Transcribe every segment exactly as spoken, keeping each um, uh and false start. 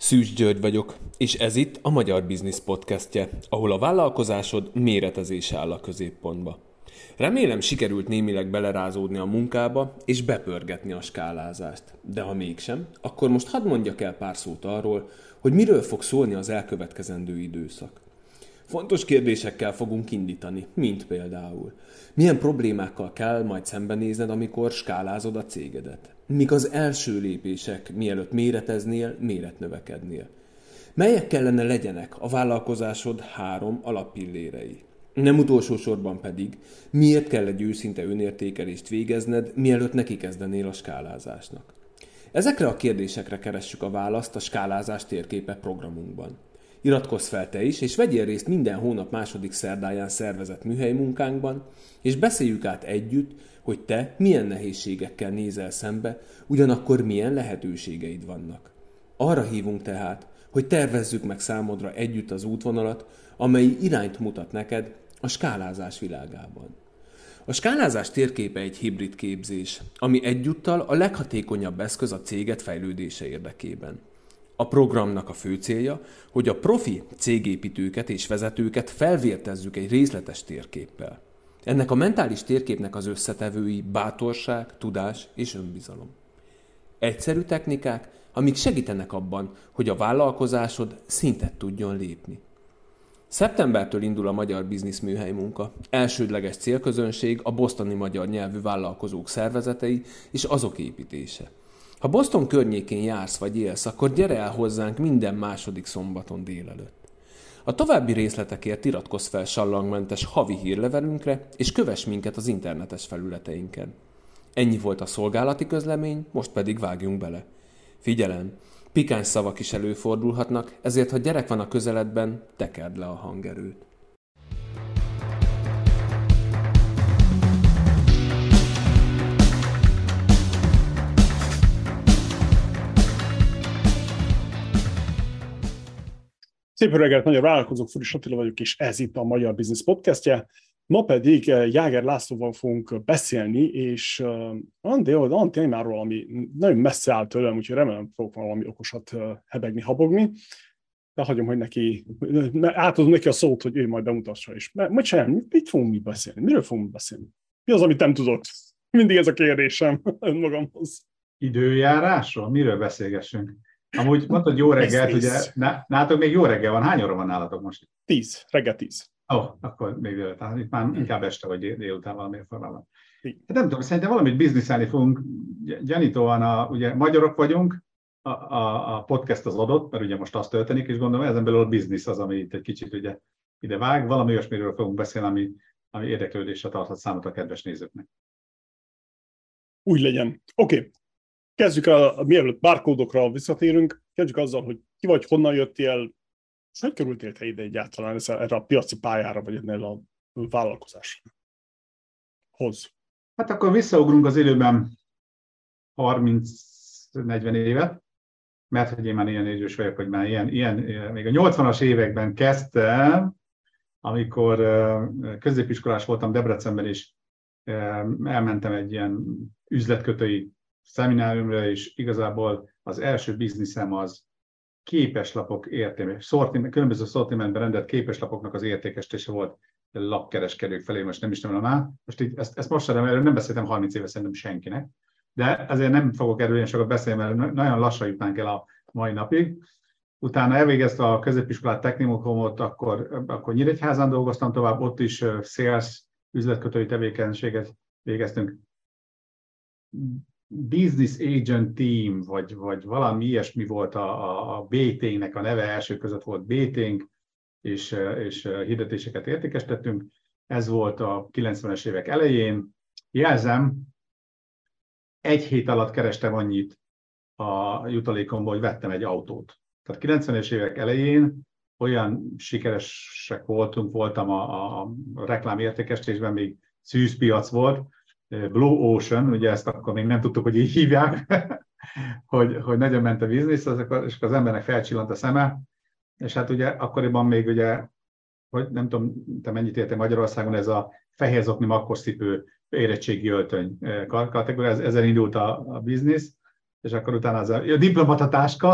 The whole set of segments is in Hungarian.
Szűcs György vagyok, és ez itt a Magyar Biznisz Podcastje, ahol a vállalkozásod méretezése áll a középpontba. Remélem sikerült némileg belerázódni a munkába és bepörgetni a skálázást. De ha mégsem, akkor most hadd mondjak el pár szót arról, hogy miről fog szólni az elkövetkezendő időszak. Fontos kérdésekkel fogunk indítani, mint például: milyen problémákkal kell majd szembenézned, amikor skálázod a cégedet? Mik az első lépések, mielőtt méreteznél, méretnövekednél? Melyek kellene legyenek a vállalkozásod három alappillérei? Nem utolsó sorban pedig, miért kell egy őszinte önértékelést végezned, mielőtt neki kezdenél a skálázásnak? Ezekre a kérdésekre keressük a választ a Skálázás térképe programunkban. Iratkozz fel te is, és vegyél részt minden hónap második szerdáján szervezett műhelymunkánkban, és beszéljük át együtt, hogy te milyen nehézségekkel nézel szembe, ugyanakkor milyen lehetőségeid vannak. Arra hívunk tehát, hogy tervezzük meg számodra együtt az útvonalat, amely irányt mutat neked a skálázás világában. A skálázás térképe egy hibrid képzés, ami egyúttal a leghatékonyabb eszköz a céged fejlődése érdekében. A programnak a fő célja, hogy a profi cégépítőket és vezetőket felvértezzük egy részletes térképpel. Ennek a mentális térképnek az összetevői bátorság, tudás és önbizalom. Egyszerű technikák, amik segítenek abban, hogy a vállalkozásod szintet tudjon lépni. Szeptembertől indul a Magyar Biznisz Műhely munka. Elsődleges célközönség a bostoni magyar nyelvű vállalkozók szervezetei és azok építése. Ha Boston környékén jársz vagy élsz, akkor gyere el hozzánk minden második szombaton délelőtt. A további részletekért iratkozz fel sallangmentes havi hírlevelünkre, és kövess minket az internetes felületeinken. Ennyi volt a szolgálati közlemény, most pedig vágjunk bele. Figyelem! Pikáns szavak is előfordulhatnak, ezért ha gyerek van a közeledben, tekerd le a hangerőt. Szép reggelt, Magyar Vállalkozók, Furus Attila vagyok, és ez itt a Magyar Biznisz Podcastje. Ma pedig Jáger Lászlóval fogunk beszélni, és olyan témáról, ami nagyon messze áll tőlem, úgyhogy remélem fogok valami okosat hebegni, habogni. De hagyom, hogy neki, átadom neki a szót, hogy ő majd bemutassa is. Majd sem, mit fogunk mi beszélni? Miről fogunk beszélni? Mi az, amit nem tudok? Mindig ez a kérdésem önmagamhoz. Időjárásról? Miről beszélgessünk? Amúgy mondtad jó reggelt, tíz, ugye nálatok még jó reggel van. Hány óra van nálatok most? Tíz, reggel tíz. Ó, oh, akkor még délután. Itt már inkább este vagy délután valamilyen formában. Hát nem tudom, szerintem valamit bizniszelni fogunk. Gyanítóan, a, ugye magyarok vagyunk, a, a, a podcast az adott, mert ugye most azt történik, és gondolom ezen belül a biznisz az, ami itt egy kicsit ugye ide vág. Valami olyasmiről fogunk beszélni, ami, ami érdeklődésre tarthat számot a kedves nézőknek. Úgy legyen. Oké. Okay. Kezdjük el, mielőtt bárkódokra visszatérünk, kezdjük azzal, hogy ki vagy, honnan jöttél, és hogy kerültél te ide egyáltalán erre a piaci pályára, vagy ennél a vállalkozáshoz? Hát akkor visszaugrunk az időben harminc-negyven évet, mert hogy én már ilyen idős vagyok, hogy már ilyen, ilyen, még a nyolcvanas években kezdtem, amikor középiskolás voltam Debrecenben, és elmentem egy ilyen üzletkötői szemináriumra, és igazából az első bizniszem az képeslapok értékes, szortiment, különböző szortimentben rendelt képeslapoknak az értékesítése volt lapkereskedők felé, most nem is tudom már. Most így, ezt, ezt most sem, erről nem beszéltem harminc éve szerintem senkinek, de ezért nem fogok erről ilyen sokat beszélni, mert nagyon lassan jutnánk el a mai napig. Utána elvégezte a középiskolát, technikumot, akkor, akkor Nyíregyházán dolgoztam tovább, ott is sales, üzletkötői tevékenységet végeztünk. Business Agent Team, vagy, vagy valami ilyesmi volt a, a, a bé té-nek a neve, első között volt bé té-nk, és, és hirdetéseket értékesítettünk. Ez volt a kilencvenes évek elején. Jelzem, egy hét alatt kerestem annyit a jutalékomból, hogy vettem egy autót. Tehát kilencvenes évek elején olyan sikeresek voltunk, voltam a, a, a reklámértékesítésben, még szűzpiac volt, Blue Ocean, ugye ezt akkor még nem tudtuk, hogy így hívják, hogy, hogy nagyon ment a biznisz, és az embernek felcsillant a szeme, és hát ugye akkoriban még ugye, hogy nem tudom, te mennyit érte Magyarországon, ez a fehér zokni makkoszcipő érettségi öltöny kategória, ezzel indult a, a biznisz, és akkor utána az a, a diplomata táska,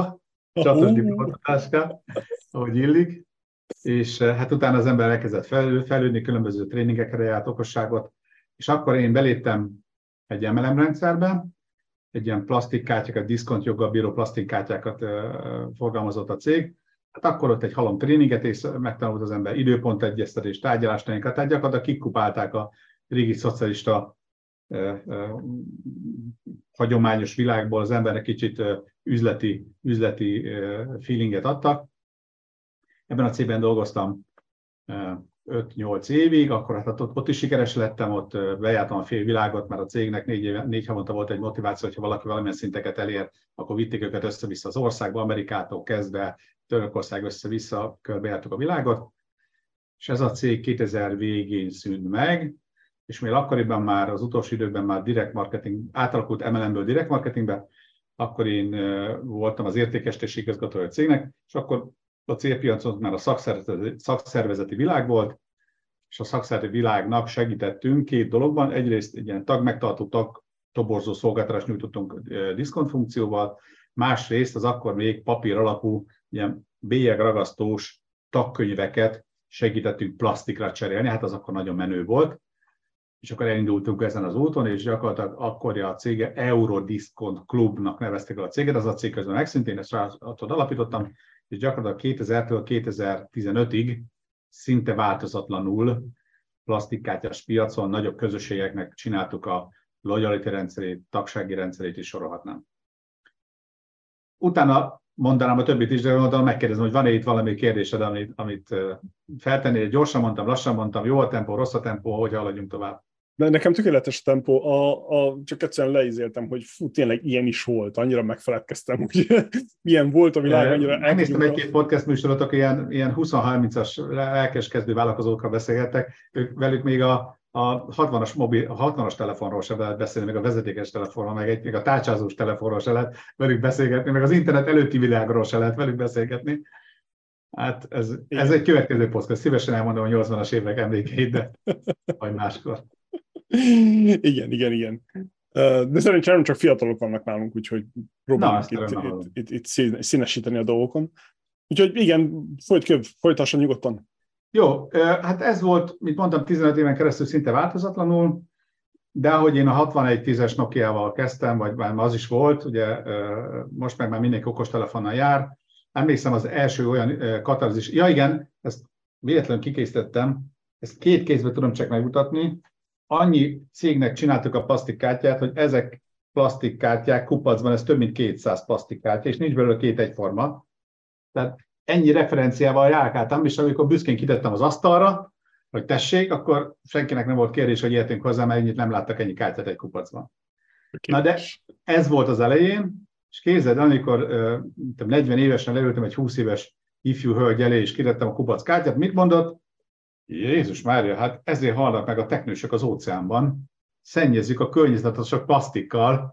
Csatos diplomatáska, ahogy illik. És hát utána az ember elkezdett fejlődni, különböző tréningekre járt okosságot, és akkor én beléptem egy em el em rendszerbe, egy ilyen plastikkártyákat, diszkontjoggal bíró plastikkártyákat forgalmazott a cég. Hát akkor ott egy halom tréninget, és megtanult az ember időpontegyeztetés, tárgyalástréninget, tehát gyakorlatilag kikupálták a régi szocialista eh, eh, hagyományos világból, az embernek kicsit eh, üzleti, üzleti eh, feelinget adtak. Ebben a cégben dolgoztam eh, öt-nyolc évig, akkor hát ott, ott is sikeres lettem, ott eh, bejártam a fél világot, mert a cégnek négy, éve, négy havonta volt egy motiváció, hogyha valaki valamilyen szinteket elér, akkor vitték őket össze-vissza az országba, Amerikától kezdve, Törökország össze-vissza körbejártuk a világot, és ez a cég kétezer végén szűnt meg, és még akkoriban már az utolsó időkben már direct marketing, átalakult em el em-ből direct marketingbe, akkor én voltam az értékesítési igazgatója a cégnek, és akkor a célpiacon már a szakszervezeti, szakszervezeti világ volt, és a szakszervezeti világnak segítettünk két dologban. Egyrészt egy ilyen tagmegtartó, tag toborzó szolgáltatást nyújtottunk diszkont funkcióval, másrészt az akkor még papír alapú, ilyen bélyegragasztós tagkönyveket segítettünk plastikra cserélni, hát az akkor nagyon menő volt. És akkor elindultunk ezen az úton, és gyakorlatilag akkor a cége Eurodiskont Klubnak nevezték el a céget, az a cég közben megszűnt, én ezt attól alapítottam, és gyakorlatilag kétezertől kétezer-tizenötig szinte változatlanul plastikkártyás piacon nagyobb közösségeknek csináltuk a loyalty rendszerét, tagsági rendszerét is sorolhatnám. Utána mondanám a többit is, de mondom, megkérdezem, hogy van-e itt valami kérdésed, amit, amit feltennél. Gyorsan mondtam, lassan mondtam, jó a tempó, rossz a tempó, hogy haladjunk tovább. De nekem tökéletes a tempó, a, a, csak egyszerűen leizéltem, hogy fú, tényleg ilyen is volt, annyira megfeledkeztem, hogy milyen volt a világ, annyira... Megnéztem egy-két podcast műsorotok, ilyen, ilyen húsz-harmincas lelkes kezdő vállalkozókkal beszélgettek, ők velük még a, a hatvanas mobil, a hatvanas telefonról se lehet beszélni, meg a vezetékes telefonról, meg egy, még a tárcsázós telefonról se lehet velük beszélgetni, meg az internet előtti világról se lehet velük beszélgetni. Hát ez, ez egy következő podcast. Szívesen elmondom a nyolcvanas évek emlékeit, de majd máskor. Igen, igen, igen. De szerintem nem csak fiatalok vannak nálunk, úgyhogy próbálunk itt, itt, itt, itt színesíteni a dolgokon. Úgyhogy igen, folyt, folytassa nyugodtan. Jó, hát ez volt, mint mondtam, tizenöt éven keresztül szinte változatlanul, de ahogy én a hatvanegy tízes Nokiával kezdtem, vagy már az is volt, ugye most meg már mindenki okostelefonnal jár, emlékszem az első olyan katarzis, ja igen, ezt véletlenül kikészítettem, ezt két kézbe tudom csak megmutatni, annyi cégnek csináltuk a plastikkártyát, hogy ezek plastikkártyák kupacban, ez több mint kétszáz plastikkártya, és nincs belőle két egyforma. Tehát ennyi referenciával járkáltam, és amikor büszkén kitettem az asztalra, hogy tessék, akkor senkinek nem volt kérdés, hogy értünk hozzá, mert ennyit nem láttak ennyi kártyát egy kupacban. Okay. Na de ez volt az elején, és képzeld, amikor uh, negyven évesen leültem egy húsz éves ifjú hölgy elé, és kitettem a kupac kártyát, mit mondott? Jézus Mária, hát ezért halnak meg a teknősök az óceánban, szennyezzük a környezetet csak plastikkal.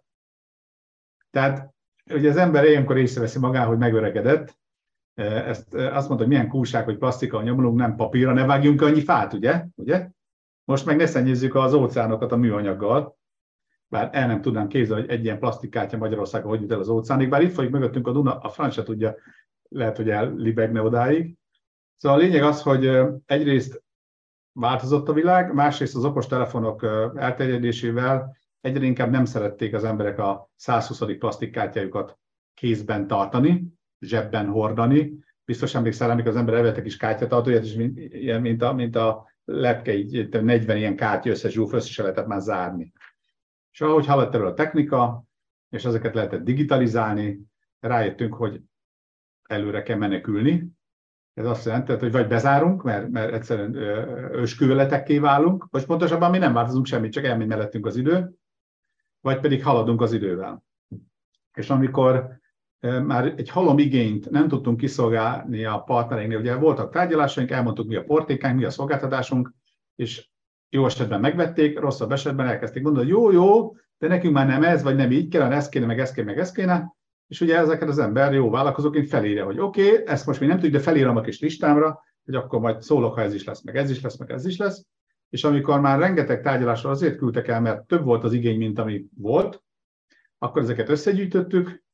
Tehát ugye az ember ilyenkor észreveszi magán, hogy megöregedett. Ezt azt mondta, hogy milyen kúság, hogy plastikkal nyomulunk, nem papírra, ne vágjunk annyi fát, ugye? ugye? Most meg ne szennyezzük az óceánokat a műanyaggal, bár el nem tudnám képzelni, hogy egy ilyen plastikkártya Magyarországon hogy jut el az óceánig, bár itt folyik mögöttünk a Duna, a franc se tudja, lehet, hogy ellibegne odáig. Szóval a lényeg az, hogy egyrészt változott a világ, másrészt az okostelefonok elterjedésével egyre inkább nem szerették az emberek a százhuszadik plastikkártyájukat kézben tartani, zsebben hordani. Biztos emlékszel, amikor az ember elvette kis kártyatartóját, és mint, ilyen, mint, a, mint a lepke, így negyven ilyen kártya összezsúf, össze se lehetett már zárni. És ahogy haladt elő a technika, és ezeket lehetett digitalizálni, rájöttünk, hogy előre kell menekülni. Ez azt jelenti, hogy vagy bezárunk, mert, mert egyszerűen ősküveletekké válunk, vagy pontosabban mi nem változunk semmit, csak elmegy mellettünk az idő, vagy pedig haladunk az idővel. És amikor már egy halom igényt nem tudtunk kiszolgálni a partnereinknél, ugye voltak tárgyalásaink, elmondtuk, mi a portékánk, mi a szolgáltatásunk, és jó esetben megvették, rosszabb esetben elkezdték mondani, hogy jó, jó, de nekünk már nem ez, vagy nem így kellene, ez kéne, meg ez kéne, meg ez kéne. És ugye ezeket az ember jó vállalkozóként felírja, hogy oké, okay, ezt most még nem tudjuk, de felírom a kis listámra, hogy akkor majd szólok, ha ez is lesz, meg ez is lesz, meg ez is lesz. És amikor már rengeteg tárgyalásra azért küldtek el, mert több volt az igény, mint ami volt, akkor ezeket összegyűjtöttük,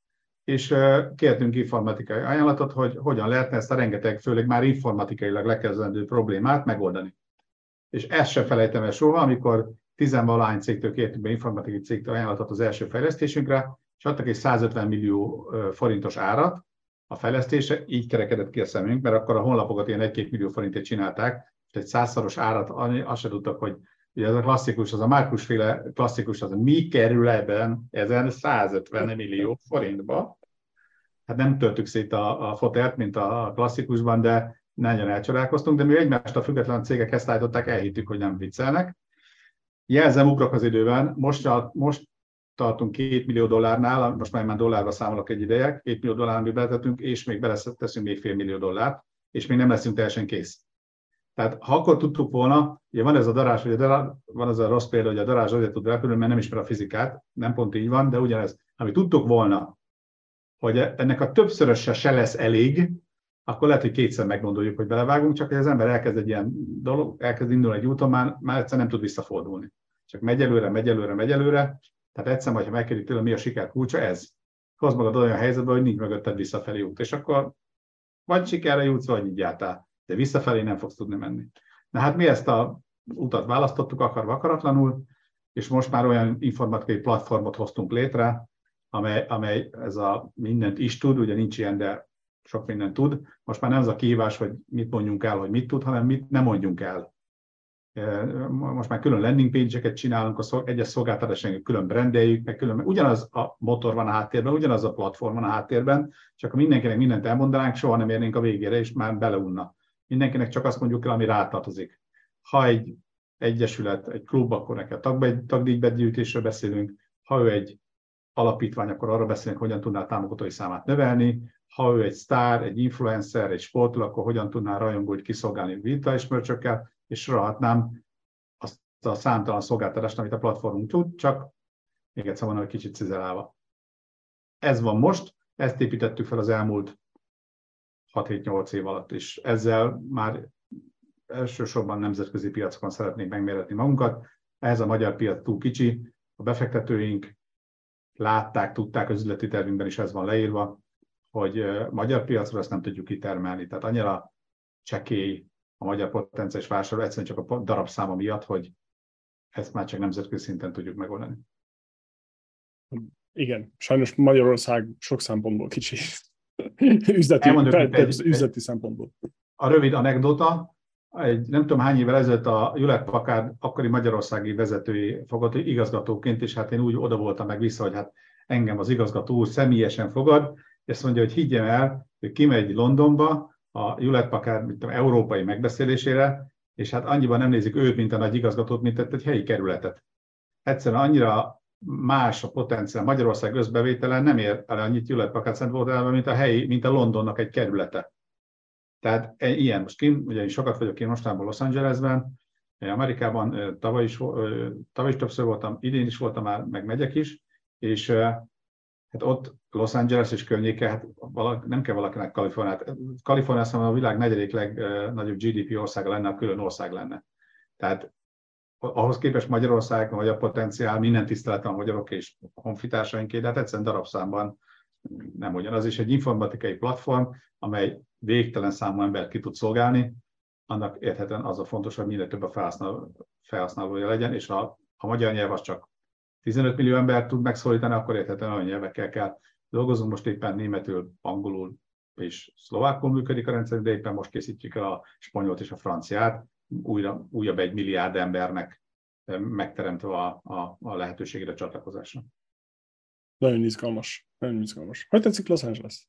és kértünk informatikai ajánlatot, hogy hogyan lehetne ezt a rengeteg, főleg már informatikailag lekezdendő problémát megoldani. És ezt se felejtem el soha, amikor tizenvalahány cégtől kértünk be informatikai cégtől ajánlatot az első fejlesztésünkre, és adtak egy százötven millió forintos árat a fejlesztésre, így kerekedett ki a szemünk, mert akkor a honlapokat ilyen egy-két millió forintért csinálták, és egy százszoros árat, azt se tudtak, hogy ugye ez a klasszikus, az a Márkus féle klasszikus, az mi kerül ebben ezen százötven millió forintba. Hát nem töltük szét a, a fotelt, mint a klasszikusban, de nagyon elcsodálkoztunk, de mi egymástól független cégek ezt állították, elhittük, hogy nem viccelnek. Jelzem, ugrok az időben, most, most tartunk két millió dollárnál, most már már dollárba számolok egy ideje, két millió dollár, amit beletettünk, és még beleteszünk még fél millió dollárt, és még nem leszünk teljesen kész. Tehát ha akkor tudtuk volna, ugye van ez a darázs, hogy a darázs, van az a rossz példa, hogy a darázs azért tud repülni, mert nem ismer a fizikát, nem pont így van, de ugyanez, amit tudtuk volna, hogy ennek a többszöröse se lesz elég, akkor lehet, hogy kétszer meggondoljuk, hogy belevágunk, csak hogy az ember elkezd egy ilyen dolog, elkezd indulni egy úton, már, már egyszer nem tud visszafordulni. Csak megy előre, megy előre, megy előre, tehát egyszer majd, ha megkérdik tőle, mi a siker kulcsa, ez. Hozd magad olyan helyzetbe, hogy nincs mögötted visszafelé út, és akkor vagy sikerre jutsz, vagy így jártál, de visszafelé nem fogsz tudni menni. Na hát mi ezt a utat választottuk, akarva akaratlanul, és most már olyan informatikai platformot hoztunk létre, amely, amely ez a mindent is tud, ugye nincs ilyen, de sok mindent tud. Most már nem az a kihívás, hogy mit mondjunk el, hogy mit tud, hanem mit nem mondjunk el. Most már külön landing page-eket csinálunk, a egyes szolgáltatásaink külön brandeljük, meg külön, ugyanaz a motor van a háttérben, ugyanaz a platform van a háttérben, csak ha mindenkinek mindent elmondanánk, soha nem érnénk a végére, és már beleunna. Mindenkinek csak azt mondjuk el, ami rátartozik. Ha egy egyesület, egy klub, akkor neki a tagdíjbegyűjtésről beszélünk, ha ő egy alapítvány, akkor arra beszélünk, hogyan tudná a támogatói számát növelni, ha ő egy sztár, egy influencer, egy sportoló, akkor hogyan tudná rajongóit kiszolgálni virtuális mörcsökkel, és sorolhatnám azt a számtalan szolgáltatást, amit a platformunk tud, csak még egyszer mondom, egy kicsit cizelálva. Ez van most, ezt építettük fel az elmúlt hat-hét-nyolc év alatt, és ezzel már elsősorban nemzetközi piacokon szeretnénk megméretni magunkat. Ehhez a magyar piac túl kicsi, a befektetőink látták, tudták, az üzleti tervünkben is ez van leírva, hogy magyar piacra ezt nem tudjuk kitermelni. Tehát annyira csekély a magyar potenciális vásárló, egyszerűen csak a darabszáma miatt, hogy ezt már csak nemzetközi szinten tudjuk megoldani. Igen, sajnos Magyarország sok szempontból kicsi. üzleti, Elmondjuk, egy, üzleti szempontból. A rövid anekdota, egy nem tudom hány évvel ezelőtt a Hewlett Packard akkori magyarországi vezetői fogott igazgatóként, és hát én úgy oda voltam meg vissza, hogy hát engem az igazgató úr személyesen fogad, és azt mondja, hogy higgyem el, hogy kimegy Londonba a Hewlett Packard mint tudom, európai megbeszélésére, és hát annyiban nem nézik őt, mint a nagy igazgatót, mint egy helyi kerületet. Egyszerűen annyira más a potenciál. Magyarország összbevételen nem ér el annyit Hewlett Packard Center, mint a helyi, mint a Londonnak egy kerülete. Tehát ilyen, most kint, ugye én sokat vagyok én mostanában Los Angelesben, Amerikában tavaly is, tavaly is többször voltam, idén is voltam már, meg megyek is, és hát ott Los Angeles és környéke, hát valaki, nem kell valakinek Kaliforniát. Kalifornia szóval a világ negyedik legnagyobb gé dé pé országa lenne, a külön ország lenne. Tehát ahhoz képest Magyarország, a magyar potenciál, minden tiszteletem a magyarok és a honfitársainké, de hát egyszerűen darabszámban nem ugyanaz. És egy informatikai platform, amely végtelen számú embert ki tud szolgálni, annak érthetően az a fontos, hogy minél több a felhasználó, felhasználója legyen, és ha a magyar nyelv az csak tizenöt millió embert tud megszólítani, akkor érthetően olyan nyelvekkel kell dolgozunk. Most éppen németül, angolul és szlovákul működik a rendszer, de éppen most készítjük el a spanyolt és a franciát, újra, újabb egy milliárd embernek megteremtve a, a, a lehetőségére a csatlakozásra. Nagyon izgalmas, nagyon izgalmas. Hogy tetszik Los Angeles?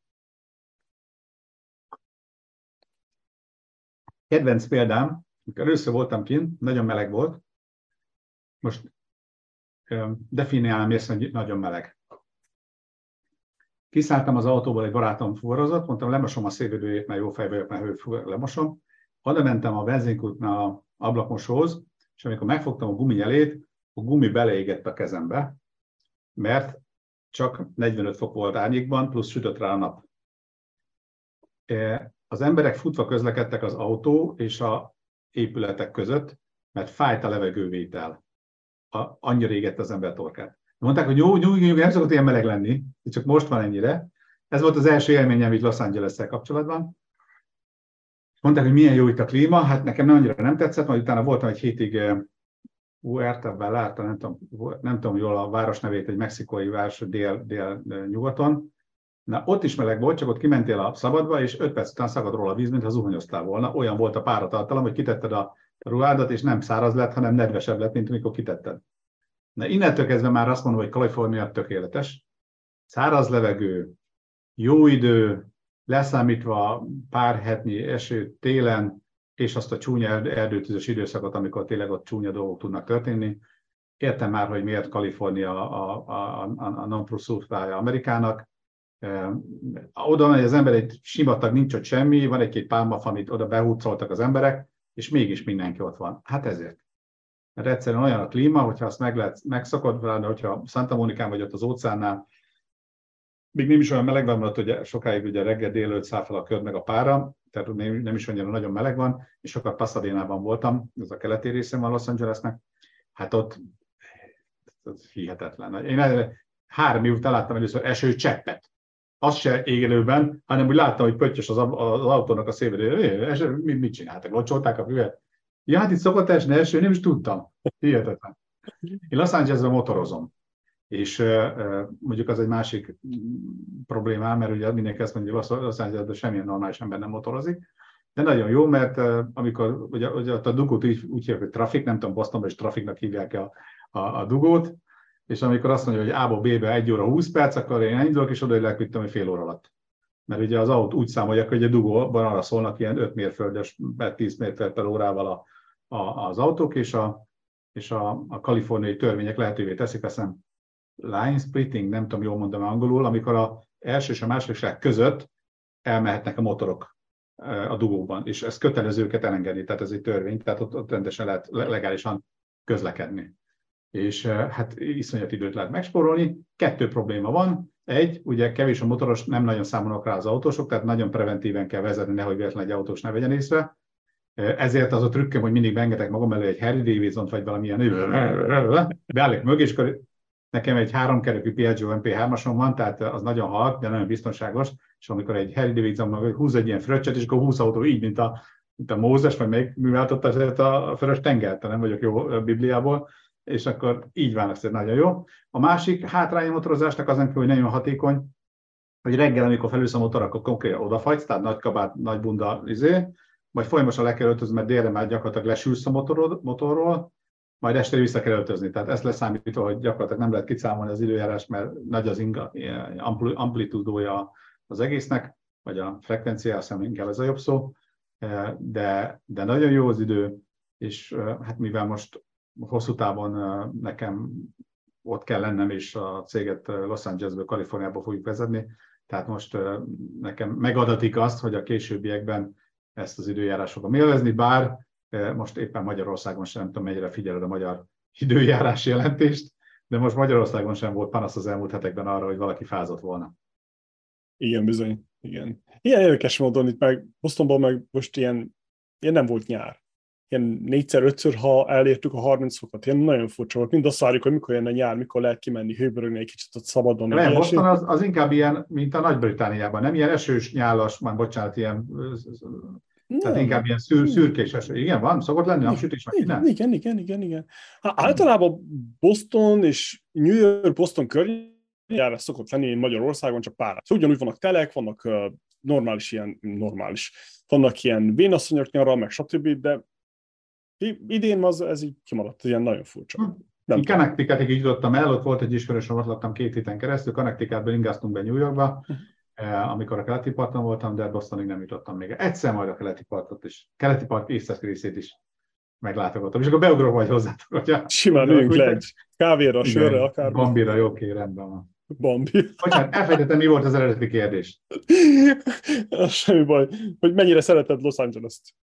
Kedvenc példám, amikor először voltam kint, nagyon meleg volt. Most definiálnám ezt, hogy nagyon meleg. Kiszálltam az autóból, egy barátom fuvarozott, mondtam, lemosom a szélvédőjét, mert jó fej vagyok, mert hő, lemosom. Oda mentem a benzinkútnál a ablakmosóhoz, és amikor megfogtam a guminyelét, a gumi beleégett a kezembe, mert csak negyvenöt fok volt árnyékban, plusz sütött rá a nap. Az emberek futva közlekedtek az autó és az épületek között, mert fájt a levegővétel. Annyira égett az ember torkát. Mondták, hogy jó, jó, jó, nem szokott ilyen meleg lenni, csak most van ennyire. Ez volt az első élményem itt Los Angeles-szel kapcsolatban. Mondták, hogy milyen jó itt a klíma, hát nekem nem annyira nem tetszett, majd utána voltam egy hétig Huerta Vallarta, nem tudom, nem tudom jól a város nevét, egy mexikói város dél-nyugaton. Na, ott is meleg volt, csak ott kimentél a szabadba, és öt perc után szakad róla a víz, mintha zuhanyoztál volna. Olyan volt a páratartalom, hogy kitetted a ruhádat, és nem száraz lett, hanem nedvesebb lett, mint amikor kitetted. Na, innentől kezdve már azt mondom, hogy Kalifornia tökéletes. Száraz levegő, jó idő, leszámítva pár hetnyi eső télen, és azt a csúnya erdőtüzes időszakot, amikor tényleg ott csúnya dolgok tudnak történni. Értem már, hogy miért Kalifornia a, a, a, a non plus ultrája Amerikának. Oda megy az ember, egy sivatag, nincs ott semmi, van egy-két pálmafa, amit oda behúzoltak az emberek, és mégis mindenki ott van. Hát ezért. Mert egyszerűen olyan a klíma, hogyha azt meg lehet, megszakad, hogyha Santa Monicán vagy ott az óceánnál, még nem is olyan meleg van, mert ugye sokáig ugye reggel délelőtt száll fel a köd meg a pára, tehát nem is annyira nagyon meleg van, és sokat Pasadénában voltam, ez a keleti része van Los Angelesnek, hát ott ez hihetetlen. Én három év után láttam először esőcseppet. Az se égelőben, hanem úgy láttam, hogy pöttyös az, az autónak a szélére. Mit, mit csináltak? Locsolták a füvet? Ja, hát itt szokott esni eső, nem is tudtam. Hihetetlen. Én Los Angelesben motorozom. És uh, mondjuk az egy másik problémám, mert ugye mindenki azt mondja, hogy Los Angelesben semmilyen normális ember nem motorozik. De nagyon jó, mert uh, amikor ugye, ugye a dugót úgy, úgy hívják, hogy trafik, nem tudom, Bostonban is trafiknak hívják a, a, a dugót, és amikor azt mondja, hogy A-ból B-be egy óra húsz perc, akkor én elindulok, és odaérlek, mit tudom, hogy fél óra alatt. Mert ugye az autó úgy számolják, hogy a dugóban arra szólnak ilyen öt mérföldes, tíz méter per órával a, a, az autók, és a, és a, a kaliforniai törvények lehetővé teszik, veszem line splitting, nem tudom, jól mondom angolul, amikor az első és a második között elmehetnek a motorok a dugóban, és ez kötelező őket elengedni, tehát ez egy törvény, tehát ott, ott rendesen lehet legálisan közlekedni. És hát iszonyat időt lehet megspórolni. Kettő probléma van. Egy, ugye kevés a motoros, nem nagyon számolnak rá az autósok, tehát nagyon preventíven kell vezetni, nehogy véletlenül egy autós ne vegyen észre. Ezért az a trükköm, hogy mindig beengedek magam elő egy Harley Davidson vagy valamilyen beállok mögé, és akkor nekem egy háromkerekű Piaggio em pé hármasom van, tehát az nagyon halk, de nagyon biztonságos, és amikor egy Harley Davidson húz egy ilyen fröccsöt, és akkor húsz autó így, mint a, mint a Mózes, vagy még műveltette a Fölös tengert, nem vagyok jó a Bibliából, és akkor így válnak, ez nagyon jó. A másik hátrány a motorozásnak azon, hogy nagyon hatékony, hogy reggel, amikor felülsz a motor, akkor konkrétan odafagysz, tehát nagy kabát, nagy bunda, izé, majd folyamatosan le kell öltözni, mert délre már gyakorlatilag lesülsz a motorod, motorról, majd este vissza kell öltözni. Tehát ezt leszámítva, hogy gyakorlatilag nem lehet kiszámolni az időjárás, mert nagy az inga, amplitúdója az egésznek, vagy a frekvenciája, azt hiszem inkább ez a jobb szó, de, de nagyon jó az idő, és hát mivel most hosszú távon nekem ott kell lennem, és a céget Los Angelesből, Kaliforniából fogjuk vezetni, tehát most nekem megadatik azt, hogy a későbbiekben ezt az időjárás fogom élvezni, bár most éppen Magyarországon sem, nem tudom, mennyire figyeled a magyar időjárás jelentést, de most Magyarországon sem volt panasz az elmúlt hetekben arra, hogy valaki fázott volna. Igen, bizony. Igen. Ilyen érdekes módon itt meg Bostonban meg most ilyen, ilyen nem volt nyár. Ilyen négyszer, ötször, ha elértük a harminc fokot, ilyen nagyon furcsa volt. Mind azt várjuk, hogy mikor jön a nyár, mikor lehet kimenni, hőbörögni egy kicsit ott szabadon. Nem, Boston az, az inkább ilyen, mint a Nagy-Britániában, nem ilyen esős, nyálas, már bocsánat, ilyen, nem. Tehát inkább ilyen szür, szürkés eső. Igen, van? Szokott lenni napsütés meg minden? Igen, igen, igen, igen. Há, általában Boston és New York, Boston környékén szokott lenni Magyarországon, csak pár. Szóval ugyanúgy vannak telek, vannak uh, normális, ilyen normális. Vannak ilyen vénasszonyok nyara, meg stb., de idén az, ez így kimaradt, ilyen nagyon furcsa. Hm. Én Connecticutig így jutottam el, ott volt egy ismerősöm, ott laktam két héten keresztül, Connecticutból ingáztunk be New Yorkba, eh, amikor a keleti parton voltam, de Bostonig nem jutottam még. Egyszer majd a keleti partot is, keleti part északi részét is meglátogattam, és akkor beugrok majd hozzátok, hogyha... Simán ülünk le egy kávéra, sörre, akár. Bambira, jó, oké, rendben van. Bambi. Bocsánat, elfelejtettem, mi volt az eredeti kérdés? Az semmi baj, hogy mennyire szereted Los Angeles-t.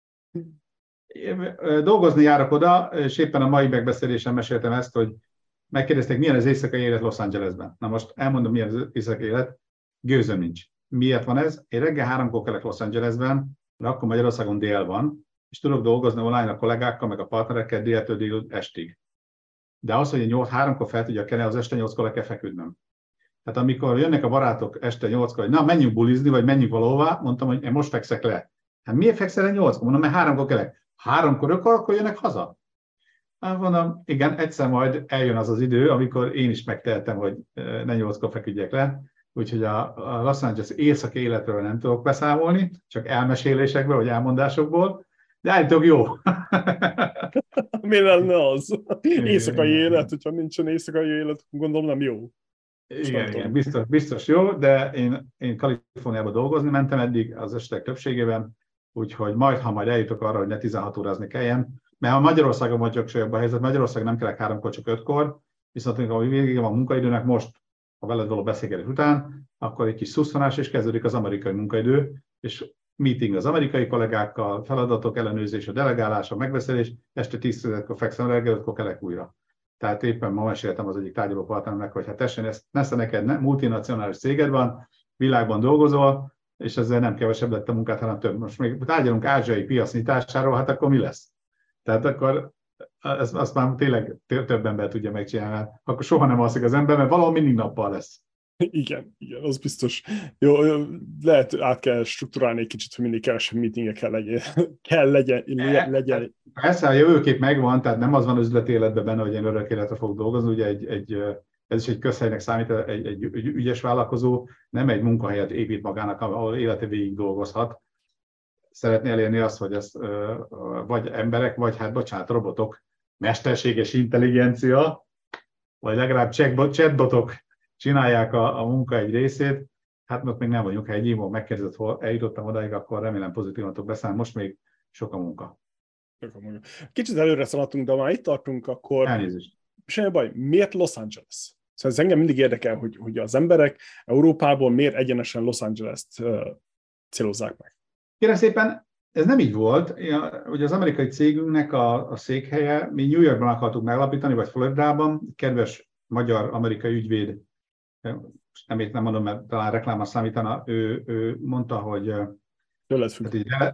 Dolgozni járok oda, és éppen a mai megbeszélésen meséltem ezt, hogy megkérdezték, milyen az éjszakai élet Los Angelesben. Na most elmondom, milyen az éjszakai élet. Gőzöm nincs. Miért van ez? Én reggel háromkor kelek Los Angelesben, mert akkor Magyarországon dél van, és tudok dolgozni online a kollégákkal, meg a partnerekkel déltől dél estig. De az, hogy nyolc háromkor fel tudjak kelni, az este nyolckor le kell feküdnöm. Tehát amikor jönnek a barátok este nyolckor, hogy na, menjünk bulizni, vagy menjünk valahova, mondtam, hogy én most fekszek le. Hát miért fekszel le nyolckor? Mondom, mert háromkor kelek. Háromkor, akkor, akkor jönnek haza. Hát mondom, igen, egyszer majd eljön az az idő, amikor én is megtehetem, hogy ne nyolckor feküdjek le. Úgyhogy a Los Angeles éjszaki életről nem tudok beszámolni, csak elmesélésekből, vagy elmondásokból, de állítólag jó. Mi lenne az? Éjszakai élet, hogyha nincsen éjszakai élet, gondolom nem jó. Igen, igen, biztos, biztos jó, de én, én Kaliforniába dolgozni mentem eddig az estek többségében, úgyhogy majd, ha majd eljutok arra, hogy ne tizenhat órázni kelljen, mert ha Magyarországon vagyok sajabb a helyzet, Magyarországon nem kellek háromkor, csak ötkor, viszont amikor végig van a munkaidőnek most, ha veled való beszélgetés után, akkor egy kis szusszanás, és kezdődik az amerikai munkaidő, és meeting az amerikai kollégákkal, feladatok, ellenőrzés, a delegálás, a megbeszélés, este tízkor fekszem, reggel ötkor kelek újra. Tehát éppen ma meséltem az egyik tárgyaló partneremnek, hogy hát tessen, ezt nesze neked ne, multinacionális céged van, világban dolgozol, és ezzel nem kevesebb lett a munkát, hanem több. Most még tárgyalunk ázsiai piac nyitásáról, hát akkor mi lesz? Tehát akkor ezt, azt már tényleg több ember tudja megcsinálni. Akkor soha nem alszik az ember, mert valahol mindig nappal lesz. Igen, igen, az biztos. Jó, jó, lehet át kell strukturálni egy kicsit, hogy mindig kevesebb meetingek kell legyen. kell legyen, legyen. Persze, a jövőkép megvan, tehát nem az van az üzleti életben benne, hogy én örök életre fogok dolgozni. Ugye egy, egy, ez is egy közhelynek számít, egy, egy ügyes vállalkozó nem egy munkahelyet épít magának, ahol élete végig dolgozhat. Szeretné elérni azt, hogy ezt vagy emberek, vagy hát bocsánat, robotok, mesterséges intelligencia, vagy legalább chatbotok csinálják a, a munka egy részét. Hát most még nem vagyunk, ha egy e-mail megkérdezett, hol eljutottam odáig, akkor remélem pozitívan tudok beszállni. Most még sok a munka. Kicsit előre szaladtunk, de már itt tartunk, akkor... Elnézést. Semmi baj, miért Los Angeles? Szóval ez engem mindig érdekel, hogy, hogy az emberek Európából miért egyenesen Los Angeles-t uh, célozzák meg. Kérem szépen, ez nem így volt. Ugye az amerikai cégünknek a, a székhelye, mi New Yorkban akartuk megalapítani, vagy Floridában. Kedves magyar-amerikai ügyvéd, nem, nem mondom, mert talán reklámra számítana, ő, ő mondta, hogy hát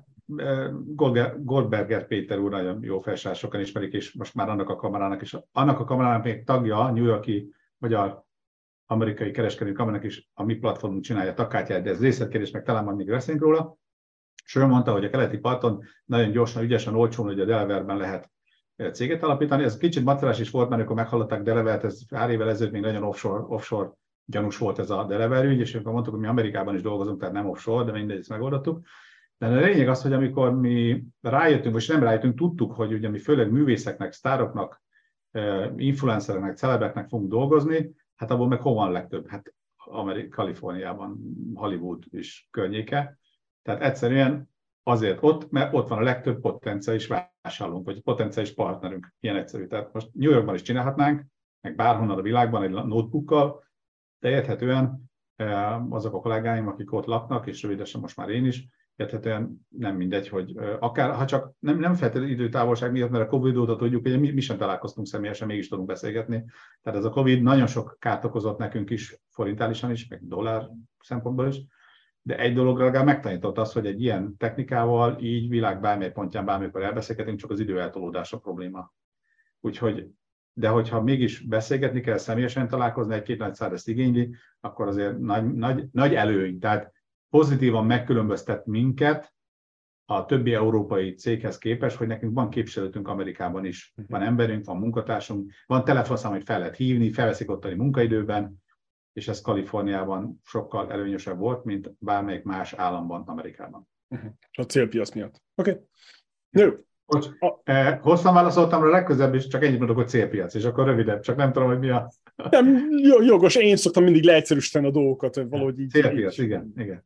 Goldberger Péter úr, nagyon jó felsár, sokan ismerik, és most már annak a kamarának is, annak a kamarának még tagja, a New York-i magyar-amerikai kereskedői kamarának is a mi platformunk csinálja takkátját, de ez részletkérdés, meg talán majd még beszélünk róla. És ő mondta, hogy a keleti parton nagyon gyorsan, ügyesen, olcsón, hogy a Delaware-ben lehet céget alapítani. Ez kicsit macerás is volt, mert amikor meghallották Delaware-t, ez pár évvel ezelőtt még nagyon offshore, offshore gyanús volt ez a Delaware ügy, és amikor mondtuk, hogy mi Amerikában is dolgozunk, tehát nem offshore, de mindegy, ezt megoldottuk. De a lényeg az, hogy amikor mi rájöttünk, vagy nem rájöttünk, tudtuk, hogy ugye mi főleg művészeknek, sztároknak, influencereknek, celebeknek fogunk dolgozni, hát abból meg hol van a legtöbb? Hát Amerika, Kaliforniában, Hollywood és környéke. Tehát egyszerűen azért ott, mert ott van a legtöbb potenciális vásárlónk, vagy potenciális partnerünk. Ilyen egyszerű. Tehát most New Yorkban is csinálhatnánk, meg bárhonnan a világban egy notebookkal, de érthetően azok a kollégáim, akik ott laknak, és rövidesen most már én is, érthetően nem mindegy, hogy akár, ha csak nem, nem feltétlenül időtávolság miatt, mert a Covid óta tudjuk, hogy mi, mi sem találkoztunk személyesen, mégis tudunk beszélgetni. Tehát ez a Covid nagyon sok kárt okozott nekünk is, forintálisan is, meg dollár szempontból is, de egy dologra legalább megtanított az, hogy egy ilyen technikával így világ bármely pontján bármikor elbeszélgetünk, csak az idő eltolódás a probléma. Úgyhogy, de hogyha mégis beszélgetni kell, személyesen találkozni, egy-két nagy szár ezt igényli, akkor azért nagy, nagy, nagy előny. Tehát pozitívan megkülönböztet minket a többi európai céghez képest, hogy nekünk van képviselőtünk Amerikában is. Van emberünk, van munkatársunk, van telefonszám, hogy fel lehet hívni, felveszik ottani munkaidőben, és ez Kaliforniában sokkal előnyösebb volt, mint bármelyik más államban Amerikában. Uh-huh. A célpiac miatt. Oké. Okay. Jó. Most, eh, hosszan válaszoltam rá, legközelebb is csak ennyit mondok, hogy célpiac, és akkor rövidebb, csak nem tudom, hogy mi a... Nem, jogos, én szoktam mindig leegyszerűsíteni a dolgokat, hogy valahogy így... Célpiac, így, igen, igen.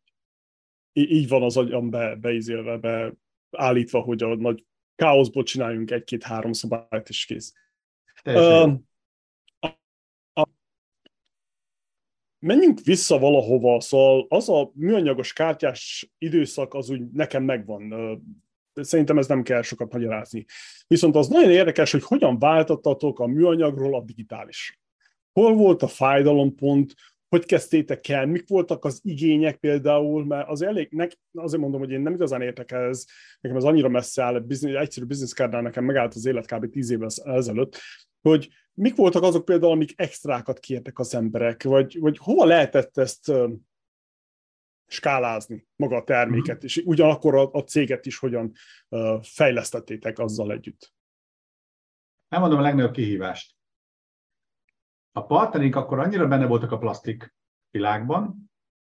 Így van az agyam be, beizélve, beállítva, hogy a nagy káoszból csináljunk egy-két-három szabályt, és kész. Uh, a, a, menjünk vissza valahova, szóval az a műanyagos kártyás időszak az úgy nekem megvan. Szerintem ez nem kell sokat magyarázni. Viszont az nagyon érdekes, hogy hogyan váltottatok a műanyagról a digitális. Hol volt a fájdalompont, hogy kezdtétek el, mik voltak az igények például, mert az elég, nek, azért mondom, hogy én nem igazán értek ez, nekem ez annyira messze áll, egy egyszerű business cardnál nekem megállt az élet kb. tíz évvel ezelőtt, hogy mik voltak azok például, amik extrákat kértek az emberek, vagy, vagy hova lehetett ezt uh, skálázni, maga a terméket, uh-huh. és ugyanakkor a, a céget is hogyan uh, fejlesztettétek azzal együtt? Nem mondom a legnagyobb kihívást. A partnerink akkor annyira benne voltak a plastik világban,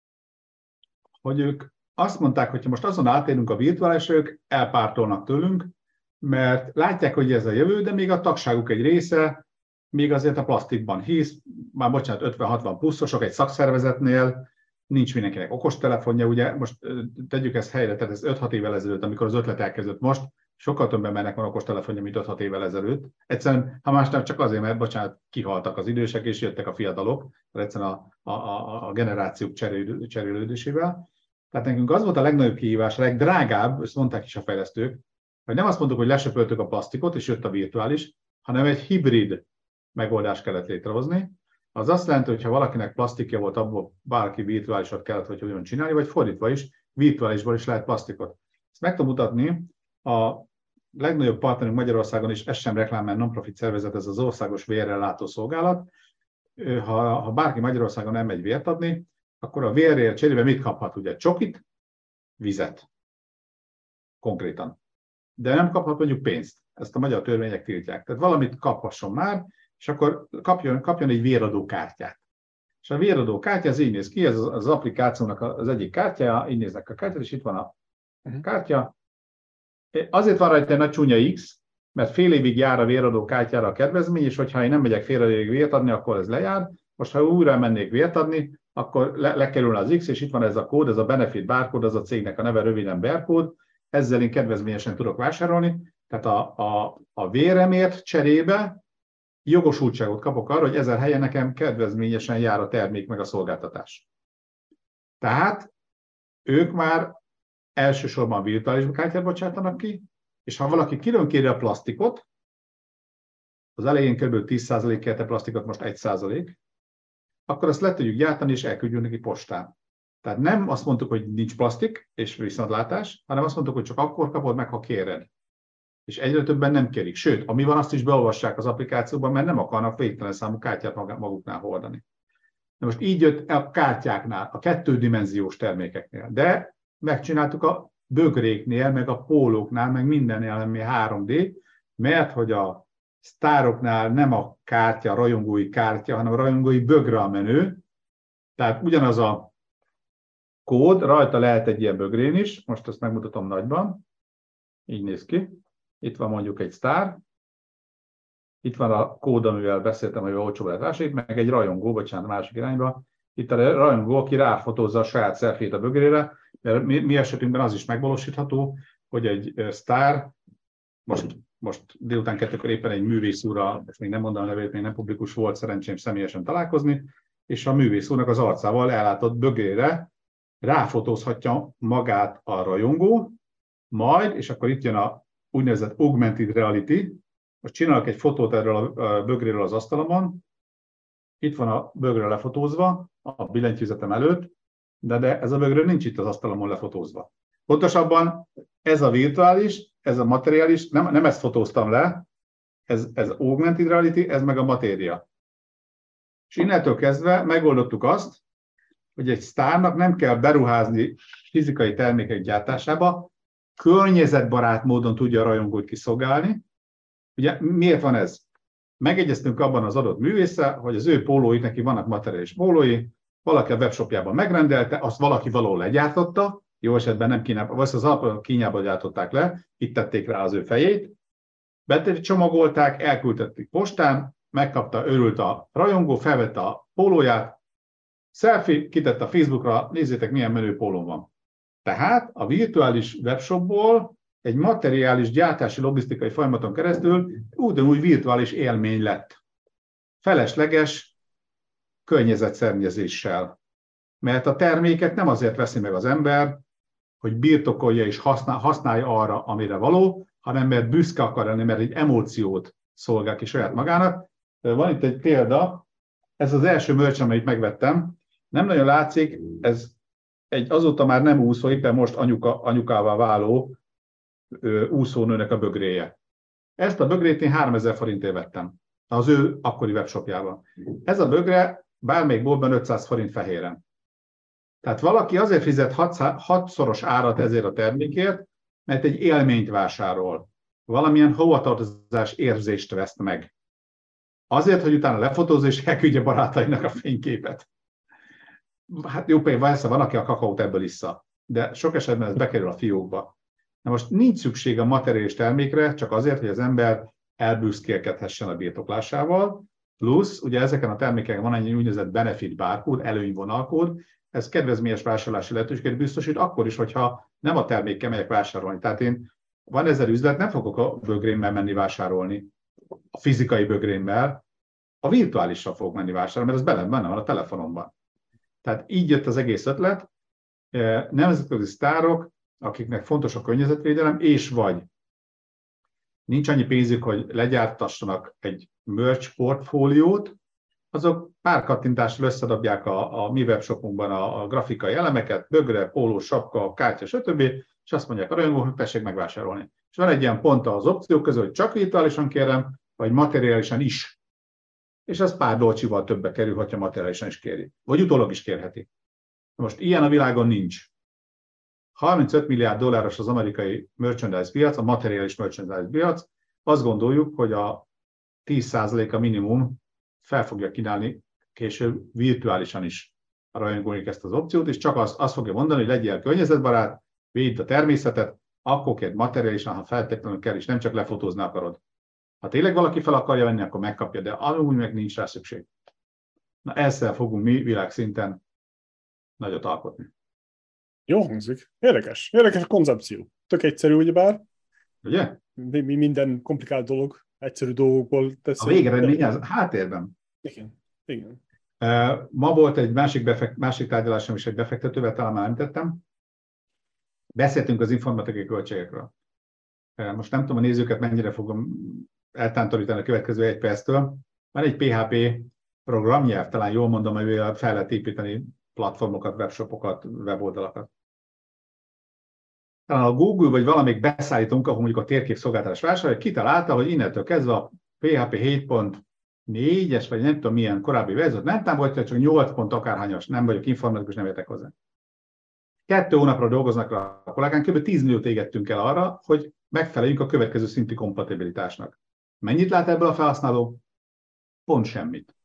hogy ők azt mondták, hogy ha most azon átérünk a virtuálisra, ők elpártolnak tőlünk, mert látják, hogy ez a jövő, de még a tagságuk egy része még azért a plastikban hisz, már bocsánat, ötven-hatvan pluszosok egy szakszervezetnél, nincs mindenkinek okostelefonja, ugye most tegyük ezt helyre, tehát ez öt-hat évvel ezelőtt, amikor az ötlet elkezdődött most, sokkal több embernek van okostelefonja, mint öt-hat évvel ezelőtt. Egyszerűen, ha más nem, csak azért, mert bocsánat, kihaltak az idősek, és jöttek a fiatalok, egyszerűen a, a, a, a generációk cserélő, cserélődésével. Tehát nekünk az volt a legnagyobb kihívás, a legdrágább, ezt mondták is a fejlesztők, hogy nem azt mondtuk, hogy lesöpöltük a plastikot, és jött a virtuális, hanem egy hibrid megoldást kellett létrehozni. Az azt jelenti, hogy ha valakinek plastikja volt, abból bárki virtuálisat kellett, hogy hogyan csinálni, vagy fordítva is, virtuálisból is lehet plastikot. Ezt meg tudom mutatni, a legnagyobb partnerünk Magyarországon is, ez sem reklám, mert non-profit szervezet, ez az országos vérrellátó szolgálat. Ha, ha bárki Magyarországon nem megy vért adni, akkor a vérért cserébe mit kaphat? Ugye csokit, vizet. Konkrétan. De nem kaphat mondjuk pénzt. Ezt a magyar törvények tiltják. Tehát valamit kaphasson már, és akkor kapjon, kapjon egy véradó kártyát. És a véradó kártya az így néz ki, ez az, az applikációnak az egyik kártyája, így néznek a kártyát, és itt van a kártya. Azért van rajta egy nagy csúnya X, mert fél évig jár a véradó kártyára a kedvezmény, és hogyha én nem megyek fél évig vért adni, akkor ez lejár. Most, ha újra mennék vért adni, akkor le, lekerül az X, és itt van ez a kód, ez a benefit barkód, az a cégnek a neve, röviden barkód. Ezzel én kedvezményesen tudok vásárolni. Tehát a, a, a véremért cserébe jogosultságot kapok arra, hogy ezer helyen nekem kedvezményesen jár a termék meg a szolgáltatás. Tehát ők már elsősorban virtuális kártyát bocsátanak ki, és ha valaki külön kéri a plastikot, az elején kb. tíz százalék kérte plastikot, most egy százalék, akkor azt le tudjuk gyártani, és elküldjük neki postán. Tehát nem azt mondtuk, hogy nincs plastik és viszontlátás, hanem azt mondtuk, hogy csak akkor kapod meg, ha kéred. És egyre többen nem kérik. Sőt, ami van, azt is beolvassák az applikációban, mert nem akarnak végtelen számú kártyát maguknál hordani. Na most így jött a kártyáknál, a kettődimenziós termékeknél. De megcsináltuk a bögréknél, meg a pólóknál, meg mindennél, ami három dé, mert hogy a sztároknál nem a kártya, a rajongói kártya, hanem a rajongói bögre a menő. Tehát ugyanaz a kód, rajta lehet egy ilyen bögrén is, most ezt megmutatom nagyban, így néz ki. Itt van mondjuk egy sztár, itt van a kód, amivel beszéltem, hogy olcsó lehet vásárolni, meg egy rajongó, bocsánat, a másik irányba. Itt a rajongó, aki ráfotózza a saját selfie-t a bögrére, mert mi, mi esetünkben az is megvalósítható, hogy egy sztár, most, most délután kettőkor éppen egy művész úrral, most még nem mondom a nevét, még nem publikus volt, szerencsém személyesen találkozni, és a művész úrnak az arcával ellátott bögrére ráfotózhatja magát a rajongó, majd, és akkor itt jön a úgynevezett augmented reality, most csinálok egy fotót erről a bögréről az asztalomon, itt van a bögre lefotózva, a billentyűzetem előtt, de, de ez a bögre nincs itt az asztalomon lefotózva. Pontosabban ez a virtuális, ez a materiális, nem, nem ezt fotóztam le, ez, ez augmented reality, ez meg a matéria. És innentől kezdve megoldottuk azt, hogy egy sztárnak nem kell beruházni fizikai termékek gyártásába, környezetbarát módon tudja a rajongót kiszolgálni. Ugye miért van ez? Megegyeztünk abban az adott művésszel, hogy az ő pólói, neki vannak materiális pólói, valaki a webshopjában megrendelte, azt valaki valahol legyártotta, jó esetben nem Kínában, vagy az alapban Kínában gyártották le, itt tették rá az ő fejét, becsomagolták, elküldtették postán, megkapta, örült a rajongó, felvette a pólóját, selfie, kitette a Facebookra, nézzétek milyen menő pólóm van. Tehát a virtuális webshopból egy materiális gyártási logisztikai folyamaton keresztül ugyanúgy virtuális élmény lett. Felesleges környezetszennyezéssel. Mert a terméket nem azért veszi meg az ember, hogy birtokolja és használ, használja arra, amire való, hanem mert büszke akar lenni, mert egy emóciót szolgál ki saját magának. Van itt egy példa, ez az első merch, amit megvettem. Nem nagyon látszik, ez egy azóta már nem úszó, éppen most anyuka, anyukává váló ö, úszónőnek a bögréje. Ezt a bögrét én háromezer forintért vettem. az ő akkori webshopjában. Ez a bögre bármelyik boltban ötszáz forint fehéren. Tehát valaki azért fizet hatszoros árat ezért a termékért, mert egy élményt vásárol. Valamilyen hovatartozás érzést veszt meg. Azért, hogy utána lefotózza és elküldje barátainak a fényképet. Hát jó, persze van, aki a kakaót ebből issza, de sok esetben ez bekerül a fiókba. Na most nincs szükség a materiális termékre, csak azért, hogy az ember elbüszkélkedhessen a birtoklásával, plusz ugye ezeken a termékeken van egy úgynevezett benefit barcode, előnyvonalkód, ez kedvezményes vásárlási lehetőséget biztosít, akkor is, hogyha nem a termékkel megyek vásárolni. Tehát én van ezer üzlet, nem fogok a bögrémmel menni vásárolni, a fizikai bögrémmel, a virtuálisra fogok menni vásárolni, mert ez benne, benne van a telefonomban. Tehát így jött az egész ötlet. Nemzetközi sztárok, akiknek fontos a környezetvédelem, és vagy nincs annyi pénzük, hogy legyártassanak egy merch portfóliót, azok pár kattintással összedobják a, a mi webshopunkban a, a grafikai elemeket, bögre, póló, sapka, kártya, stb. És azt mondják a rajongók, hogy tessék megvásárolni. És van egy ilyen pont az opciók közül, hogy csak virtuálisan kérem, vagy materiálisan is. És az pár dolcsival többbe kerül, hogyha materiálisan is kéri. Vagy utólag is kérheti. Most ilyen a világon nincs. harmincöt milliárd dolláros az amerikai merchandise piac, a materiális merchandise piac. Azt gondoljuk, hogy a tíz százaléka minimum fel fogja kínálni később virtuálisan is a rajongóink ezt az opciót, és csak azt, azt fogja mondani, hogy legyél környezetbarát, védd a természetet, akkor kérd materiálisan, ha feltétlenül kell, és nem csak lefotózni akarod. Ha tényleg valaki fel akarja venni, akkor megkapja, de amúgy meg nincs rá szükség. Na ezzel fogunk mi világszinten nagyot alkotni. Jó hangzik. Érdekes. Érdekes a koncepció. Tök egyszerű, ugyebár. Ugye? Mi minden komplikált dolog, egyszerű dolgokból teszünk. A végeredmény az háttérben. Igen. Igen. Ma volt egy másik, befekt, másik tárgyalásom is egy befektetővel, talán már említettem. Beszéltünk az informatikai költségekről. Most nem tudom a nézőket mennyire fogom eltántorítani a következő egy perctől. Van egy pé há pé programnyelv, talán jól mondom, amivel fel lehet építeni platformokat, webshopokat, weboldalakat. Talán a Google vagy valamelyik beszállítónk, ahol mondjuk a térképszolgáltatás vásárolja, kitalálta, hogy innentől kezdve a pé há pé hét pont négyes, vagy nem tudom milyen korábbi verziót nem támogatja, csak nyolc pont akárhányas, nem vagyok informatikus, nem értek hozzá. Kettő hónapra dolgoznak rá a kollégán, kb. tíz milliót égettünk el arra, hogy megfeleljünk a következő szintű kompatibilitásnak. Mennyit lát ebből a felhasználó? Pont semmit.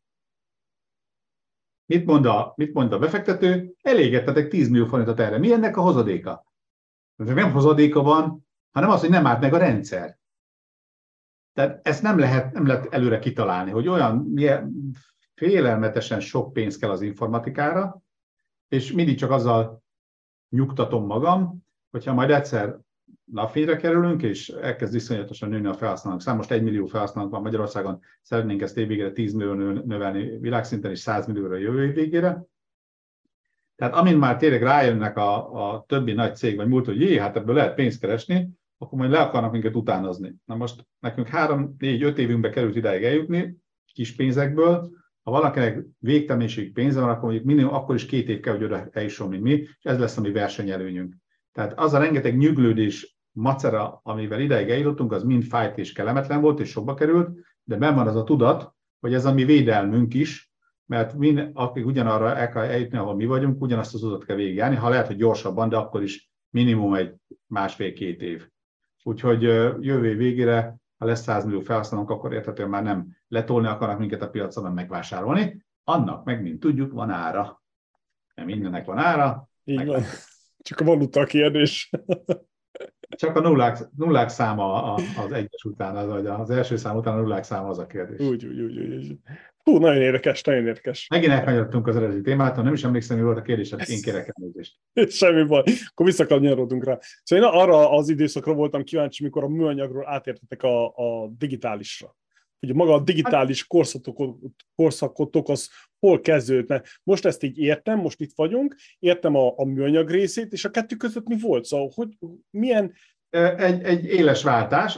Mit mond a, mit mond a befektető? Elégettetek tíz millió forintot erre. Mi ennek a hozadéka? Nem hozadéka van, hanem az, hogy nem állt meg a rendszer. Tehát ezt nem lehet, nem lehet előre kitalálni, hogy olyan milyen félelmetesen sok pénz kell az informatikára, és mindig csak azzal nyugtatom magam, hogyha majd egyszer napfényre kerülünk, és elkezd iszonyatosan nőni a felhasználók szám. Most egy millió felhasználók van Magyarországon, szeretnénk ezt év végére tíz millió növelni világszinten, és száz millióra jövő év végére. Tehát amint már tényleg rájönnek a, a többi nagy cég, vagy múlt, hogy jé, hát ebből lehet pénzt keresni, akkor majd le akarnak minket utánozni. Na most nekünk három, négy, öt évünkbe került idáig eljutni, kis pénzekből. Ha valakinek végtelenségig pénze van, akkor mondjuk minimum akkor is két év kell, hogy oda eljusson, mint mi, és ez lesz a mi versenyelőnyünk. Tehát az a rengeteg nyüglődés, macera, amivel ideig eljutottunk, az mind fájt és kellemetlen volt, és sokba került, de benn van az a tudat, hogy ez a mi védelmünk is, mert mind, akik ugyanarra el kell eljutni, ahol mi vagyunk, ugyanazt az utat kell végigjárni, ha lehet, hogy gyorsabban, de akkor is minimum egy másfél-két év. Úgyhogy jövő év végére, ha lesz száz millió felhasználónk, akkor érthetően már nem letolni akarnak minket a piacon, hanem megvásárolni. Annak meg, mint tudjuk, van ára. Nem mindennek van ára. Így van. Csak a valuta a kérdés. Csak a nullák, nullák száma az egyes után, vagy az első szám után a nullák száma az a kérdés. Úgy, úgy, úgy. úgy. Hú, nagyon érdekes, nagyon érdekes. Megint elkanyarodtunk az eredeti témától, nem is emlékszem, mi volt a kérdés, hát én kérek elnézést. Semmi baj, akkor visszakanyarodunk rá. Szóval én arra az időszakra voltam kíváncsi, mikor a műanyagról átértetek a, a digitálisra. Ugye maga a digitális korszakotok, korszakotok az hol kezdődne. Most ezt így értem, most itt vagyunk, értem a, a műanyag részét, és a kettő között mi volt? Szóval, hogy milyen... Egy, egy éles váltás.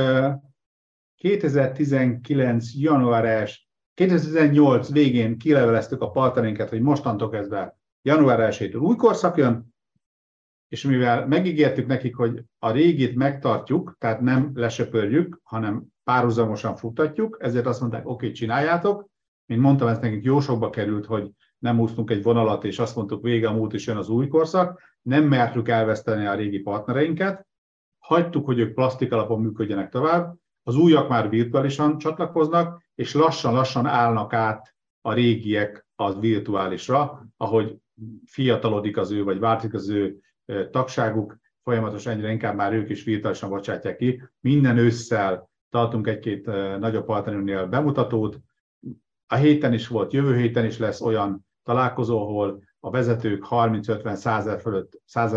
kétezer-tizenkilenc január első, kétezer-tizennyolc végén kileveleztük a partnerinket, hogy mostantól kezdve január elsejétől új korszak jön, és mivel megígértük nekik, hogy a régit megtartjuk, tehát nem lesöpörjük, hanem párhuzamosan futtatjuk, ezért azt mondták, oké, okay, csináljátok. Mint mondtam, ez nekünk jó sokba került, hogy nem húztunk egy vonalat, és azt mondtuk, vége a múlt, és jön az új korszak. Nem mertük elveszteni a régi partnereinket, hagytuk, hogy ők plastik alapon működjenek tovább, az újak már virtuálisan csatlakoznak, és lassan-lassan állnak át a régiek az virtuálisra, ahogy fiatalodik az ő, vagy változik az ő tagságuk, folyamatosan egyre inkább már ők is virtuálisan bocsátják ki. Minden ősszel tartunk egy-két nagyobb partnerünknél bemutatót. A héten is volt, jövő héten is lesz olyan találkozó, ahol a vezetők harminc-ötven-száz fölött,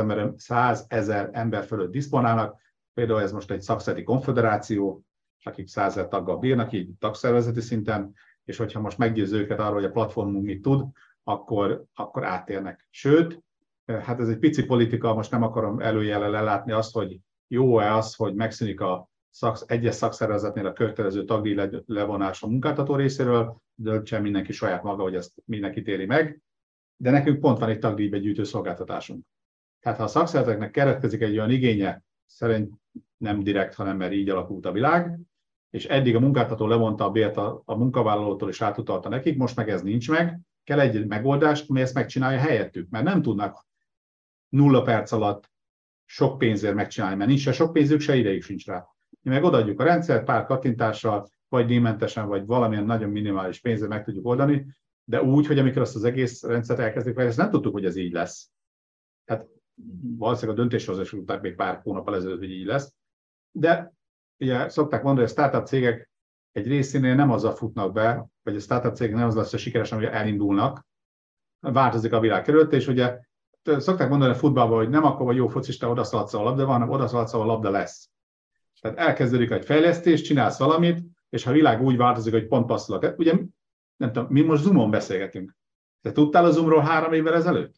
százezer ember fölött diszponálnak. Például ez most egy szakszervezeti konföderáció, akik százezer taggal bírnak, így tagszervezeti szinten, és hogyha most meggyőző őket arról, hogy a platformunk mit tud, akkor, akkor átérnek. Sőt, hát ez egy pici politika, most nem akarom előjellel ellátni azt, hogy jó-e az, hogy megszűnik a szak, egyes szakszervezetnél a kötelező tagdíj levonás a munkáltató részéről, döntsen mindenki saját maga, hogy ezt mindenkit éri meg, de nekünk pont van egy tagdíjbegyűjtő szolgáltatásunk. Tehát ha a szakszervezeteknek keretkezik egy olyan igénye, szerint nem direkt, hanem mert így alakult a világ, és eddig a munkáltató levonta a bért a, a munkavállalótól és átutalta nekik, most meg ez nincs meg, kell egy megoldást, ami ezt megcsinálja helyettük, mert nem tudnak nulla perc alatt sok pénzért megcsinálni, mert nincs se sok pénzük, se idejük sincs rá. Mi meg odaadjuk a rendszert, pár kattintással, vagy díjmentesen, vagy valamilyen nagyon minimális pénzért meg tudjuk oldani, de úgy, hogy amikor azt az egész rendszert elkezdik, ezt nem tudtuk, hogy ez így lesz. Tehát valószínűleg a döntéshozás után még pár hónappal ezelőtt, hogy így lesz. De ugye szokták mondani, hogy a startup cégek egy részénél nem azzal futnak be, vagy a startup cégek nem az lesz a sikeres, hogy elindulnak, változik a világ körülött, és ugye szokták mondani a futballban, hogy nem akkor vagy jó focista, odaszaladsz a labda, hanem odaszaladsz, a labda lesz. Tehát elkezdődik egy fejlesztés, csinálsz valamit, és ha a világ úgy változik, hogy pont passzolok. Ugye, nem tudom, mi most Zoomon beszélgetünk. Te tudtál a Zoomról három évvel ezelőtt?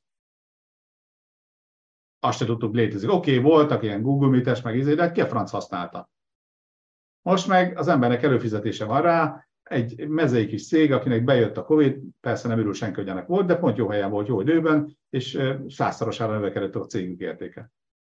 Azt se tudtuk, létezik. Oké, okay, voltak ilyen Google Meet-es, meg izé, de ki a franc használta? Most meg az embernek előfizetése van rá, egy mezei kis cég, akinek bejött a Covid, persze nem örül senki, hogy ennek volt, de pont jó helyen volt, jó időben, és százszorosára növekedett a cégünk értéke.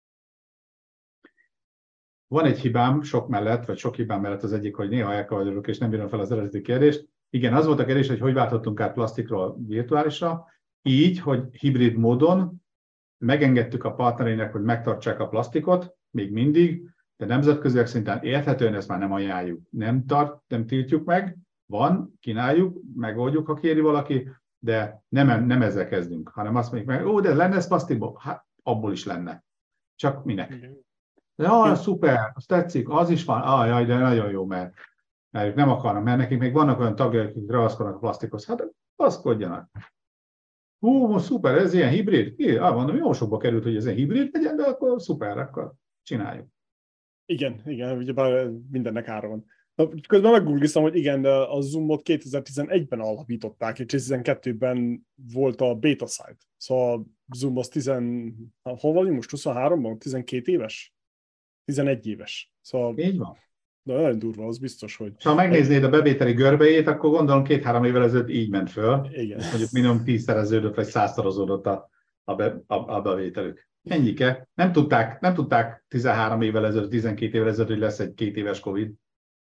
Van egy hibám sok mellett, vagy sok hibám mellett az egyik, hogy néha elkavarodok, és nem bírom fel az eredeti kérdést. Igen, az volt a kérdés, hogy hogy váltottunk át plastikról virtuálisra, így, hogy hibrid módon megengedtük a partnereinek, hogy megtartsák a plastikot, még mindig, de nemzetközileg szinten érthetően ezt már nem ajánljuk. Nem, tart, nem tiltjuk meg, van, kínáljuk, megoldjuk, ha kéri valaki, de nem, nem ezzel kezdünk, hanem azt mondjuk meg, ó, de lenne ez plastikból? Hát abból is lenne. Csak minek? Ja, szuper, azt tetszik, az is van, ah, jaj, de nagyon jó, mert, mert ők nem akarnak, mert nekik még vannak olyan tagjai, akik ragaszkodnak a plastikhoz. Hát ragaszkodjanak. Hú, most szuper, ez ilyen hibrid? É, ah, mondom, jó sokba került, hogy ez egy hibrid legyen, de akkor szuper, akkor csináljuk. Igen, igen, ugye mindennek ára van. Közben meggoogliztam, hogy igen, de a Zoomot kétezer-tizenegyben alapították, és kétezer-tizenkettőben volt a beta site. Szóval Zoom az tíz, hol vagyunk most? huszonháromban? tizenkét éves? tizenegy éves. Szóval így van. De nagyon durva, az biztos, hogy... Ha megnéznéd a bevételi görbejét, akkor gondolom két-három évvel ezelőtt így ment föl. Igen. Mondjuk minimum tízszereződött, vagy százszorozódott a, a, be, a, a bevételük. Ennyike. Nem tudták, nem tudták tizenhárom évvel ezelőtt, tizenkét évvel ezelőtt, hogy lesz egy két éves Covid.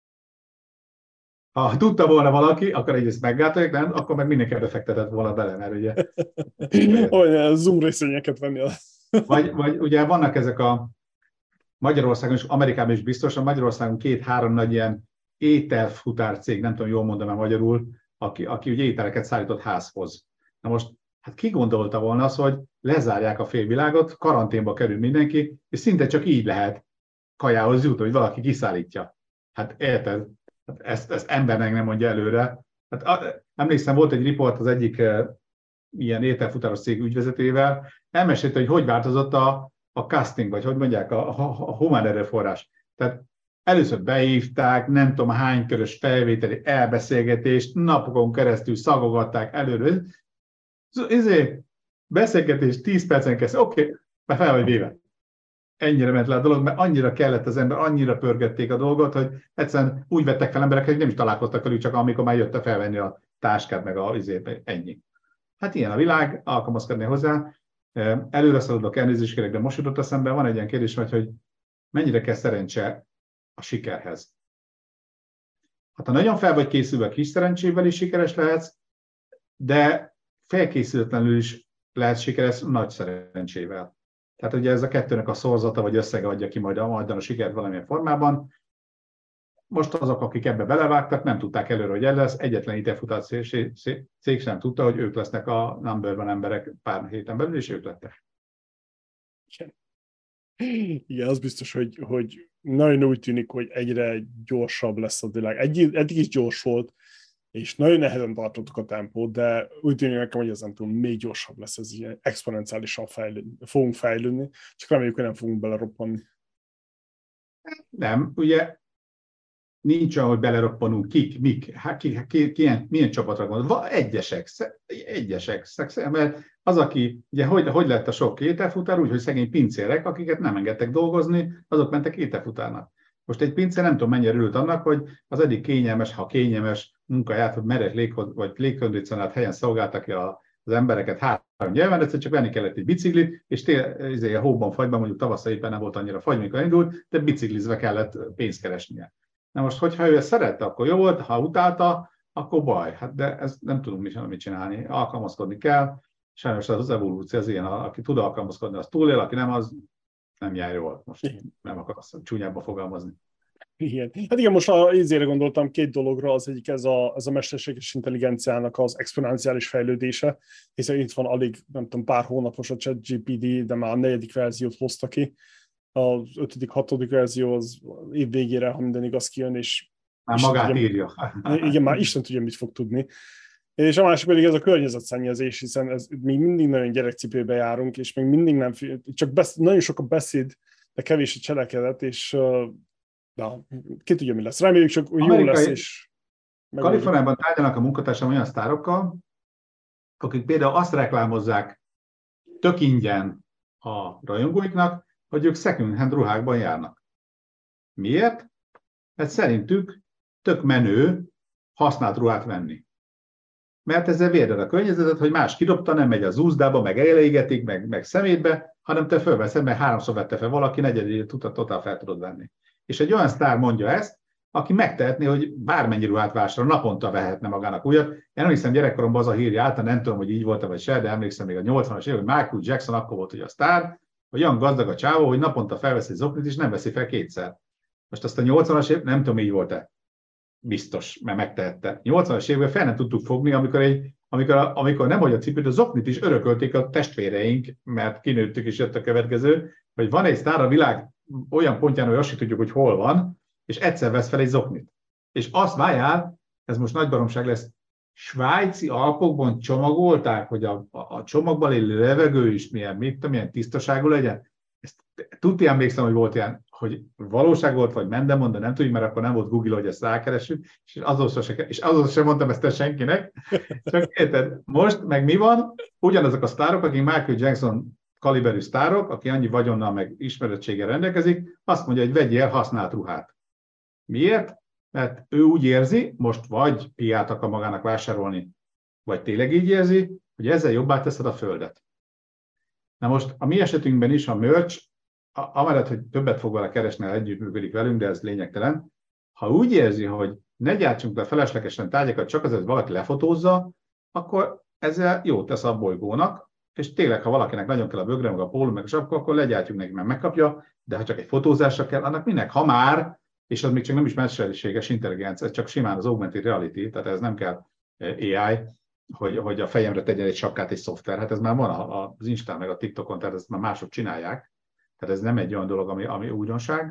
Ha tudta volna valaki, akkor egyrészt meggátolják, nem, akkor meg mindenki befektetett volna bele, mert ugye... Olyan Zoom részvényeket venni. vagy, vagy ugye vannak ezek a Magyarországon és Amerikában is biztosan, Magyarországon két-három nagy ilyen ételfutár cég, nem tudom, jól mondom-e magyarul, aki, aki ugye ételeket szállított házhoz. Na most, hát ki gondolta volna az, hogy lezárják a félvilágot, karanténba kerül mindenki, és szinte csak így lehet kajához jutni, hogy valaki kiszállítja. Hát érted? Hát ezt, ezt embernek nem mondja előre. Hát, a, emlékszem, volt egy riport az egyik e, ilyen ételfutáros cég ügyvezetőjével, elmesélte, hogy hogy változott a a casting, vagy hogy mondják, a, a, a humán erőforrás. Tehát először beívták, nem tudom hány körös felvételi elbeszélgetést, napokon keresztül szagogatták előre. Ezért beszélgetés tíz percen kezdve, oké, okay, már fel vagy véve. Ennyire ment le a dolog, mert annyira kellett az ember, annyira pörgették a dolgot, hogy egyszerűen úgy vettek fel emberek, hogy nem is találkoztak velük, csak amikor már jött a felvenni a táskát, meg a izét, ennyi. Hát ilyen a világ, alkalmazkodni hozzá. Előre szaladok, elnézést kérek, de most jutott eszembe, van egy ilyen kérdés, hogy mennyire kell szerencse a sikerhez. Hát ha nagyon fel vagy készülve, kis szerencsével is sikeres lehetsz, de felkészületlenül is lehet sikeres nagy szerencsével. Tehát ugye ez a kettőnek a szorzata vagy összege adja ki majd a, majd a sikert valamilyen formában. Most azok, akik ebbe belevágtak, nem tudták előre, hogy ez lesz. Egyetlen i té futár cég sem tudta, hogy ők lesznek a number one emberek pár héten belül, és ők lettek. Igen, Igen az biztos, hogy, hogy nagyon úgy tűnik, hogy egyre gyorsabb lesz a világ. Egy, eddig is gyors volt, és nagyon nehezen tartottuk a tempót, de úgy tűnik nekem, hogy ezen túl még gyorsabb lesz, ez ilyen exponenciálisan fejlődni, fogunk fejlődni, csak reméljük, hogy nem fogunk beleroppanni. Nem, ugye nincs olyan, hogy beleroppanunk, kik, mik, hát ki, ki, ki, milyen, milyen csapatra gondol. Egyesek, egyesek, mert az, aki, ugye hogy, hogy lett a sok kételfutár, úgy, hogy szegény pincérek, akiket nem engedtek dolgozni, azok mentek kételfutárnak. Most egy pincér nem tudom mennyire örült annak, hogy az eddig kényelmes, ha kényelmes munkáját, hogy meleg lég, vagy légkondicionált helyen szolgáltak ki az embereket három nyelven, egyszer csak venni kellett egy biciklit, és tél, a hóban, fagyban, mondjuk tavasszal éppen nem volt annyira fagy, mikor indult, de biciklizve kellett pénzt keresnie. Na most, hogyha ő ezt szerette, akkor jó volt, ha utálta, akkor baj. Hát de ezt nem tudunk mi sem mit csinálni. Alkalmazkodni kell. Sajnos az evolúció az ilyen, aki tud alkalmazkodni, az túlél, aki nem, az nem jár jól. Most igen. Nem akarsz csúnyábban fogalmazni. Igen. Hát igen, most azért gondoltam két dologra, az egyik ez a, ez a mesterséges intelligenciának az exponenciális fejlődése, hiszen itt van alig, nem tudom, pár hónapos a ChatGPT, de már a negyedik verziót hozta ki. Az ötödik, hatodik verzió az év végére, ha minden igaz, kijön, és már magát tudja, írja. Igen, már Isten tudja, mit fog tudni. És a másik pedig ez a környezetszennyezés, hiszen ez, még mindig nagyon gyerekcipőbe járunk, és még mindig nem, csak besz, nagyon sok a beszéd, de kevés a cselekedet, és na, ki tudja, mi lesz. Reméljük csak jó lesz, és Kaliforniában tárgyalnak a munkatársam olyan sztárokkal, akik például azt reklámozzák tök ingyen a rajongóiknak, hogy ők second hand ruhákban járnak. Miért? Mert szerintük tök menő használt ruhát venni. Mert ezzel véded a környezetet, hogy más kidobta, nem megy az úzdába, meg elégetik, meg, meg szemétbe, hanem te fölveszed, mert háromszor vette fel valaki, negyedjét totál fel tudod venni. És egy olyan sztár mondja ezt, aki megtehetné, hogy bármennyi ruhát vásárol, naponta vehetne magának újat. Én emlékszem, gyerekkoromban az a hír járt, nem tudom, hogy így volt vagy se, de emlékszem még a nyolcvanas évek, hogy Michael Jackson akkor volt ugye a sztár, hogy olyan gazdag a csávó, hogy naponta felveszi zoknit, és nem veszi fel kétszer. Most azt a nyolcvanas év, nem tudom, így volt-e. Biztos, mert megtehette. nyolcvanas évben fel nem tudtuk fogni, amikor, egy, amikor, amikor nem hogy a cipőt, a zoknit is örökölték a testvéreink, mert kinőttük és jött a következő, hogy van egy sztár a világ olyan pontján, hogy azt sem tudjuk, hogy hol van, és egyszer vesz fel egy zoknit. És azt várjál, ez most nagy baromság lesz, svájci Alpokban csomagolták, hogy a, a, a csomagban lévő levegő is milyen, mit, milyen tisztaságú legyen. Ezt tudti emlékszem, hogy volt ilyen, hogy valóság volt, vagy mendemond, de nem tudjuk, mert akkor nem volt Google, hogy ezt rákeressük, és azóta sem, és azóta sem mondtam ezt el senkinek. Csak érted, most meg mi van? Ugyanazok a sztárok, akik Michael Jackson kaliberű sztárok, aki annyi vagyonnal meg ismerettséggel rendelkezik, azt mondja, hogy vegyél használt ruhát. Miért? Mert ő úgy érzi, most vagy piát akar magának vásárolni, vagy tényleg így érzi, hogy ezzel jobbá teszed a földet. Na most a mi esetünkben is a merch, amellett, hogy többet fog vele keresni, együttműködik velünk, de ez lényegtelen, ha úgy érzi, hogy ne gyártsunk le feleslegesen tárgyakat, csak azért, hogy valaki lefotózza, akkor ezzel jót tesz a bolygónak, és tényleg, ha valakinek nagyon kell a bögre, meg a póló, meg a sapka, akkor legyártjuk neki, mert megkapja, de ha csak egy fotózásra kell, annak minek? Ha már, és az még csak nem is mesterséges intelligencia, ez csak simán az augmented reality, tehát ez nem kell á i, hogy, hogy a fejemre tegyen egy sapkát egy szoftver. Hát ez már van az Instán meg a TikTokon, tehát ezt már mások csinálják. Tehát ez nem egy olyan dolog, ami, ami újdonság.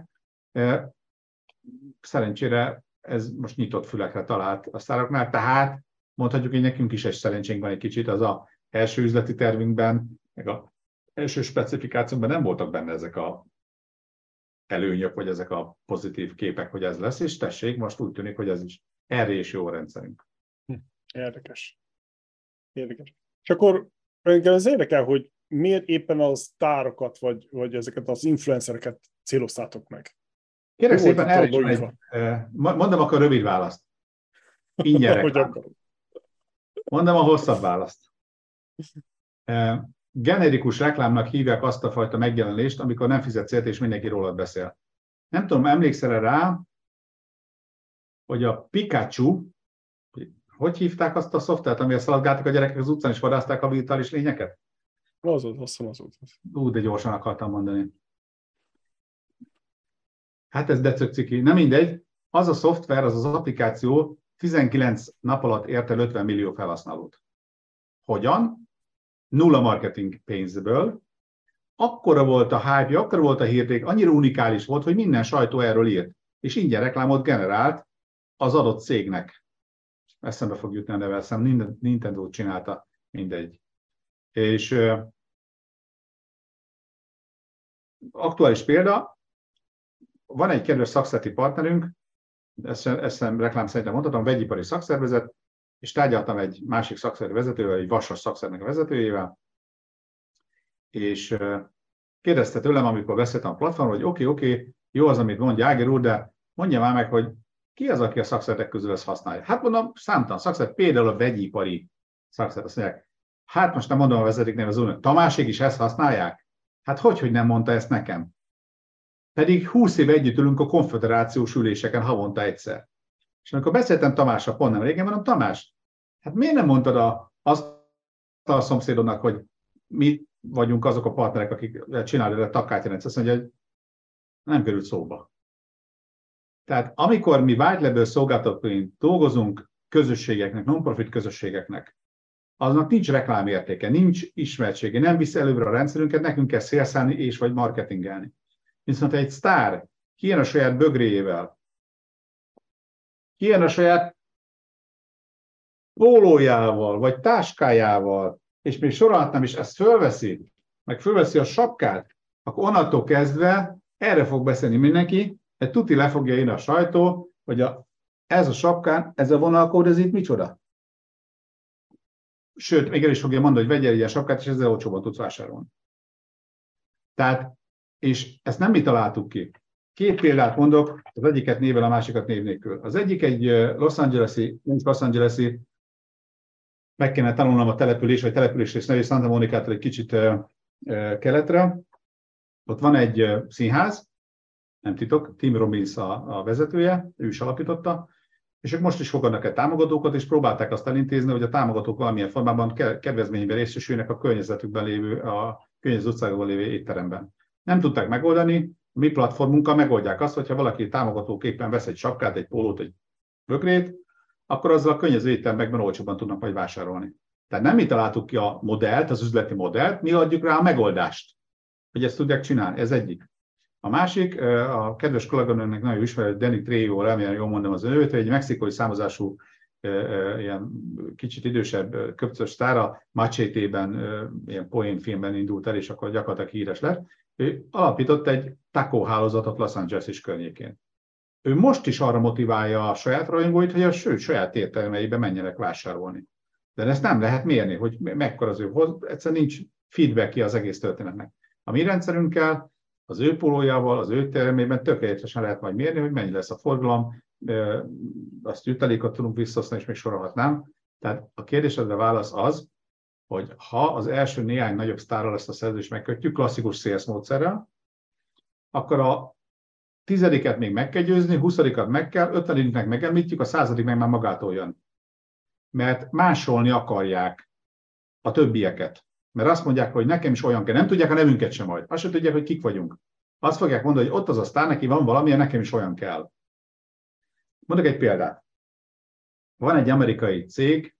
Szerencsére ez most nyitott fülekre talált a sztároknál, tehát mondhatjuk, hogy nekünk is egy szerencsénk van egy kicsit, az a első üzleti tervünkben, meg az első specifikációban nem voltak benne ezek a előnyök, vagy ezek a pozitív képek, hogy ez lesz, és tessék, most úgy tűnik, hogy ez is erre is jó a rendszerünk. Érdekes. Érdekes. És akkor engem ez érdekel, hogy miért éppen a sztárokat, vagy, vagy ezeket az influencereket céloztátok meg? Kérek szépen, erre is egy, mondom akkor rövid választ. Ingyen reklám. Mondom a hosszabb választ. Generikus reklámnak hívják azt a fajta megjelenést, amikor nem fizetsz ért, és mindenki rólad beszél. Nem tudom, emlékszel-e rá, hogy a Pikachu, hogy hívták azt a szoftvert, amivel szaladgáltak a gyerekek az utcán, és vadászták a virtuális lényeket? Az volt, azt hiszem az volt. Ú, de gyorsan akartam mondani. Hát ez decökciki. Nem mindegy. Az a szoftver, az az applikáció tizenkilenc nap alatt ért el ötven millió felhasználót. Hogyan? Nulla marketing pénzből. Akkora volt a hype, akkora volt a hírték, annyira unikális volt, hogy minden sajtó erről írt. És ingyen reklámot generált az adott cégnek. Eszembe fog jutni a neve, eszem, Nintendo csinálta, mindegy. És uh, aktuális példa, van egy kedves szakszerti partnerünk, ezt, ezt reklám szerintem mondhatom, vegyipari szakszervezet, és tárgyaltam egy másik szakszervi vezetővel, egy vasas szakszernek a vezetőjével, és uh, kérdezte tőlem, amikor beszéltem a platformról, hogy oké, okay, oké, okay, jó az, amit mond Jáger úr, de mondja már meg, hogy ki az, aki a szakszervetek közül ezt használja? Hát mondom, számtalan szakszervet, például a vegyipari szakszervet, azt mondják, hát most nem mondom a vezetéknél az úrnak, Tamásék is ezt használják? Hát hogy, hogy nem mondta ezt nekem? Pedig húsz éve együtt ülünk a konfederációs üléseken havonta egyszer. És amikor beszéltem Tamással pont nem régen, mondom, Tamás, hát miért nem mondtad a, azt a szomszédodnak, hogy mi vagyunk azok a partnerek, akik csinálják a takkártyarendet? Azt mondja, hogy nem került szóba. Tehát amikor mi white label szolgáltatóként dolgozunk közösségeknek, non-profit közösségeknek, aznak nincs reklámértéke, nincs ismertsége, nem visz előbbre a rendszerünket, nekünk kell szélszállni és vagy marketingelni. Viszont egy sztár kijön a saját bögréjével, kijön a saját pólójával, vagy táskájával, és még sorolhatnám, és ezt fölveszi, meg fölveszi a sapkát, akkor onnantól kezdve erre fog beszélni mindenki, egy tuti le fogja írni a sajtó, hogy a, ez a sapkán, ez a vonalkód, ez itt micsoda? Sőt, még el is fogja mondani, hogy vegyél egy ilyen sapkát, és ezzel olcsóban tudsz vásárolni. Tehát, és ezt nem mi találtuk ki. Két példát mondok, az egyiket névvel, a másikat név nélkül. Az egyik egy Los Angeles-i, Los Angeles-i, meg kéne tanulnom a település, vagy település nevű Santa Monicától egy kicsit uh, uh, keletre. Ott van egy uh, színház, nem titok, Tim Robbins a, a vezetője, ő is alapította, és ők most is fogadnak el támogatókat, és próbálták azt elintézni, hogy a támogatók valamilyen formában kedvezményben részesülnek a környezetükben lévő, a környező utcákban lévő étteremben. Nem tudták megoldani, a mi platformunkkal megoldják azt, hogyha valaki támogatóképpen vesz egy sapkát, egy pólót, egy bögrét, akkor azzal a környező éttermekben olcsóban tudnak majd vásárolni. Tehát nem mi találtuk ki a modellt, az üzleti modellt, mi adjuk rá a megoldást, hogy ezt tudják csinálni. Ez egyik. A másik, a kedves kolléganőnek nagyon ismerő, Danny Trejo, remélem jól mondom az nőt, egy mexikói származású, ilyen kicsit idősebb köpcös sztára, Machete-ben, ilyen poénfilmben indult el, és akkor gyakorlatilag híres lett. Ő alapított egy taco hálózatot Los Angeles környékén. Ő most is arra motiválja a saját rajongóit, hogy a sőt, saját értelmeibe menjenek vásárolni. De ezt nem lehet mérni, hogy mekkora az ő hoz, egyszerűen nincs feedbackje az egész történetnek. A mi rendszerünkkel, az ő pólójával, az ő termében tökéletesen lehet majd mérni, hogy mennyi lesz a forgalom, azt jutalékot tudunk visszaosztani, és még sorolhatnám. Tehát a kérdésedre válasz az, hogy ha az első néhány nagyobb sztárral ezt a szerződést megkötjük, klasszikus sales módszerrel, akkor a tizediket még meg kell győzni, huszadikat meg kell, ötveniknek megemlítjük, a századik meg már magától jön. Mert másolni akarják a többieket. Mert azt mondják, hogy nekem is olyan kell, nem tudják a nevünket sem majd. Azt sem tudják, hogy kik vagyunk. Azt fogják mondani, hogy ott az a sztár, neki van valamilyen, nekem is olyan kell. Mondok egy példát. Van egy amerikai cég,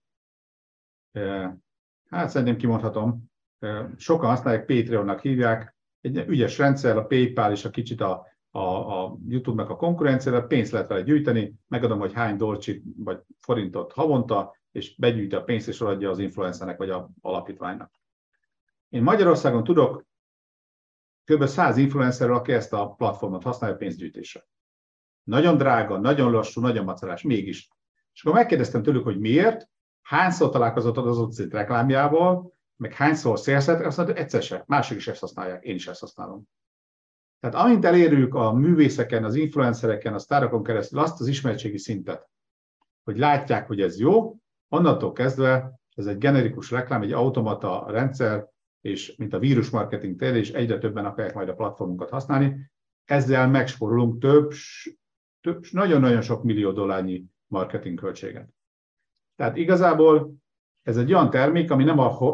hát szerintem kimondhatom, sokan használják, Patreonnak hívják, egy ügyes rendszer, a PayPal és a kicsit a, a, a YouTube-nak a konkurenciára, pénzt lehet vele gyűjteni, megadom, hogy hány dolcsit vagy forintot havonta, és begyűjti a pénzt, és adja az influencernek vagy a alapítványnak. Én Magyarországon tudok kb. száz influencerről, aki ezt a platformot használja pénzgyűjtésre. Nagyon drága, nagyon lassú, nagyon macerás, mégis. És akkor megkérdeztem tőlük, hogy miért, hányszor találkozott az ott cég reklámjával, meg hányszor szélszett, azt mondta, egyszer se, mások is ezt használják, én is ezt használom. Tehát amint elérjük a művészeken, az influencereken, a sztárokon keresztül azt az ismertségi szintet, hogy látják, hogy ez jó, onnantól kezdve ez egy generikus reklám, egy automata rendszer, és mint a vírusmarketing terjed, és egyre többen akarják majd a platformunkat használni, ezzel megspórolunk több, nagyon-nagyon sok millió dollárnyi marketing költséget. Tehát igazából ez egy olyan termék, ami nem a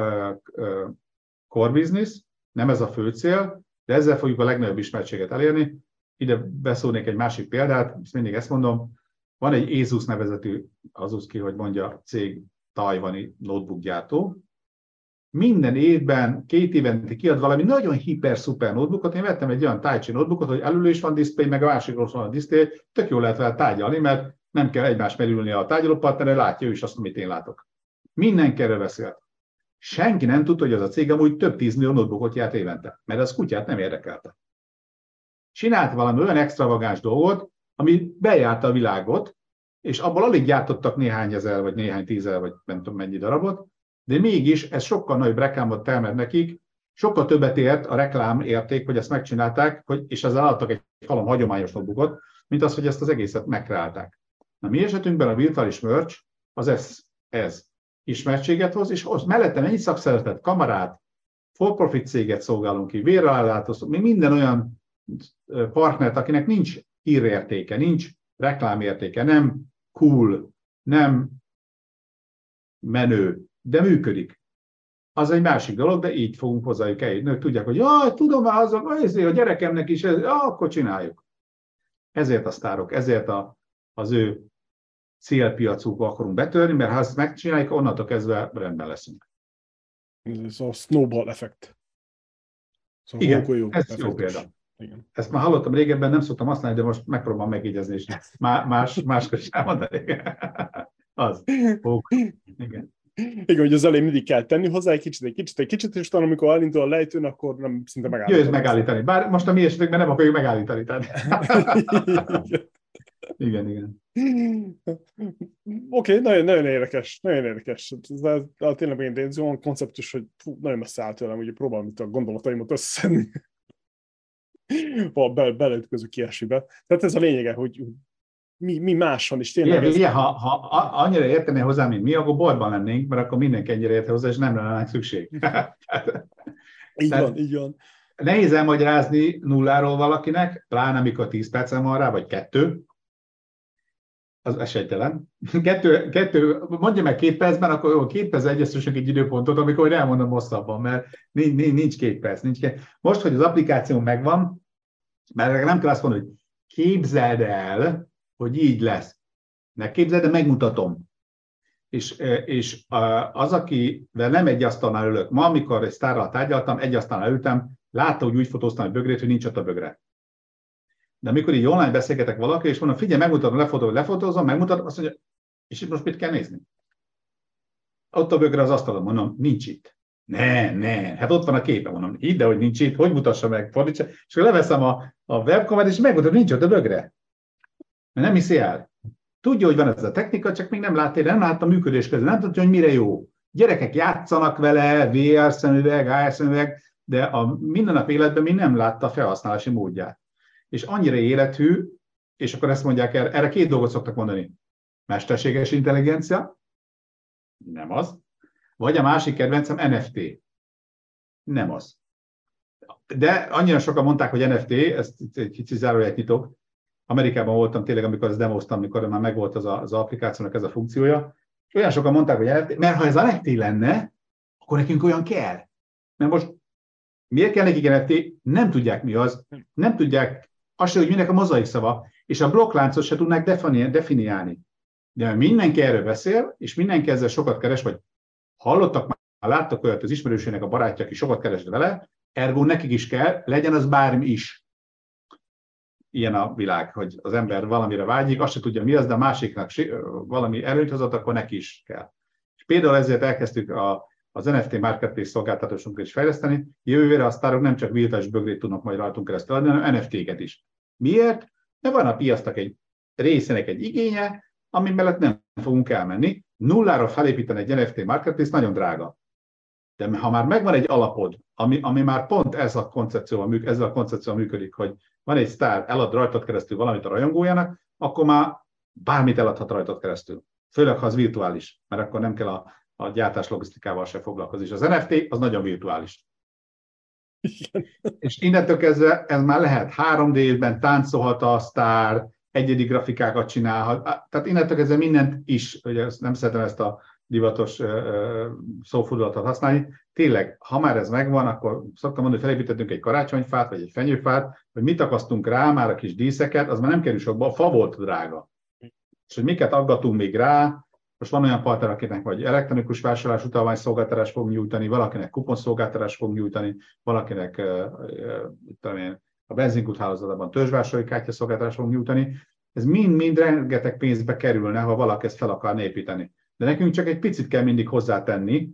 core business, nem ez a fő cél, de ezzel fogjuk a legnagyobb ismertséget elérni. Ide beszólnék egy másik példát, és mindig ezt mondom, van egy Asus nevezetű, Asus ki, hogy mondja, cég, tajvani notebook gyártó. Minden évben, két évente kiad valami nagyon hiper-szuper notebookot. Én vettem egy olyan Taichi notebookot, hogy előlő is van diszplay, meg a másikról van a diszplay, tök jól lehet vele tárgyalni, mert nem kell egymás merülni a tárgyalópartnerre, látja ő is azt, amit én látok. Mindenki erről beszélt. Senki nem tudta, hogy az a cég amúgy több tízmillió notebookot járt évente, mert az kutyát nem érdekelte. Csinált valami olyan extravagáns dolgot, ami bejárta a világot, és abból alig gyártottak néhány ezer, vagy néhány tízezer, vagy nem tudom mennyi darabot, de mégis ez sokkal nagyobb reklámot termelt nekik, sokkal többet ért a reklám érték, hogy ezt megcsinálták, hogy, és ezzel adtak egy halom hagyományos notebookot, mint az, hogy ezt az egészet megkreálták. Na mi esetünkben a virtuális merch az ez, ez ismertséget hoz, és hoz mellette ennyi szakszervezetet, kamarát, for-profit céget szolgálunk ki, vérrelátozó, még minden olyan partnert, akinek nincs hírértéke, nincs reklámértéke, nem cool, nem menő, de működik. Az egy másik dolog, de így fogunk hozzájuk eljutni. Nők tudják, hogy jaj, tudom már, azok, a gyerekemnek is, ez, ja, akkor csináljuk. Ezért a sztárok, ezért a, az ő célpiacukba akarunk betörni, mert ha ezt megcsináljuk, onnantól kezdve rendben leszünk. Ez a snowball effekt. Szóval igen, jó ez effektus. Jó példa. Igen. Ezt már hallottam régebben, nem szoktam használni, de most megpróbálom megjegyezni, és más, máskor is elmondani. Az. Ó, igen. Igen, hogy az elején mindig kell tenni hozzá egy kicsit, egy kicsit, egy kicsit, és talán amikor elindul a lejtőn, akkor nem szinte megállítani. Jöjjön megállítani. Bár most a mi esetünkben nem akarjuk megállítani. Igen, igen. Oké, okay, nagyon, nagyon érdekes, nagyon érdekes. Ez a tényleg megint egy olyan konceptus, hogy fú, nagyon messze áll tőlem, hogy próbálom itt a gondolataimat összeszedni. Be, beleütközök ilyesmibe. Tehát ez a lényege, hogy mi, mi máson is tényleg... Igen, ez... igen, ha, ha annyira értené hozzá, mint mi, akkor borban lennénk, mert akkor mindenki ennyire érte hozzá, és nem lenne szükség. Így van, így van. Nehéz elmagyarázni nulláról valakinek, pláne amikor tíz percen van rá, vagy kettő, az esélytelen. Kettő, kettő, mondja meg két percben, akkor jó, két perc egyeztessünk egy időpontot, amikor elmondom hosszabban, mert nincs, nincs két perc. Nincs két. Most, hogy az applikáció megvan, mert nem kell azt mondani, hogy képzeld el, hogy így lesz. Ne képzeld, de megmutatom. És, és az, akivel nem egy asztalnál ülök, ma, amikor egy sztárral tárgyaltam, egy asztalnál ültem, látta, hogy úgy fotóztam egy bögrét, hogy nincs ott a bögre. De amikor így online beszélgetek valaki, és mondom, figyelj, megmutatom, lefotózom, lefotózom, megmutatom, azt mondja, és itt most mit kell nézni? Ott a bögre az asztalon, mondom, nincs itt. Ne, ne, hát ott van a képe, mondom, hidd, de hogy nincs itt, hogy mutassa meg, fordítsa, és akkor leveszem a, a webkamerát, és megmutatom, nincs ott a bögre. Mert nem hiszi el. Tudja, hogy van ez a technika, csak még nem látta, nem látta a működés közben, nem tudja, hogy mire jó. Gyerekek játszanak vele, vé er szemüveg, á er szemüveg, de a mindennap életben még nem látta a felhasználási módját. És annyira élethű, és akkor ezt mondják el, erre két dolgot szoktak mondani. Mesterséges intelligencia, nem az, vagy a másik kedvencem en ef té, nem az. De annyira sokan mondták, hogy en ef té, ezt egy kicsit záróját nyitok, Amerikában voltam tényleg, amikor ezt demoztam, amikor már megvolt az, a, az applikációnak ez a funkciója, és olyan sokan mondták, hogy en ef té, mert ha ez en ef té lenne, akkor nekünk olyan kell. Mert most miért kell nekik en ef té? Nem tudják, mi az, nem tudják azt se, hogy minek a mozaik szava, és a blokkláncot se tudnák definiálni. De mindenki erről beszél, és mindenki ezzel sokat keres, vagy hallottak már, láttak olyat az ismerősének a barátja, aki sokat keresett vele, ergo nekik is kell, legyen az bármi is. Ilyen a világ, hogy az ember valamire vágyik, azt se tudja, mi az, de a másiknak valami előnyt hozott, akkor neki is kell. És például ezért elkezdtük a, az en ef té marketplace szolgáltatásunkat is fejleszteni. Jövőre a sztárok nem csak virtuális bögrét tudnak majd rajtunk keresztül adni, hanem en ef té-ket is. Miért? Mert van a piacnak egy részének egy igénye, ami mellett nem fogunk elmenni. Nullára felépíteni egy en ef té marketplace nagyon drága. De ha már megvan egy alapod, ami, ami már pont ez a koncepcióval, ezzel a koncepcióval működik, hogy van egy sztár, elad rajtad keresztül valamit a rajongójának, akkor már bármit eladhat rajtad keresztül. Főleg, ha az virtuális, mert akkor nem kell a, a gyártás logisztikával se foglalkozni. És az en ef té az nagyon virtuális. Igen. És innentől kezdve ez már lehet három dé-ben táncolhat a sztár, egyedi grafikákat csinálhat. Tehát innentől kezdve mindent is, ugye nem szeretem ezt a divatos szófordulatot használni. Tényleg, ha már ez megvan, akkor szoktam mondani, hogy felépítettünk egy karácsonyfát, vagy egy fenyőfát, hogy mit akasztunk rá, már a kis díszeket, az már nem kerül sokba, a fa volt drága. És hogy miket aggatunk még rá, most van olyan partner, akinek vagy elektronikus vásárlás utalványszolgáltatás fog nyújtani, valakinek kuponszolgáltatás fog nyújtani, valakinek tudom én, a benzinkút hálózatban törzsvásárlói kártyaszolgáltatás fog nyújtani. Ez mind-mind rengeteg pénzbe kerülne, ha valaki ezt fel akarna építeni. De nekünk csak egy picit kell mindig hozzátenni.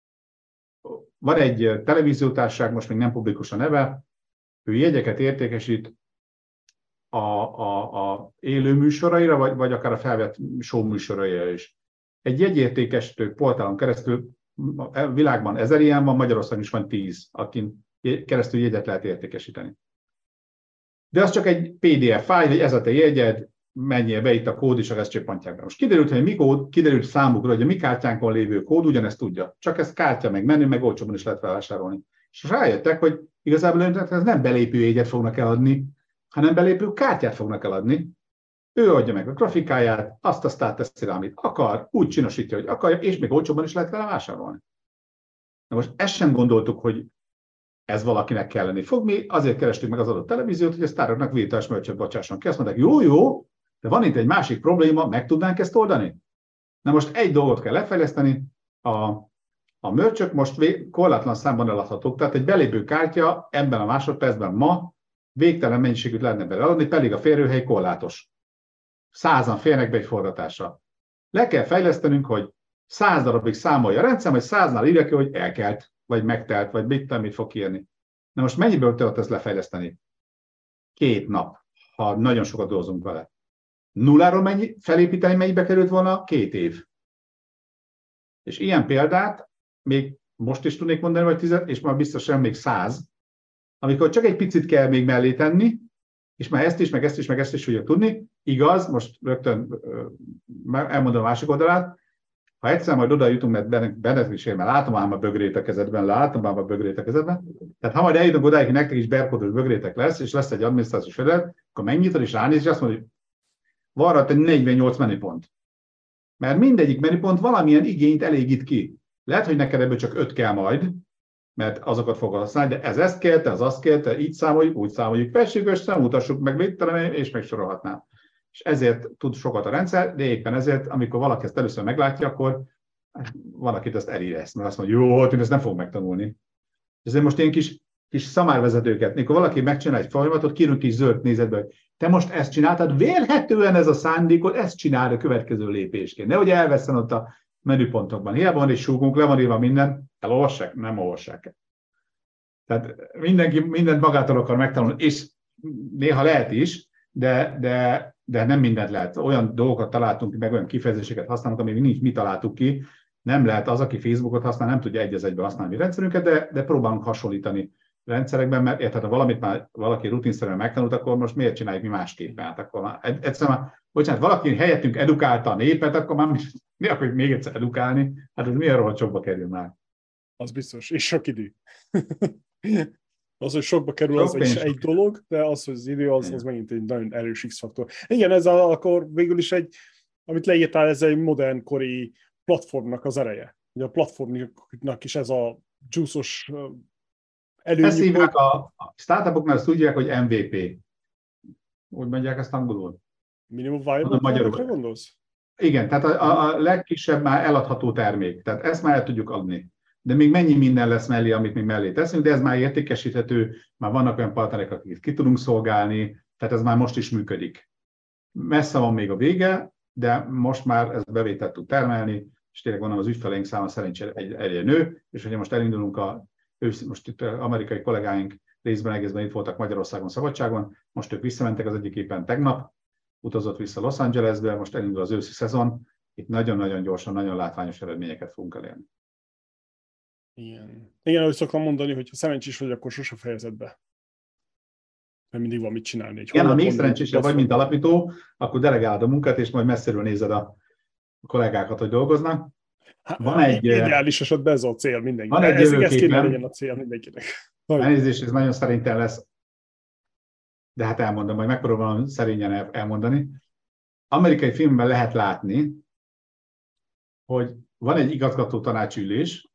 Van egy televíziótársaság, most még nem publikus a neve, ő jegyeket értékesít a, a, a élő műsoraira, vagy, vagy akár a felvett show műsoraira is. Egy jegyértékesítő portálon keresztül a világban ezer ilyen van, Magyarországon is van tíz, akin keresztül jegyet lehet értékesíteni. De az csak egy pé dé ef fájl, hogy ez a te jegyed, menjél be, itt a kód, és ezt csöppantják be. Most kiderült, hogy mi kód, kiderült számukra, hogy a mi kártyánkon lévő kód ugyanezt tudja. Csak ez kártya, meg menü, meg olcsóban is lehet felvásárolni. És rájöttek, hogy igazából ez nem belépő jegyet fognak eladni, hanem belépő kártyát fognak eladni. Ő adja meg a grafikáját, azt aztán teszi rá, amit akar, úgy csinosítja, hogy akarja, és még olcsóban is lehet vele vásárolni. Na most ezt sem gondoltuk, hogy ez valakinek kell lenni fog. Mi azért kerestük meg az adott televíziót, hogy a sztároknak virtuális mörcsöt bocsásson ki. Azt mondták, jó, jó, de van itt egy másik probléma, meg tudnánk ezt oldani? Na most egy dolgot kell lefejleszteni, a, a mörcsök most korlátlan számban eladhatók, tehát egy belépő kártya ebben a másodpercben ma végtelen mennyiségűt lehetne beleadni, pedig a férőhely korlátos. Százan férnek be egy forgatásra. Le kell fejlesztenünk, hogy száz darabig számolja a rendszer, vagy száznál írja ki, hogy elkelt, vagy megtelt, vagy mit tudom, mit fog írni. Na most mennyiből tudod ezt lefejleszteni? Két nap, ha nagyon sokat dolgozunk vele. Nulláról mennyi, felépíteni mennyibe került volna? Két év. És ilyen példát még most is tudnék mondani, vagy tized, és már biztosan még száz, amikor csak egy picit kell még mellé tenni, és már ezt is, meg ezt is, meg ezt is fogja tudni. Igaz, most rögtön elmondom a másik oldalát, ha egyszer majd oda jutunk, mert benned is ér, mert látom ám a bögrét a kezedben, látom ám a bögrét a kezedben, tehát ha majd eljutunk odáig, hogy nektek is berkódos bögrétek lesz, és lesz egy adminisztrációs felület, akkor megnyitod és ránéz, és azt mondod, hogy van rajta negyvennyolc menüpont. Mert mindegyik menüpont valamilyen igényt elégít ki. Lehet, hogy neked ebből csak öt kell majd, mert azokat fogod használni, de ez ezt kérte, az azt kérte, így számoljuk, úgy számoljuk, fessük össze, mutassuk meg létterem, és megsorolhatnám. És ezért tud sokat a rendszer, de éppen ezért, amikor valaki ezt először meglátja, akkor van, akit ezt elíreszt, mert azt mondja, jó, hát én ezt nem fogom megtanulni. Ezért most ilyen kis, kis szamárvezetőket, mikor valaki megcsinál egy folyamatot, kírunk kis zöld nézetbe, hogy te most ezt csináltad, vélhetően ez a szándékod, ezt csinál a következő lépésként. Nehogy elveszten ott a menüpontokban. Hiába van és súgunk, le van írva minden, elolvassák, nem olvassák. Tehát mindenki mindent magától akar megtanulni, és néha lehet is, de, de, de nem mindent lehet. Olyan dolgokat találtunk, meg olyan kifejezéseket használunk, amíg nincs, mi találtuk ki. Nem lehet az, aki Facebookot használ, nem tudja egy az egybe használni a rendszerünket, de, de próbálunk hasonlítani rendszerekben, mert érted, ha valamit már valaki rutinszerűen megtanult, akkor most miért csináljuk mi másképpen? Hát akkor már egyszerűen már, bocsánat, valaki helyettünk edukálta a népet, akkor már mi akarjuk még egyszer edukálni? Hát ez milyen rohadt sokba kerül már? Az biztos, és sok idő. Az, hogy sokba kerül, az is egy dolog, de az, hogy az idő, az, az megint egy nagyon erős X-faktor. Igen, ez a, akkor végül is egy, amit leírtál, ez egy modern kori platformnak az ereje. Ugye a platformnak is ez a dzsúszos előnyük. Ezt hívják a, a startupoknál, azt tudják, hogy em vé pé. Úgy mondják ezt angolul. Minimum viable magyarul gondolsz? Igen, tehát a, a legkisebb már eladható termék. Tehát ezt már el tudjuk adni. De még mennyi minden lesz mellé, amit még mellé teszünk, de ez már értékesíthető, már vannak olyan partnerek, akiket ki tudunk szolgálni, tehát ez már most is működik. Messze van még a vége, de most már ezt bevételt tud termelni, és tényleg mondom, az ügyfeleink száma szerencsére egyre nő, és hogyha most elindulunk, a, most itt amerikai kollégáink részben egészben itt voltak Magyarországon szabadságon, most ők visszamentek az egyik éppen tegnap, utazott vissza Los Angelesbe, most elindul az őszi szezon, itt nagyon-nagyon gyorsan, nagyon látványos eredményeket fogunk elérni. Igen. Igen, ahogy szoktam mondani, hogy ha szerencsés vagy, akkor sose fejezed be. Mert mindig van mit csinálni. Egy Igen, ha még szerencsésebb vagy, mint alapító, akkor delegálod a munkát, és majd messziről nézed a kollégákat, hogy dolgoznak. Van egy... Ideális esetben ez a cél mindenkinek. Van egy ez, jövőképen. Ez kéne legyen a cél mindenkinek. Elnézést, ez nagyon szerintem lesz. de hát elmondom, majd megpróbálom szerényen elmondani. Amerikai filmben lehet látni, hogy van egy igazgató tanácsülés,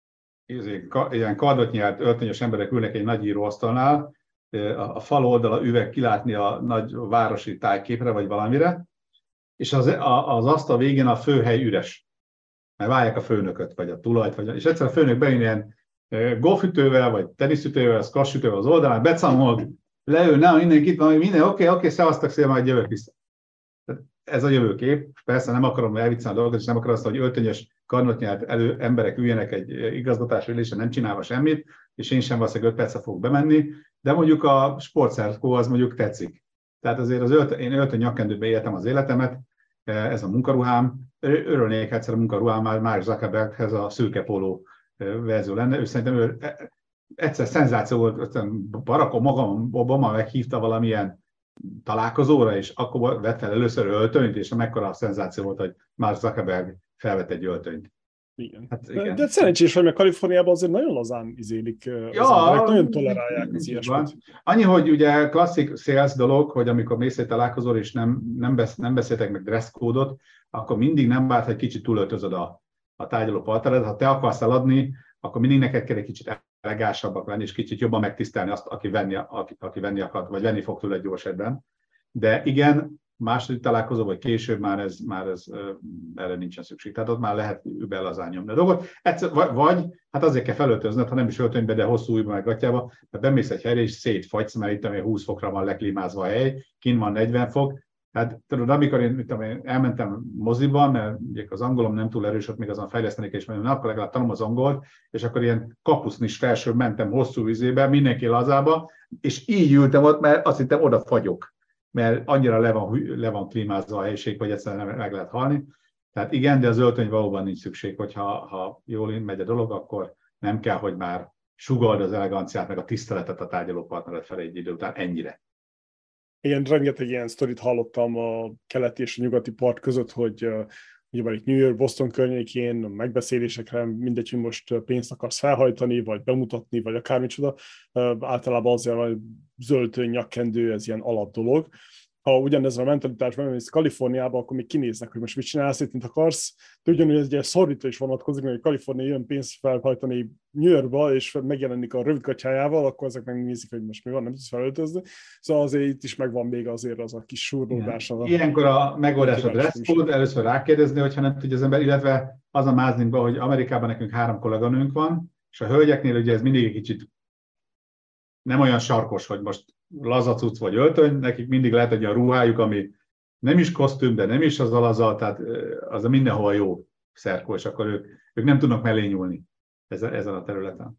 ilyen kardot nyelt öltönyös emberek ülnek egy nagy íróasztalnál, a fal oldala üveg kilátni a nagy városi tájképre, vagy valamire, és az, az asztal végén a főhely üres. Mert várják a főnököt, vagy a tulajt, vagy, és egyszer a főnök bejön ilyen golfütővel, vagy teniszütővel, squashütővel az oldalán, becamol, leül, na, mindenki itt van, minden, oké, oké, szevasztok szépen, majd jövök vissza. Ez a jövőkép. Persze nem akarom elviccelni a dolgot, és nem akarom azt, hogy öltönyös, karnotnyelt elő emberek üljenek egy igazgatási ülésen, nem csinálva semmit, és én sem valószínűleg öt percre fogok bemenni, de mondjuk a sportszerkó az mondjuk tetszik. Tehát azért az ölt, én öltöny nyakkendőben éltem az életemet, ez a munkaruhám. Örülnék egyszer a munkaruhám már Mark Zuckerberghez a szürke póló verzió lenne. Ő szerintem ő egyszer szenzáció volt, Barack Obama meghívta valamilyen találkozóra, és akkor vett fel először öltönyt, és mekkora a szenzáció volt, hogy Mark Zuckerberg felvett egy öltönyt. Igen. Hát, igen. De, de szerencsés, hogy meg Kaliforniában azért nagyon lazán izélik, ja, az emberek, nagyon tolerálják az ilyesmit. Annyi, hogy ugye klasszik sales dolog, hogy amikor mész egy találkozóra, és nem, nem, besz, nem beszéltek meg dresszkódot, akkor mindig nem vált, hogy kicsit túlöltözöd a, a tárgyaló partnered. Ha te akarsz eladni, akkor mindig neked kell egy kicsit elegánsabbak lenni, és kicsit jobban megtisztelni azt, aki venni, aki, aki venni akar, vagy venni fog tőle egy gyors esetben. De igen, második találkozó, vagy később már ez, már ez erre nincsen szükség. Tehát ott már lehet überlazán nyomni a dolgot. Egyszer, vagy, vagy, hát azért kell felöltöznöd, ha nem is öltönybe, de hosszú újba meg gatyába, mert bemész egy helyre, és szétfagysz, mert itt amilyen húsz fokra van leklímázva a hely, kint van negyven fok. Hát tudod, amikor én, mit tudom, én elmentem moziban, mert ugye az angolom nem túl erős, ott még azon fejleszteni kell, és mondom, na, akkor legalább tanulom az angolt, és akkor ilyen kapusznis felső mentem hosszú vizébe, mindenki lazába, és így ültem ott, mert azt hittem, oda fagyok, mert annyira le van, le van klímázva a helység, hogy egyszerűen nem meg lehet halni. Tehát igen, de az öltöny valóban nincs szükség, hogyha ha jól megy a dolog, akkor nem kell, hogy már sugald az eleganciát, meg a tiszteletet a tárgyalópartnered felé egy idő után ennyire. Igen, rengeteg ilyen sztorit hallottam a keleti és a nyugati part között, hogy uh, ugye itt New York, Boston környékén megbeszélésekre, mindegy, hogy most pénzt akarsz felhajtani, vagy bemutatni, vagy akármicsoda, uh, általában azért van, hogy zöld nyakkendő, ez ilyen alapdolog. Ha ugyanezzel a mentalitásban mész Kaliforniába, akkor még kinéznek, hogy most mit csinálsz itt, mint akarsz. De ugyanúgy ez egy szorító is vonatkozik, mert Kalifornia jön pénzt felhajtani New Yorkba, és megjelenik a rövidgatjájával, akkor ezek megnézik, hogy most mi van, nem tudsz felöltözni. Szóval azért itt is megvan még azért az a kis súrlódás. Ja. Ilyenkor a megoldás a dresscode, először rákérdezni, hogyha nem tudja az ember, illetve az a mázlinkba, hogy Amerikában nekünk három kolléganőnk van, és a hölgyeknél ugye ez mindig egy kicsit nem olyan sarkos, hogy most lazacuc vagy öltöny, nekik mindig lehet egy olyan ruhájuk, ami nem is kosztüm, de nem is az alaza, tehát az a mindenhol jó szerkó, és akkor ők, ők nem tudnak mellé nyúlni ezen a területen.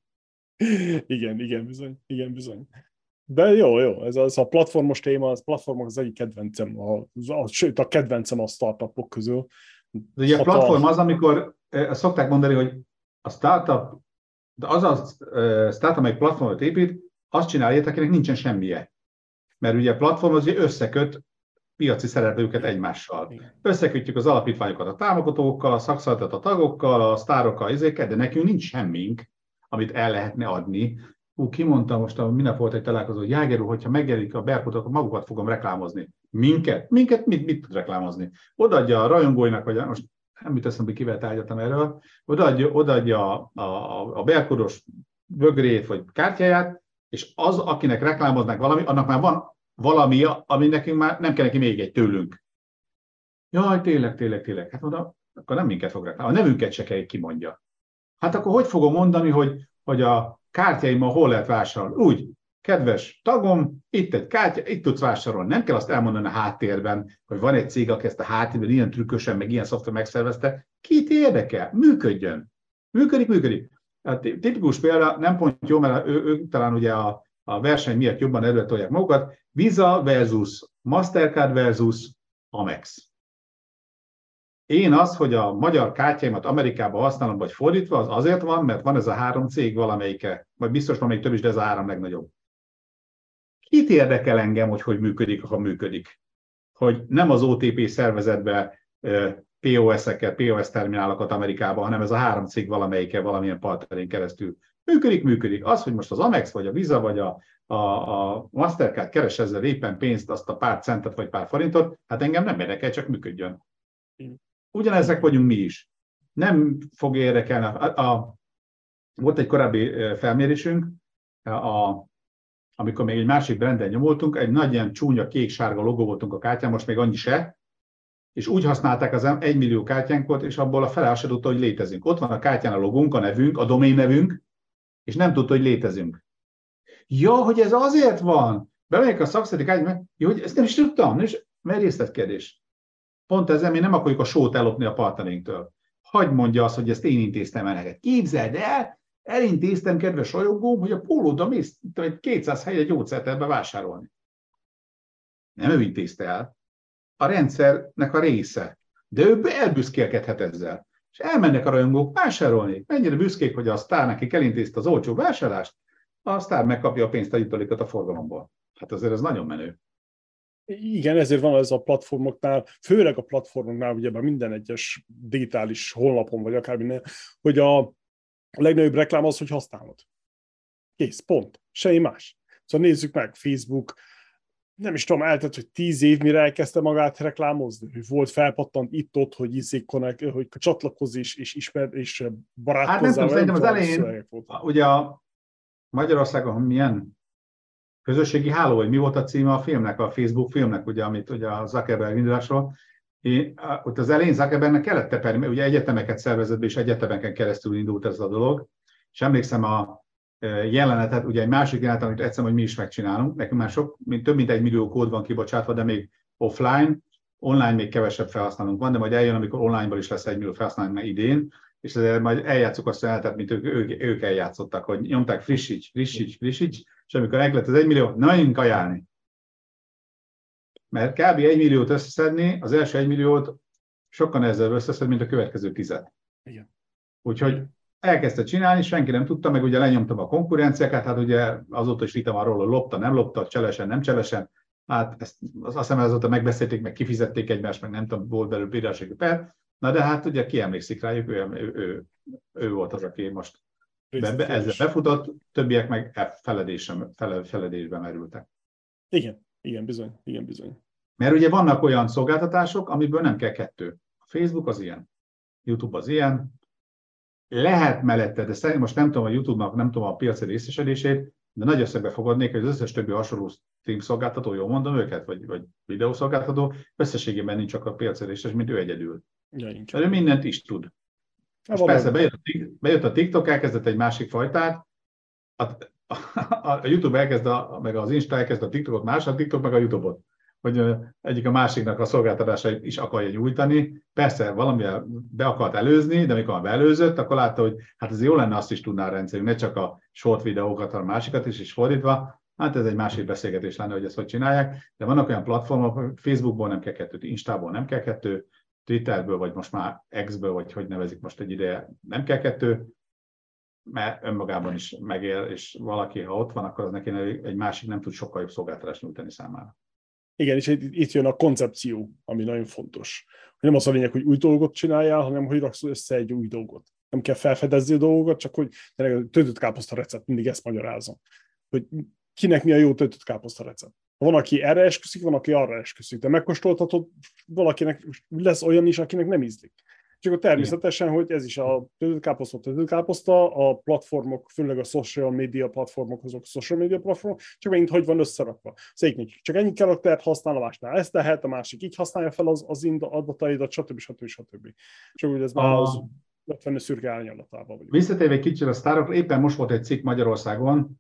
Igen, igen, bizony, igen, bizony. De jó, jó, ez az a platformos téma, az platformok az egyik kedvencem, a, a, sőt a kedvencem a startupok közül. De ugye a platform az, amikor szokták mondani, hogy a startup, de az a startup, amelyik platformot épít, azt csinálják, akinek nincsen semmije. Mert ugye a platform az összeköt piaci szereplőket egymással. Igen. Összekötjük az alapítványokat a támogatókkal, a szakszervezetet a tagokkal, a sztárokkal, izéket, de nekünk nincs semmink, amit el lehetne adni. Ú, kimondta most, a minap volt egy találkozó, hogy Jáger úr, hogyha megjelenik a Berkut, akkor magukat fogom reklámozni. Minket? Minket mit, mit tud reklámozni? Odaadja a rajongóinak, vagy most nem jut eszembe, kivel tárgyaltam erről, odaadja, odaadja a, a, a Berkudos bögrét, vagy kártyáját, és az, akinek reklámoznak valami, annak már van valami, ami nekünk már nem kell neki még egy tőlünk. Jaj, tényleg, tényleg, tényleg. Hát oda, akkor nem minket fog reklámozni. A nevünket se kell kimondja. Hát akkor hogy fogom mondani, hogy, hogy a kártyáimmal hol lehet vásárolni? Úgy, kedves tagom, itt egy kártya, itt tudsz vásárolni. Nem kell azt elmondani a háttérben, hogy van egy cég, aki ezt a háttérben ilyen trükkösen, meg ilyen szoftver megszervezte. Kit érdekel? Működjön. Működik, működik. A tipikus példa, nem pont jó, mert ők ő, talán ugye a, a verseny miatt jobban előre tolják magukat, Visa versus Mastercard versus Amex. Én az, hogy a magyar kártyáimat Amerikában használom, vagy fordítva, az azért van, mert van ez a három cég valamelyike, vagy biztos van még több is, de ez a három legnagyobb. Kit érdekel engem, hogy hogy működik, ha működik? Hogy nem az o té pé szervezetben pé o es-ekkel, pé o es terminálokat Amerikában, hanem ez a három cég valamelyike valamilyen partnerén keresztül. Működik, működik. Az, hogy most az Amex, vagy a Visa, vagy a a, a Mastercard keres ezzel éppen pénzt, azt a pár centet vagy pár forintot, hát engem nem érdekel, csak működjön. Ugyanezek vagyunk mi is. Nem fog érdekelni. A, a, volt egy korábbi felmérésünk, a, amikor még egy másik branden nyomultunk, egy nagy ilyen csúnya kék-sárga logó voltunk a kártyán, most még annyi se, és úgy használták az egymillió kártyánkat, és abból a fele azt se tudta, hogy létezünk. Ott van a kártyán a logónk, a nevünk, a domain nevünk, és nem tudta, hogy létezünk. Ja, hogy ez azért van. Bemegyek a szakszereti kártyán, jó, hogy ezt nem is tudtam, és mert részletkérdés. Pont ezzel mi nem akarjuk a sót ellopni a partnereinktől. Hadd mondja azt, hogy ezt én intéztem el neked. Képzeld el, elintéztem, kedves rajongóm, hogy a pólódra mész kétszáz helyet gyógyszert ebbe vásárolni. Nem ő intézte el. A rendszernek a része. De ő elbüszkélkedhet ezzel. És elmennek a rajongók vásárolni. Mennyire büszkék, hogy a sztár nekik elintézte az olcsó vásárlást, a sztár megkapja a pénzt a jutalékot a forgalomból. Hát azért ez nagyon menő. Igen, ezért van ez a platformoknál, főleg a platformoknál, ugye minden egyes digitális honlapon, vagy akár minden, hogy a, a legnagyobb reklám az, hogy használod. Kész, pont. Semmi más. Szóval nézzük meg, Facebook, nem is tudom, eltett, hogy tíz év, mire elkezdte magát reklámozni, hogy volt felpattant itt-ott, hogy izék, hogy csatlakozz és, és ismer, és barátkozzál. Hát nem tudom, szerintem az elején, ugye a Magyarországon milyen közösségi háló, vagy mi volt a címe a filmnek, a Facebook filmnek, ugye, amit ugye a Zuckerberg indulásról. Én, ott az elején Zuckerbergnek kellett teperni, mert ugye egyetemeket szervezett be, és egyetemeken keresztül indult ez a dolog. És emlékszem a jelenetet, ugye egy másik jelenet, amit egyszerűen, hogy mi is megcsinálunk. Nekünk már sok, mint, több mint egy millió kód van kibocsátva, de még offline, online még kevesebb felhasználónk van, de majd eljön, amikor onlineból is lesz egy millió felhasználónk már idén, és ezért majd eljátszuk azt a jelenetet, mint ők, ők, ők eljátszottak, hogy nyomták frissíts, frissíts, frissíts, és amikor meglett az egy millió, na én kajálni. Mert kb. egy milliót összeszedni, az első egy milliót sokkal nehezebb összeszedni, mint a következő tizet. Igen. Úgyhogy elkezdte csinálni, senki nem tudta, meg ugye lenyomtam a konkurenciákat, hát ugye azóta is vita arról, hogy lopta, nem lopta, cselesen, nem cselesen. Hát ezt, azt hiszem, azóta megbeszélték, meg kifizették egymást, meg nem tudom, volt belőle bírásági per. Na de hát ugye ki emlékszik rájuk, ő, ő, ő, ő volt az, aki most be, be, ezzel befutott, többiek meg fele, feledésbe merültek. Igen, igen, bizony, igen, bizony. Mert ugye vannak olyan szolgáltatások, amiből nem kell kettő. A Facebook az ilyen, YouTube az ilyen, lehet mellette, de szerintem most nem tudom a YouTube-nak, nem tudom a piaci részesedését, de nagy összegbe fogadnék, hogy az összes többi hasonló stream szolgáltató, jól mondom őket, vagy, vagy videószolgáltató, összességében nincs csak a piaci részesedés, mint ő egyedül. Ja, nincs. Mert ő mindent is tud. Most persze bejött a, bejött a TikTok, elkezdett egy másik fajtát, a, a, a, a YouTube elkezd, a, meg az Insta elkezd a TikTokot, más a TikTok meg a YouTube-ot. Hogy egyik a másiknak a szolgáltatásait is akarja nyújtani. Persze valamivel be akart előzni, de amikor beelőzött, akkor látta, hogy hát ez jó lenne, azt is tudná a rendszerünk, ne csak a short videókat, hanem a másikat is, és fordítva. Hát ez egy másik beszélgetés lenne, hogy ezt hogy csinálják. De vannak olyan platformok, Facebookból nem kell kettő, Instából nem kell kettő, Twitterből, vagy most már X-ből, vagy hogy nevezik most egy ideje, nem kell kettő, mert önmagában is megél, és valaki, ha ott van, akkor az neki egy másik nem tud sokkal jobb szolgáltatást nyújtani számára. Igen, és itt jön a koncepció, ami nagyon fontos. Nem az a lényeg, hogy új dolgot csináljál, hanem hogy raksz össze egy új dolgot. Nem kell felfedezni a dolgokat, csak hogy töltött káposzta recept, mindig ezt magyarázom. Hogy kinek mi a jó töltött káposzta recept. Van, aki erre esküszik, van, aki arra esküszik. De megkóstoltatod, valakinek lesz olyan is, akinek nem ízlik. Csak akkor természetesen, hogy ez is a töltött káposzta, töltött káposzta, a platformok, főleg a social media platformok, azok a social media platformok, csak megint hogy van összerakva. Az egyik csak ennyi karaktert használ, a másnál ezt tehet, a másik így használja fel az, az adataidat, stb. stb. stb. Csak úgy ez már az ötven szürke árnyalatában vagyunk. Visszatérve egy kicsit a sztárokra, éppen most volt egy cikk Magyarországon,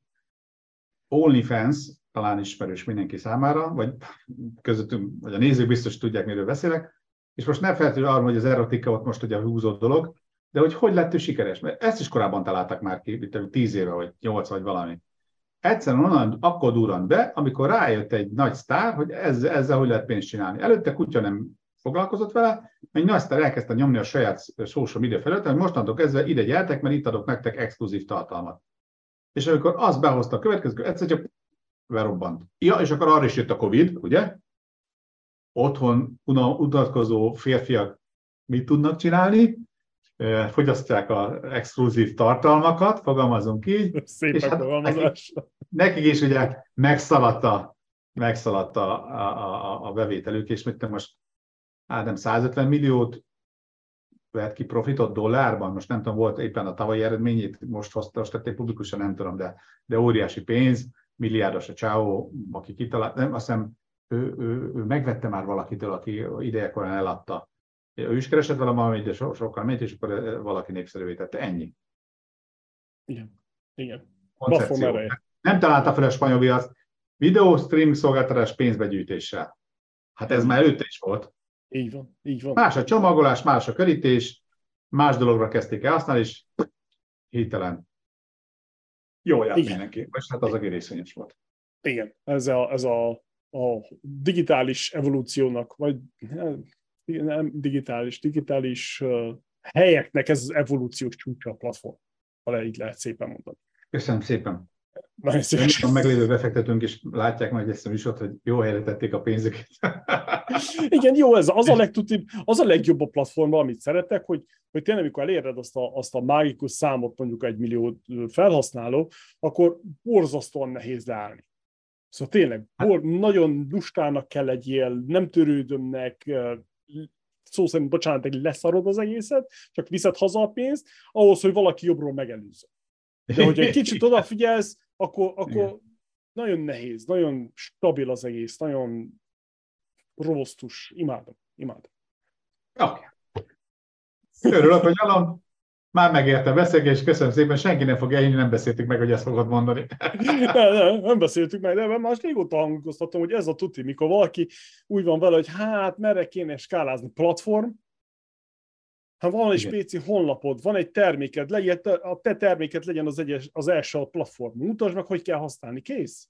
OnlyFans, talán ismerős mindenki számára, vagy közöttünk, vagy a nézők biztos tudják, miről beszélek, és most nem feltétlenül arról, hogy az erotika ott most ugye a húzott dolog, de hogy hogy lett ő sikeres, mert ezt is korábban találtak már ki, mint tíz éve, vagy nyolc, vagy valami. Egyszerűen onnan akkor durrant be, amikor rájött egy nagy sztár, hogy ezzel, ezzel hogy lehet pénzt csinálni. Előtte kutya nem foglalkozott vele, egy nagy sztár elkezdte nyomni a saját social media felületet, hogy mostantól kezdve ide gyertek, mert itt adok nektek exkluzív tartalmat. És amikor azt behozta a következő, egyszer csak berobbant. Ja, és akkor arra is jött a Covid, ugye? Otthon unatkozó férfiak mit tudnak csinálni? fogyasztják az exkluzív tartalmakat, fogalmazunk így. Szépen és hát fogalmazás. nekik, nekik is ugye megszaladta, megszaladta a, a, a bevételük, és mit te most, hát nem százötven milliót vett ki profitot dollárban, most nem tudom, volt éppen a tavalyi eredményét, most hozta, most tették publikusan, nem tudom, de, de óriási pénz, milliárdos a csávó, aki kitalált, nem, azt hiszem, ő, ő, ő megvette már valakitől, aki idejekorán eladta. Ő is keresett vele valamit, de so, sokkal ment, és akkor valaki népszerűvé tette. Ennyi. Igen. Igen. Koncepció. Nem találta fel a spanyol piac videó streaming szolgáltatás pénzbegyűjtéssel. Hát ez már előtte is volt. Így van, így van. Más a csomagolás, más a körítés, más dologra kezdték el használni, és hirtelen jól járt mindenki. Most hát az a részvényes volt. Igen, ez a, ez a, a digitális evolúciónak, vagy nem digitális, digitális uh, helyeknek ez az evolúciós csúcsa a platform, ha így lehet szépen mondani. Köszönöm szépen. Nagyon szívesen. A meglévő befektetőnk is látják majd ezt a műsort, hogy jó helyre tették a pénzüket. Igen, jó, ez az a legtutibb, az a legjobb a platformban, amit szeretek, hogy, hogy tényleg, amikor eléred azt a, azt a mágikus számot, mondjuk egy millió felhasználó, akkor borzasztóan nehéz leállni. Szóval tényleg, bor, nagyon lustának kell legyél, nem törődömnek, szó szerint, bocsánat, egy leszarod az egészet, csak viszed haza a pénzt, ahhoz, hogy valaki jobbról megelőzze. De hogyha egy kicsit odafigyelsz, akkor, akkor nagyon nehéz, nagyon stabil az egész, nagyon robosztus. Imádom, imádom. Oké. Okay. Örülök, hogy hallom. Már megérte a beszélgetés, köszönöm szépen, senki nem fog elhinni, nem beszéltük meg, hogy ezt fogod mondani. nem, nem, nem beszéltük meg, de már régóta hangoztatom, hogy ez a tuti, mikor valaki úgy van vele, hogy hát merre kéne skálázni platform, ha van egy spéci honlapod, van egy terméked, legyen, a te terméket legyen az, egyes, az első a platform. Mutasd meg, hogy kell használni. Kész.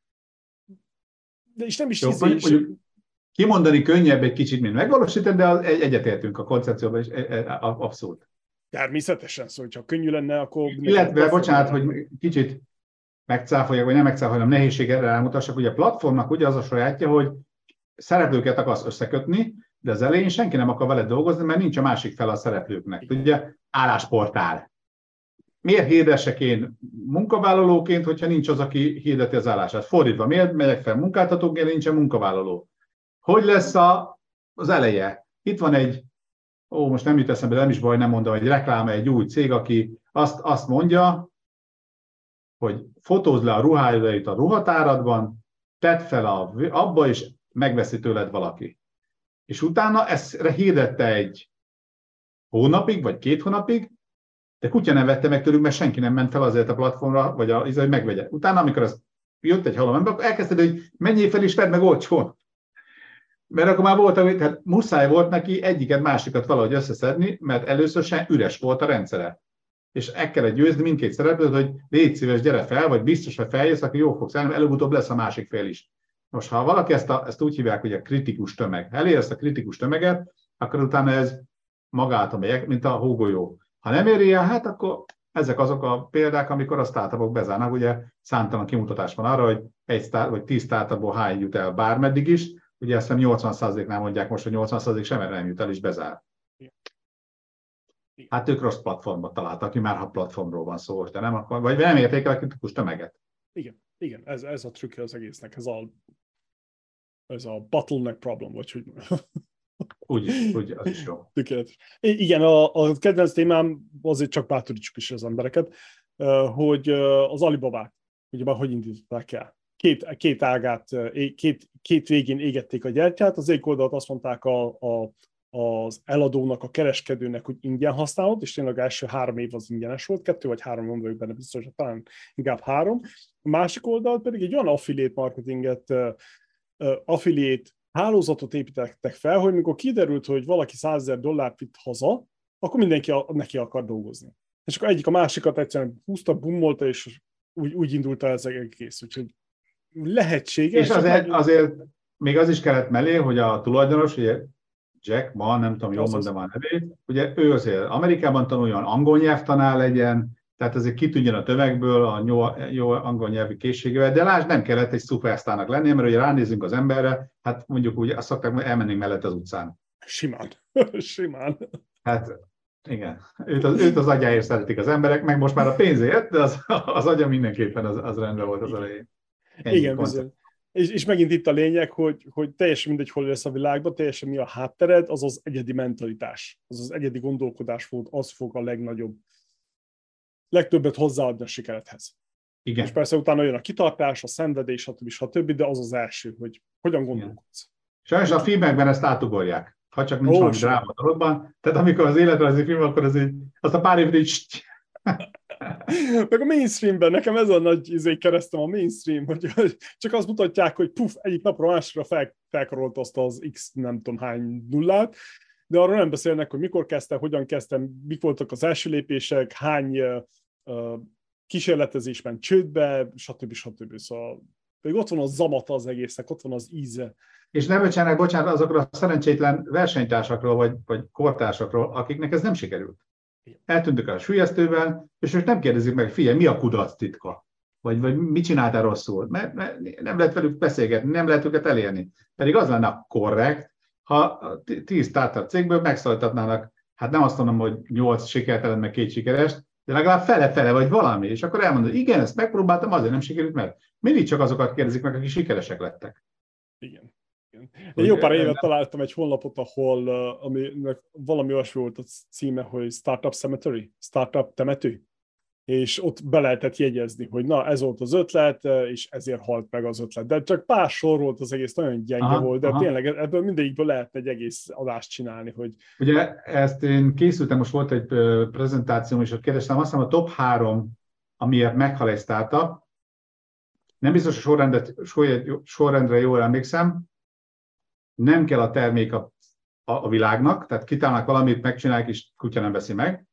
De és nem is Jó, izé, és... Kimondani könnyebb egy kicsit, mint megvalósítani, de egyetértünk a koncepcióban, és abszolút. Természetesen, szóval, ha könnyű lenne, akkor... Illetve, bocsánat, hogy kicsit megcáfoljak, vagy nem megcáfoljam, nehézségre rámutassak, ugye a platformnak ugye az a sajátja, hogy szereplőket akarsz összekötni, de az elején senki nem akar veled dolgozni, mert nincs a másik fel a szereplőknek. Ugye állásportál. Miért hirdessek én munkavállalóként, hogyha nincs az, aki hirdeti az állását? Fordítva, miért megyek fel munkáltatóként, nincsen munkavállaló? Hogy lesz a, az eleje? Itt van egy, ó, most nem jut eszembe, de nem is baj, nem mondom, egy reklám, egy új cég, aki azt, azt mondja, hogy fotózd le a ruháidait a ruhatáradban, tedd fel a, abba, és megveszi tőled valaki. És utána ezt hirdette egy hónapig, vagy két hónapig, de kutya nem vette meg tőlük, mert senki nem ment fel azért a platformra, vagy a, hogy megvegye. Utána, amikor az jött egy halom ember, akkor elkezdted, hogy menjél fel és vedd meg olcsón. Mert akkor már volt, tehát muszáj volt neki egyiket, másikat valahogy összeszedni, mert először sem üres volt a rendszere. És el kellett győzni mindkét szereplőt, hogy légy szíves, gyere fel, vagy biztos, hogy feljössz, akkor jó fogsz elni, előbb-utóbb lesz a másik fél is. Most, ha valaki ezt, a, ezt úgy hívják, hogy a kritikus tömeg, elér ezt a kritikus tömeget, akkor utána ez magától megy, mint a hógolyó. Ha nem éri el, hát akkor ezek azok a példák, amikor a startupok bezárnak, ugye számtalan kimutatás van arra, hogy egy start, vagy tíz startupból hány jut el bármeddig is, ugye ezt nem nyolcvan százaléknál mondják most, hogy nyolcvan százalék sem erre nem jut el, és bezár. Hát ők rossz platformot találtak ki, már ha platformról van szó, de nem akar, vagy nem érték el a kritikus tömeget. Igen, igen, ez, ez a trükkje az egésznek, ez a, ez a bottleneck problem, vagy hogy... Úgy, úgy, az is jó. Tökéletes. Igen, a, a kedvenc témám azért csak bátorítsuk is az embereket, hogy az Alibabát, ugye már hogy indították el. Két, két ágát, két, két végén égették a gyertyát, az egyik oldalt azt mondták a, a, az eladónak, a kereskedőnek, hogy ingyen használod, és tényleg első három év az ingyenes volt, kettő vagy három, nem vagyok benne biztos, talán inkább három. A másik oldalt pedig egy olyan affiliate marketinget, affiliate hálózatot építettek fel, hogy mikor kiderült, hogy valaki százezer dollárt vitt haza, akkor mindenki a, neki akar dolgozni. És akkor egyik a másikat egyszerűen húzta, bummolta, és úgy, úgy indult el ez egész. Úgyhogy lehetséges. És azért, azért még az is kellett mellé, hogy a tulajdonos, ugye Jack Ma, nem tudom, jól mondom a nevét, ugye ő azért Amerikában tanuljon, angol nyelvtanár legyen, tehát azért kitűnjön a tömegből a jó, jó angol nyelvi készségével, de lásd, nem kellett egy szupersztárnak lennie, mert ugye ránézünk az emberre, hát mondjuk úgy azt szokták, hogy elmennénk mellett az utcán. Simán. Simán. Hát Igen, őt az, őt az agyáért szeretik az emberek, meg most már a pénzért, de az, az agya mindenképpen az, az rendben volt az elején. Ennyi Igen, bizony. És, és megint itt a lényeg, hogy, hogy teljesen mindegy, hol lesz a világban, teljesen mi a háttered, az az egyedi mentalitás, az az egyedi gondolkodás volt, az fog a legnagyobb, legtöbbet hozzáadni a sikeredhez. Igen. És persze utána jön a kitartás, a szenvedés, stb. stb., de az az első, hogy hogyan gondolkodsz. Sajnos a filmekben ezt átugorják, ha csak nincs Ó, valami dráma dologban. Tehát amikor az életrajzi film, akkor az így, azt a pár évre így... Meg a mainstreamben, nekem ez a nagy izé, keresztem a mainstream, hogy csak azt mutatják, hogy puf, egyik napra másra fel, felkaroltozta az X nem tudom hány nullát, de arról nem beszélnek, hogy mikor kezdtem, hogyan kezdtem, mik voltak az első lépések, hány uh, uh, kísérletezés ment csődbe, stb. stb. Szóval pedig ott van a zamata az egésznek, ott van az íze. És ne böccsenek, bocsánat, azokról a szerencsétlen versenytársakról, vagy, vagy kortársakról, akiknek ez nem sikerült. Eltűntök el a sülyeztővel, és most nem kérdezik meg, figyelj, mi a kudarc titka? Vagy, vagy mit csináltál rosszul? Mert, mert nem lehet velük beszélgetni, nem lehet őket elérni. Pedig az lenne korrekt, ha tíz startup cégből megszóltatnának, hát nem azt mondom, hogy nyolc sikertelen, meg két sikeres, de legalább fele-fele vagy valami, és akkor elmondod, igen, ezt megpróbáltam, azért nem sikerült, mert mindig csak azokat kérdezik meg, akik sikeresek lettek. Igen. Én jó pár évet találtam egy honlapot, ahol uh, aminek valami olyasmi volt a címe, hogy Startup Cemetery, Startup temető, és ott be lehetett jegyezni, hogy na, ez volt az ötlet, és ezért halt meg az ötlet. De csak pár sor volt az egész, nagyon gyenge aha, volt, de aha. Tényleg ebből mindegyikből lehetne egy egész adást csinálni. Hogy... Ugye ezt én készültem, most volt egy prezentációm, és ott kérdeztem, azt hiszem a top három, amiért meghal egy startup. Nem biztos a sorrendet, sorrendre jól emlékszem, nem kell a termék a, a, a világnak, tehát kitálnak valamit, megcsinálják, és kutya nem veszi meg.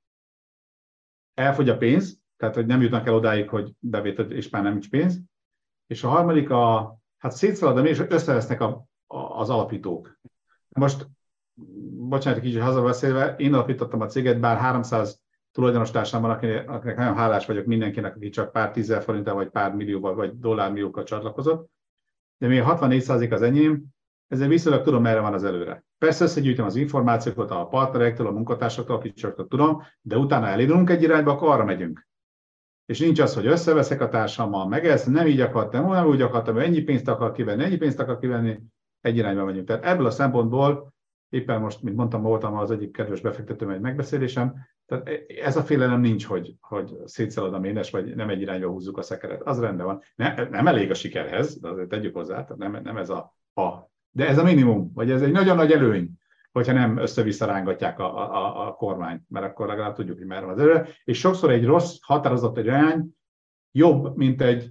Elfogy a pénz, tehát hogy nem jutnak el odáig, hogy bevétel, és már nem nincs pénz. És a harmadik, a, hát szétszalad, és összevesznek a, a, az alapítók. Most, bocsánat, kicsit hazabeszélve, én alapítottam a céget, bár háromszáz tulajdonos társam van, akinek, akinek nagyon hálás vagyok mindenkinek, aki csak pár tízzel forinttal, vagy pár millióval, vagy dollármilliókkal csatlakozott. De még hatvannégy százalék az enyém, ezzel viszonylag tudom, merre van az előre. Persze összegyűjtöm az információkat a partnerektől, a munkatársaktól, akik csak tudom, de utána elindulunk egy irányba, akkor arra megyünk. És nincs az, hogy összeveszek a társammal, meg ezt nem így akartam, nem úgy akartam, ennyi pénzt akar kivenni, ennyi pénzt akar kivenni, egy irányba megyünk. Tehát ebből a szempontból, éppen most, mint mondtam, voltam az egyik kedves befektetőm egy megbeszélésem, tehát ez a félelem nincs, hogy, hogy szétszalad a ménes, vagy nem egy irányba húzzuk a szekeret. Az rendben van. Ne, nem elég a sikerhez, de azért tegyük hozzá, tehát nem, nem ez a, a de ez a minimum, vagy ez egy nagyon nagy előny, hogyha nem össze-vissza rángatják a, a, a kormányt, mert akkor legalább tudjuk, hogy merre van az előre. És sokszor egy rossz, határozott egy irány jobb, mint egy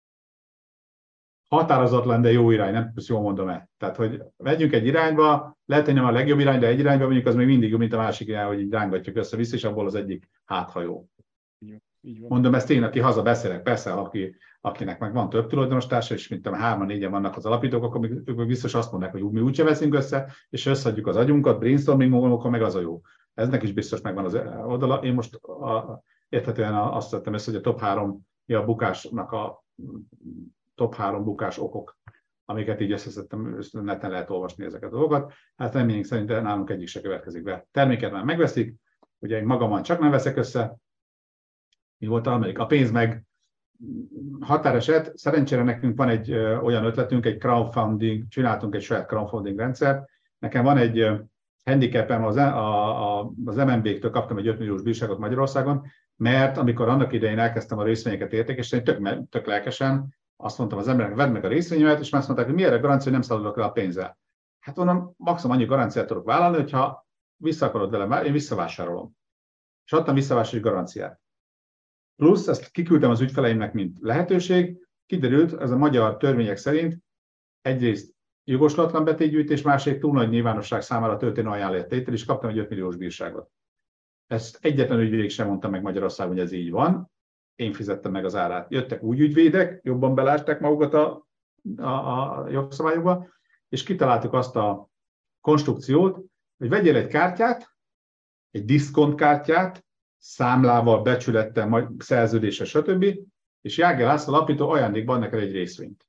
határozatlan, de jó irány, nem jól mondom-e. Tehát, hogy megyünk egy irányba, lehet, hogy nem a legjobb irány, de egy irányba mondjuk az még mindig jobb, mint a másik irány, hogy így rángatjuk össze-vissza, és abból az egyik háthajó. Mondom ezt én, aki haza beszélek, persze, aki, akinek meg van több tulajdonos társa, és mint tudom, hárman, négyen vannak az alapítók, akkor ők biztos azt mondják, hogy mi úgyse veszünk össze, és összeadjuk az agyunkat, brainstorming, meg az a jó. Eznek is biztos megvan az oldala. Én most a, érthetően azt tettem össze, hogy a top három, a bukásnak a top három bukás okok, amiket így összeszedtem, neten lehet olvasni ezeket a dolgokat. Hát reményünk szerint nálunk egyik se következik be. Terméket már megveszik, ugye én magamon csak nem veszek össze. Mi volt a a pénz meg határeset. Szerencsére nekünk van egy ö, olyan ötletünk, egy crowdfunding, csináltunk egy saját crowdfunding rendszert. Nekem van egy ö, handicapem, az, a, a, az em en bé-től kaptam egy öt milliós bírságot Magyarországon, mert amikor annak idején elkezdtem a részvényeket értékesíteni, tök, tök lelkesen azt mondtam az embereknek, vedd meg a részvényemet, és azt mondták, hogy miért garancia, hogy nem szaladok le a pénzzel. Hát onnan maximum annyi garanciát tudok vállalni, hogyha vissza akarod velem, én visszavásárolom. És adtam visszavásárolni garanciát. Plusz ezt kiküldtem az ügyfeleimnek, mint lehetőség, kiderült, ez a magyar törvények szerint egyrészt jogoslatlan betétgyűjtés, másrészt túl nagy nyilvánosság számára történő ajánlattétel, és kaptam egy öt milliós bírságot. Ezt egyetlen ügyvéd sem mondta meg Magyarországon, hogy ez így van. Én fizettem meg az árát. Jöttek úgy ügyvédek, jobban belásták magukat a, a, a jogszabályokba, és kitaláltuk azt a konstrukciót, hogy vegyél egy kártyát, egy diszkontkártyát, számlával, becsülettel, majd szerződéssel, stb. És Jáger László alapító ajándékban neked egy részvényt.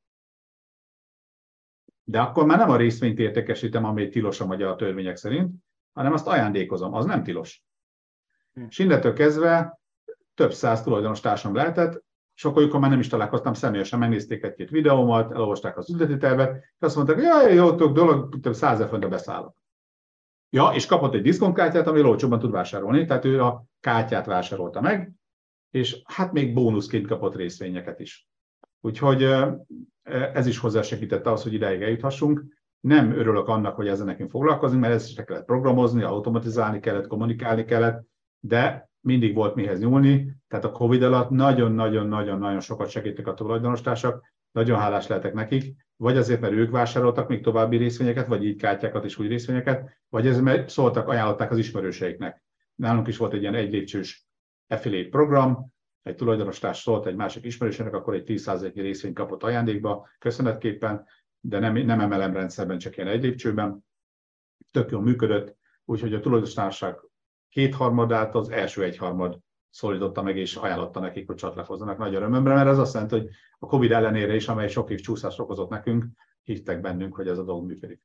De akkor már nem a részvényt értékesítem, ami tilos a magyar törvények szerint, hanem azt ajándékozom. Az nem tilos. És innentől kezdve több száz tulajdonos társam lehetett, sokkal már nem is találkoztam személyesen, megnézték egy-két videómat, elolvasták az üzleti tervet, és azt mondták, hogy jaj, jó, tök dolog, több százezer forintra beszállok. Ja, és kapott egy diszkontkártyát, ami olcsóbban tud vásárolni, tehát ő a kártyát vásárolta meg, és hát még bónuszként kapott részvényeket is. Úgyhogy ez is hozzásegített ahhoz, hogy ideig eljuthassunk. Nem örülök annak, hogy ezzel nekünk foglalkozunk, mert ezt is kellett programozni, automatizálni kellett, kommunikálni kellett, de mindig volt mihez nyúlni. Tehát a Covid alatt nagyon-nagyon-nagyon-nagyon sokat segítettek a tulajdonostársak, nagyon hálás lehetek nekik, vagy azért, mert ők vásároltak még további részvényeket, vagy így kártyákat és új részvényeket, vagy ezért, mert szóltak, ajánlották az ismerőseiknek. Nálunk is volt egy ilyen egy lépcsős affiliate program, egy tulajdonostárs szólt egy másik ismerősének, akkor egy tíz százaléknyi részvényt kapott ajándékba, köszönetképpen, de nem, nem em el em rendszerben, csak ilyen egy lépcsőben. Tök jól működött, úgyhogy a tulajdonostársság kétharmadát az első egyharmad szólította meg, és ajánlotta nekik, hogy csatlakozzanak nagy örömömre, mert ez azt jelenti, hogy a Covid ellenére is, amely sok év csúszást okozott nekünk, hittek bennünk, hogy ez a dolog működik.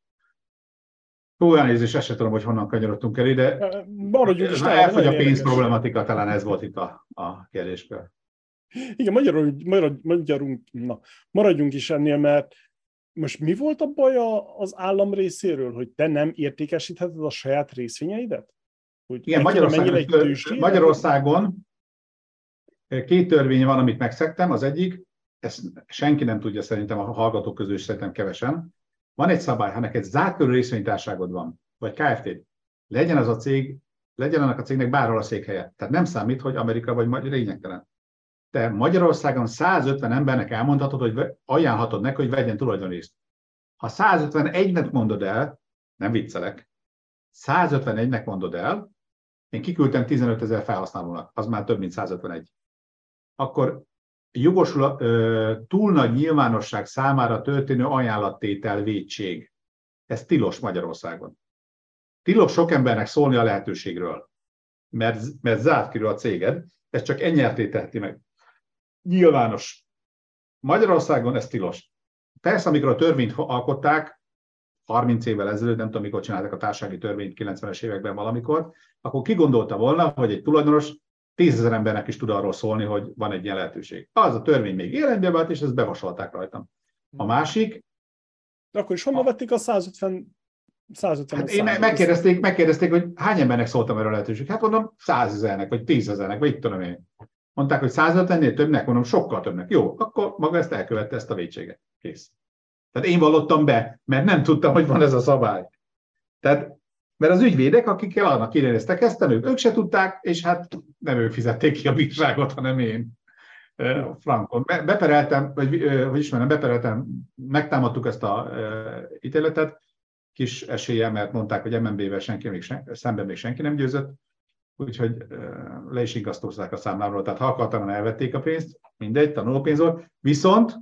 Ó, elnézést, ezt sem tudom, hogy honnan kanyarodtunk el ide. Maradjunk is. Elfogy a pénz problematika, talán ez volt itt a, a kérdéskör. Igen, magyarul, marad, magyarunk, na, maradjunk is ennél, mert most mi volt a baj az állam részéről, hogy te nem értékesítheted a saját részvényeidet? Hogy igen, Magyarországon, Magyarországon két törvény van, amit megszegtem. Az egyik, ezt senki nem tudja szerintem, a hallgatók közül is szerintem kevesen. Van egy szabály, ha neked zárt körű részvénytárságod van, vagy ká ef té, legyen az a cég, legyen annak a cégnek bárhol a székhelye. Tehát nem számít, hogy Amerika vagy lényegtelen. Te Magyarországon százötven embernek elmondhatod, hogy ajánlhatod neki, hogy vegyen tulajdonrészt. Ha százötvenegynek mondod el, nem viccelek, százötvenegynek mondod el, én kiküldtem tizenötezer felhasználónak, az már több, mint százötvenegy. Akkor jogosul túl nagy nyilvánosság számára történő ajánlattétel vétség. Ez tilos Magyarországon. Tilos sok embernek szólni a lehetőségről, mert, mert zárt körül a céged, ez csak en er té teheti meg. Nyilvános. Magyarországon ez tilos. Persze, amikor a törvényt alkották, harminc évvel ezelőtt, nem tudom, mikor csinálták a társasági törvényt, kilencvenes években valamikor, akkor ki gondolta volna, hogy egy tulajdonos tízezer embernek is tud arról szólni, hogy van egy ilyen lehetőség. Az a törvény még életbe vált, és ezt bevasolták rajtam. A másik... De akkor is honnan vették a százötven... százötven Hát én megkérdezték, megkérdezték, hogy hány embernek szóltam erről a lehetőség. Hát mondom, százezernek, vagy tízezernek, vagy itt tudom én. Mondták, hogy százötvennél többnek, mondom, sokkal többnek. Jó, akkor maga ezt elkövette, ezt a vétséget. Kész. Tehát én vallottam be, mert nem tudtam, hogy van ez a szabály. Tehát, mert az ügyvédek, akikkel annak idején ezt kezdtem, ők, ők se tudták, és hát nem ők fizették ki a bírságot, hanem én. Frankon. Be, bepereltem, vagy hogy ismerem, bepereltem, megtámadtuk ezt a e, ítéletet, kis eséllyel, mert mondták, hogy em en bé-vel senki még sen, szemben még senki nem győzött, úgyhogy e, le is igaztózták a számlámról, tehát ha akartam, elvették a pénzt, mindegy, tanulópénz volt, viszont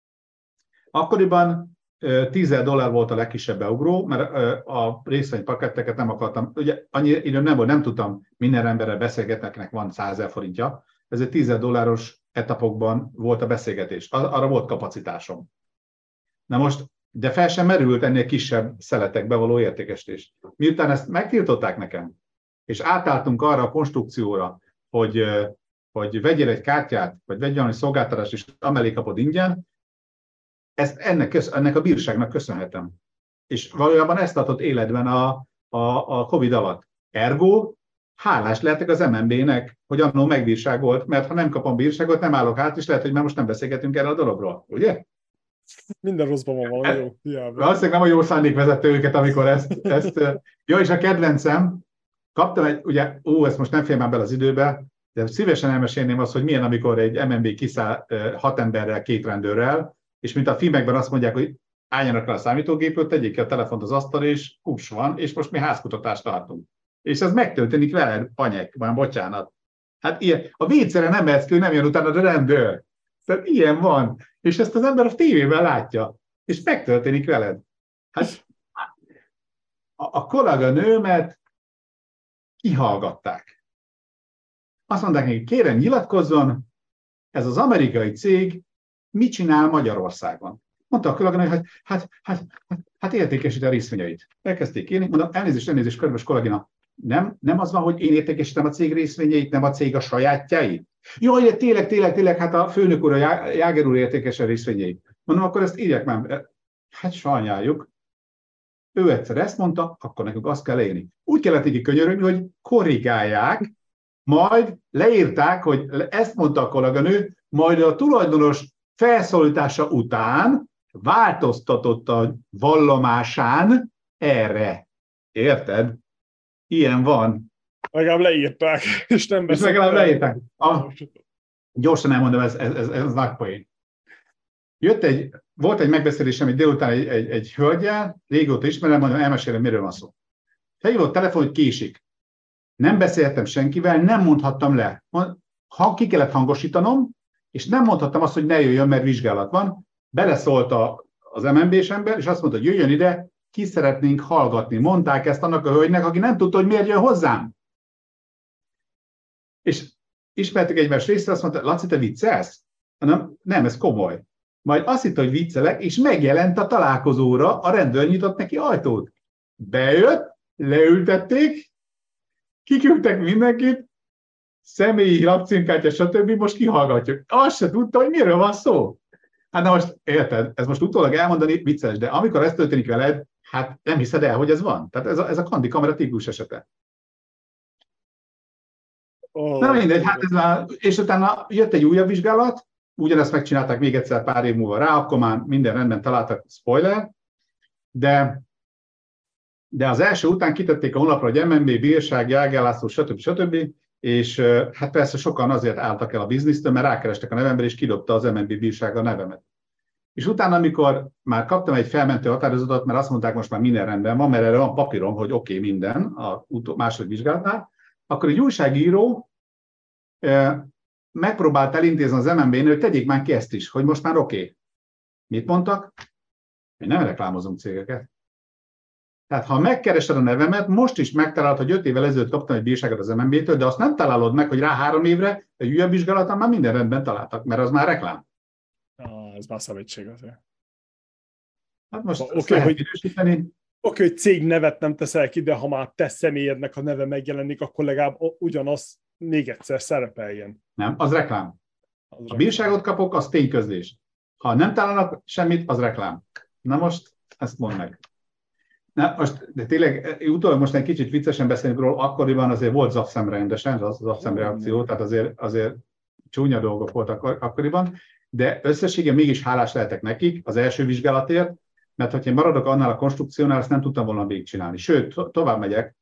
akkoriban tíz dollár volt a legkisebb beugró, mert a részvénypaketteket nem akartam, ugye annyi időm nem volt, nem tudtam minden emberrel beszélgetni, akinek van százezer forintja, ezért tíz dolláros etapokban volt a beszélgetés, arra volt kapacitásom. Na most, de fel sem merült ennél kisebb szeletekbe való értékesítés. Miután ezt megtiltották nekem, és átálltunk arra a konstrukcióra, hogy, hogy vegyél egy kártyát, vagy vegyél valami szolgáltatást, és amellé kapod ingyen, ezt ennek, ennek a bírságnak köszönhetem. És valójában ezt tartott életben a, a, a Covid alatt. Ergo, hálás lehetek az em en bé-nek, hogy annól megbírságolt, mert ha nem kapom bírságot, nem állok át, és lehet, hogy már most nem beszélgetünk erről a dologról, ugye? Minden rosszban van valami jó. Valószínűleg nem a jó szándék vezette őket, amikor ezt... ezt jó, és a kedvencem, kaptam egy, ugye, ó, ezt most nem fél már bele az időbe, de szívesen elmesélném azt, hogy milyen, amikor egy em en bé kiszáll hat emberrel, két rendőrrel, és mint a filmekben azt mondják, hogy álljanak le a számítógépről, tegyék ki a telefont az asztalra, és hús van, és most mi házkutatást tartunk. És ez megtörténik veled, anyek, már bocsánat. Hát ilyen, a vécére nem mehetsz ki, nem jön utána a rendőr. Tehát ilyen van. És ezt az ember a tévében látja, és megtörténik veled. Hát a, a kolléganőmet kihallgatták. Azt mondták neki, kérem nyilatkozzon, ez az amerikai cég mit csinál Magyarországon? Mondta a kolléganő, hogy hát, hát, hát, hát értékesíti a részvényeit. Elkezdték írni, mondom, elnézést, elnézést, kedves kollégina, Nem, nem az van, hogy én értékesítem a cég részvényeit, nem a cég a sajátjait? Jaj, tényleg, tényleg, tényleg, hát a főnök úr, a Jáger úr értékes a részvényeit. Mondom, akkor ezt írják már. Hát sajnáljuk. Ő egyszer ezt mondta, akkor nekünk azt kell élni. Úgy kellett neki könyörögni, hogy korrigálják, majd leírták, hogy ezt mondta a kolléganő, majd a tulajdonos felszólítása után változtatott a vallomásán erre. Érted? Ilyen van. Legalább leírták, és nem beszéltek. És legalább leírták. A, gyorsan elmondom, ez, ez, ez, ez nagy poén. Jött egy, volt egy megbeszélésem egy délután egy, egy, egy hölgyel, régóta ismerem, mondom, elmesélem, miről van szó. Felhívott telefon, hogy késik. Nem beszéltem senkivel, nem mondhattam le. Ha ki kellett hangosítanom, és nem mondhattam azt, hogy ne jöjjön, mert vizsgálat van. Beleszólt a, az em en bé-s ember, és azt mondta, hogy jöjjön ide, ki szeretnénk hallgatni. Mondták ezt annak a hölgynek, aki nem tudta, hogy miért jön hozzám. És ismertük egymás részre, azt mondta, Laci, te viccelsz? Nem, nem, ez komoly. Majd azt hitt, hogy viccelek, és megjelent a találkozóra, a rendőr nyitott neki ajtót. Bejött, leültették, kiküldtek mindenkit, személyi lapcímkártya, stb. Most kihallgatjuk. Azt se tudta, hogy miről van szó. Hát na most, érted, ez most utólag elmondani vicces, de amikor ez történik veled, hát nem hiszed el, hogy ez van. Tehát ez a, ez a Kandi kamera tipikus esete. Oh, na mindegy, hát ez már, és utána jött egy újabb vizsgálat, ugyanezt megcsinálták még egyszer pár év múlva rá, akkor már minden rendben találtak, spoiler, de, de az első után kitették a honlapra, hogy em en bé, bírság, Jáger László, stb. stb. És hát persze sokan azért álltak el a biznisztől, mert rákerestek a nevembe, és kidobta az em en bé bírság a nevemet. És utána, amikor már kaptam egy felmentő határozatot, mert azt mondták, most már minden rendben van, mert erre van papírom, hogy oké, okay, minden a második vizsgálatnál, akkor egy újságíró eh, megpróbált elintézni az em en bé-nél, hogy tegyék már ki ezt is, hogy most már oké. Okay. Mit mondtak? Mi nem reklámozunk cégeket. Tehát ha megkeresed a nevemet, most is megtalálod, hogy öt évvel ezelőtt kaptam egy bírságot az em en bé-től, de azt nem találod meg, hogy rá három évre egy újabb vizsgálatán már minden rendben találtak, mert az már reklám. Ah, ez már szabadság azért. Hát most oké, okay, hogy, oké, hogy cég nevet nem teszel ki, de ha már te személyednek a neve megjelenik, akkor legalább ugyanaz még egyszer szerepeljen. Nem, az reklám. Az a bírságot kapok, az tényközlés. Ha nem találnak semmit, az reklám. Na most ezt mondd meg. Na most, de tényleg, utólag most egy kicsit viccesen beszélünk róla, akkoriban azért volt zapszem rendesen, az zapszem reakció, tehát azért, azért csúnya dolgok voltak akkoriban, de összességében mégis hálás lehetek nekik az első vizsgálatért, mert hogyha én maradok annál a konstrukciónál, ezt nem tudtam volna végigcsinálni. Sőt, to- tovább megyek,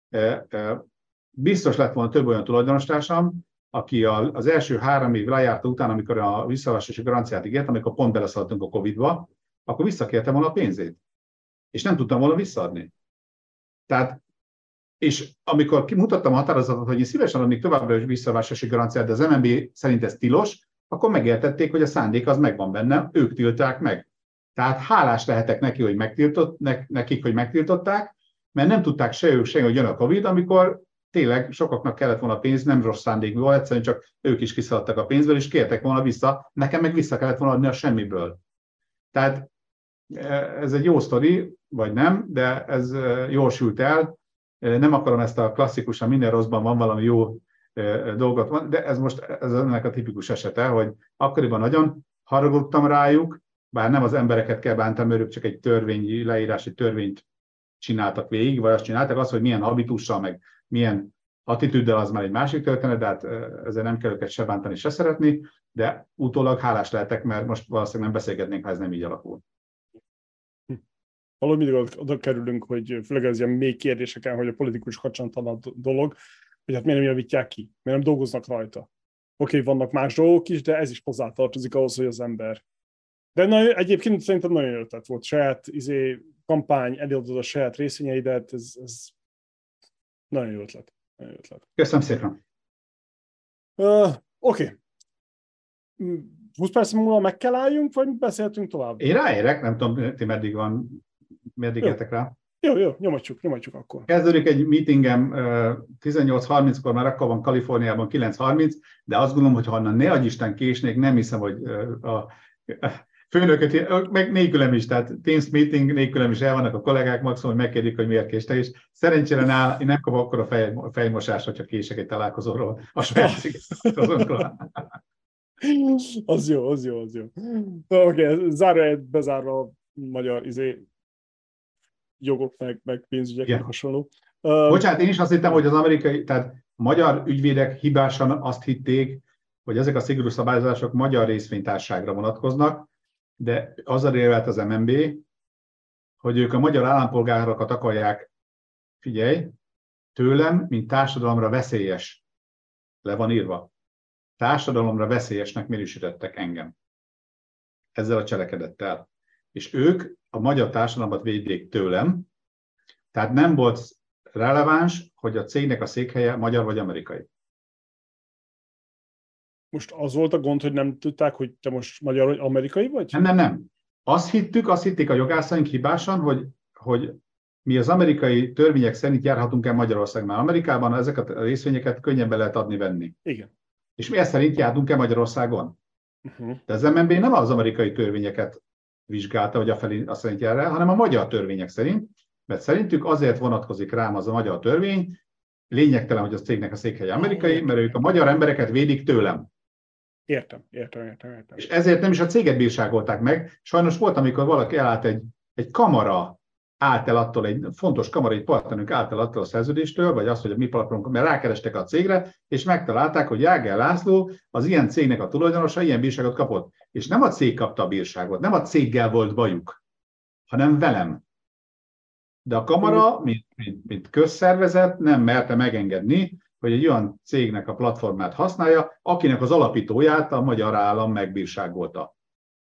biztos lett volna több olyan tulajdonostársam, aki az első három év lejárta után, amikor a visszavásási garanciát ígért, amikor pont beleszaladtunk a Covidba, akkor visszakértem volna a pénzét. És nem tudtam volna visszaadni. Tehát, és amikor kimutattam a határozatot, hogy én szívesen adnék továbbra is visszavásási garanciát, de az em en bé szerint ez tilos, akkor megértették, hogy a szándék az megvan bennem, ők tilták meg. Tehát hálás lehetek neki, hogy megtiltott, nekik, hogy megtiltották, mert nem tudták se ők, se, hogy jön a Covid, amikor tényleg sokaknak kellett volna pénz, nem rossz szándékból, egyszerűen csak ők is kiszaladtak a pénzből, és kértek volna vissza, nekem meg vissza kellett volna adni a semmiből. Tehát ez egy jó sztori, vagy nem, de ez jól sült el. Nem akarom ezt a klasszikusan minden rosszban van valami jó dolgot van, de ez most ez ennek a tipikus esete, hogy akkoriban nagyon haragudtam rájuk, bár nem az embereket kell bántani, mert ők csak egy törvényi leírás, egy törvényt csináltak végig, vagy azt csináltak, az, hogy milyen habitussal, meg milyen attitűddel, az már egy másik történet, de hát ezzel nem kell őket se bántani, se szeretni, de utólag hálás lehetek, mert most valószínűleg nem beszélgetnénk, ha ez nem így alakul. Valahogy mindig oda kerülünk, hogy főleg az ilyen mély kérdéseken, hogy a politikus kacsantalan dolog, hogy hát miért nem javítják ki, miért nem dolgoznak rajta. Oké, okay, vannak más dolgok is, de ez is hozzátartozik ahhoz, hogy az ember. De na, egyébként szerintem nagyon jó ötlet volt. Saját izé, kampány, eladod a saját részvényeidet, ez, ez nagyon jó ötlet. Nagyon jó ötlet. Köszönöm szépen. Uh, Oké. Okay. húsz perc múlva meg kell álljunk, vagy beszéltünk tovább? Én ráérek, nem tudom, ti meddig van, meddig értek rá. Jó, jó, nyomatjuk, nyomatjuk akkor. Kezdődik egy meetingem tizennyolc harminckor, már akkor van Kaliforniában kilenc harminc, de azt gondolom, hogy ha onnan ne adj Isten késnék, nem hiszem, hogy a, főnököt, meg nélkülem is, tehát Teams meeting nélkülem is el vannak a kollégák, maximum, hogy megkérdik, hogy miért késtek, és szerencsére nál, én nem kapok akkor a fej, fejmosás, hogyha kések egy találkozóról a saját cégekről. Az jó, az jó, az jó. Oké, okay, zárva, bezárva a magyar izé, jogok, meg, meg pénzügyek, meg hasonló. Bocsánat, én is azt hittem, hogy az amerikai, tehát magyar ügyvédek hibásan azt hitték, hogy ezek a szigorú szabályozások magyar részvénytársaságra vonatkoznak, de azzal érvelt az em en bé, hogy ők a magyar állampolgárokat akarják, figyelj, tőlem, mint társadalomra veszélyes, le van írva, társadalomra veszélyesnek minősítettek engem ezzel a cselekedettel. És ők a magyar társadalmat védték tőlem, tehát nem volt releváns, hogy a cégnek a székhelye magyar vagy amerikai. Most az volt a gond, hogy nem tudták, hogy te most magyar vagy amerikai vagy? Nem, nem, nem. Azt hittük, azt hitték a jogászaink hibásan, hogy, hogy mi az amerikai törvények szerint járhatunk el Magyarországnál. Amerikában ezeket a részvényeket könnyebben lehet adni-venni. Igen. És mi ezt szerint jártunk el Magyarországon. Uh-huh. De az em en bé nem az amerikai törvényeket vizsgálta, hogy afelé azt szerint jár el, hanem a magyar törvények szerint, mert szerintük azért vonatkozik rám az a magyar törvény, lényegtelen, hogy a cégnek a székhelye amerikai, mert ők a magyar embereket védik tőlem. Értem, értem, értem, értem. És ezért nem is a céget bírságolták meg. Sajnos volt, amikor valaki elállt egy, egy kamara, állt el attól, egy fontos kamara, egy partnerünk állt el attól a szerződéstől, vagy azt, hogy a mi platformunk, mert rákerestek a cégre, és megtalálták, hogy Jáger László az ilyen cégnek a tulajdonosa ilyen bírságot kapott. És nem a cég kapta a bírságot, nem a céggel volt bajuk, hanem velem. De a kamara, mint, mint, mint közszervezet nem merte megengedni, hogy egy olyan cégnek a platformát használja, akinek az alapítóját a magyar állam megbírságolta.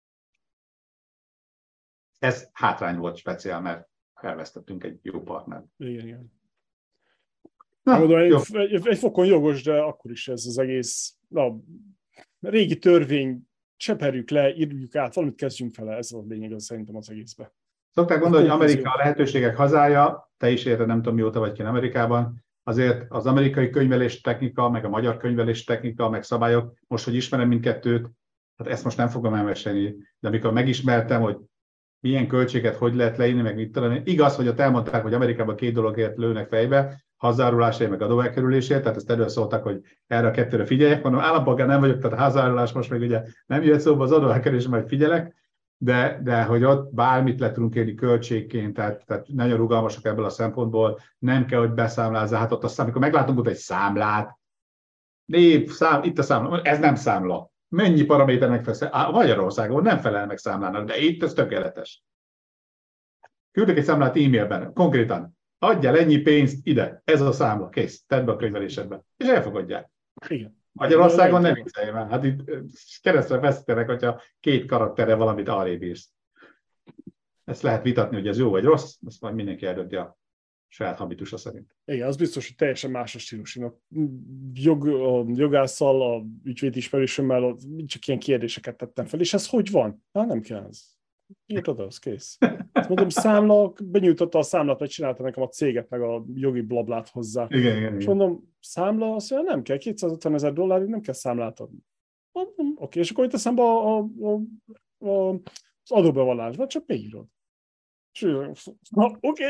Ez hátrány volt speciál, mert elvesztettünk egy jó partnert. Igen, igen. Na, Mondom, egy, egy, egy fokon jogos, de akkor is ez az egész na, régi törvény, cseperjük le, írjuk át, valamit kezdjünk vele, ez a lényeg az szerintem az egészben. Szokták gondolni, hogy Amerika a lehetőségek hazája, te is érted, nem tudom mióta vagy ki Amerikában, azért az amerikai könyvelés technika, meg a magyar könyvelés technika, meg szabályok, most, hogy ismerem mindkettőt, hát ezt most nem fogom elmesélni, de amikor megismertem, hogy milyen költséget hogy lehet leírni, meg mit tudom, igaz, hogy ott elmondták, hogy Amerikában két dologért lőnek fejbe, hazárulásért, meg adóelkerülésért, tehát ezt erről szóltak, hogy erre a kettőre figyeljek. Mondom, állampolgár nem vagyok, tehát a hazárulás most még ugye nem jött szóba, az adóelkerülés, majd figyelek, de, de hogy ott bármit le tudunk érni költségként, tehát, tehát nagyon rugalmasak ebből a szempontból, nem kell, hogy beszámlázzál. Hát ott aztán, amikor meglátunk ott egy számlát, név, szám, itt a számla, ez nem számla. Mennyi paraméternek felel? Magyarországon nem felel meg számlának, de itt ez tökéletes. Küldök egy számlát e-mailben, konkrétan. Adjál ennyi pénzt ide, ez a számla, kész, tedd be a könyvelésedbe. És elfogadják. Igen. Magyarországon nem viccelj már. Hát itt keresztre veszítenek, hogyha két karakterre valamit arrébb írsz. Ezt lehet vitatni, hogy ez jó vagy rossz, ezt majd mindenki eldönti a saját habitusa szerint. Igen, az biztos, hogy teljesen más a stílus. A, jog, a jogásszal, a ügyvédismerősömmel csak ilyen kérdéseket tettem fel, és ez hogy van? Hát nem kell ez. Írtad, az kész. Azt mondom, számla, benyújtotta a számlát, vagy csinálta nekem a céget, meg a jogi blablát hozzá. Igen, igen, és igen. mondom, számla, azt mondja, nem kell, kétszázötven ezer dollárig nem kell számlát adni. Mondom, oké, és akkor itt eszembe a, a, a, a, az adóbevallásban, csak beírod. És oké.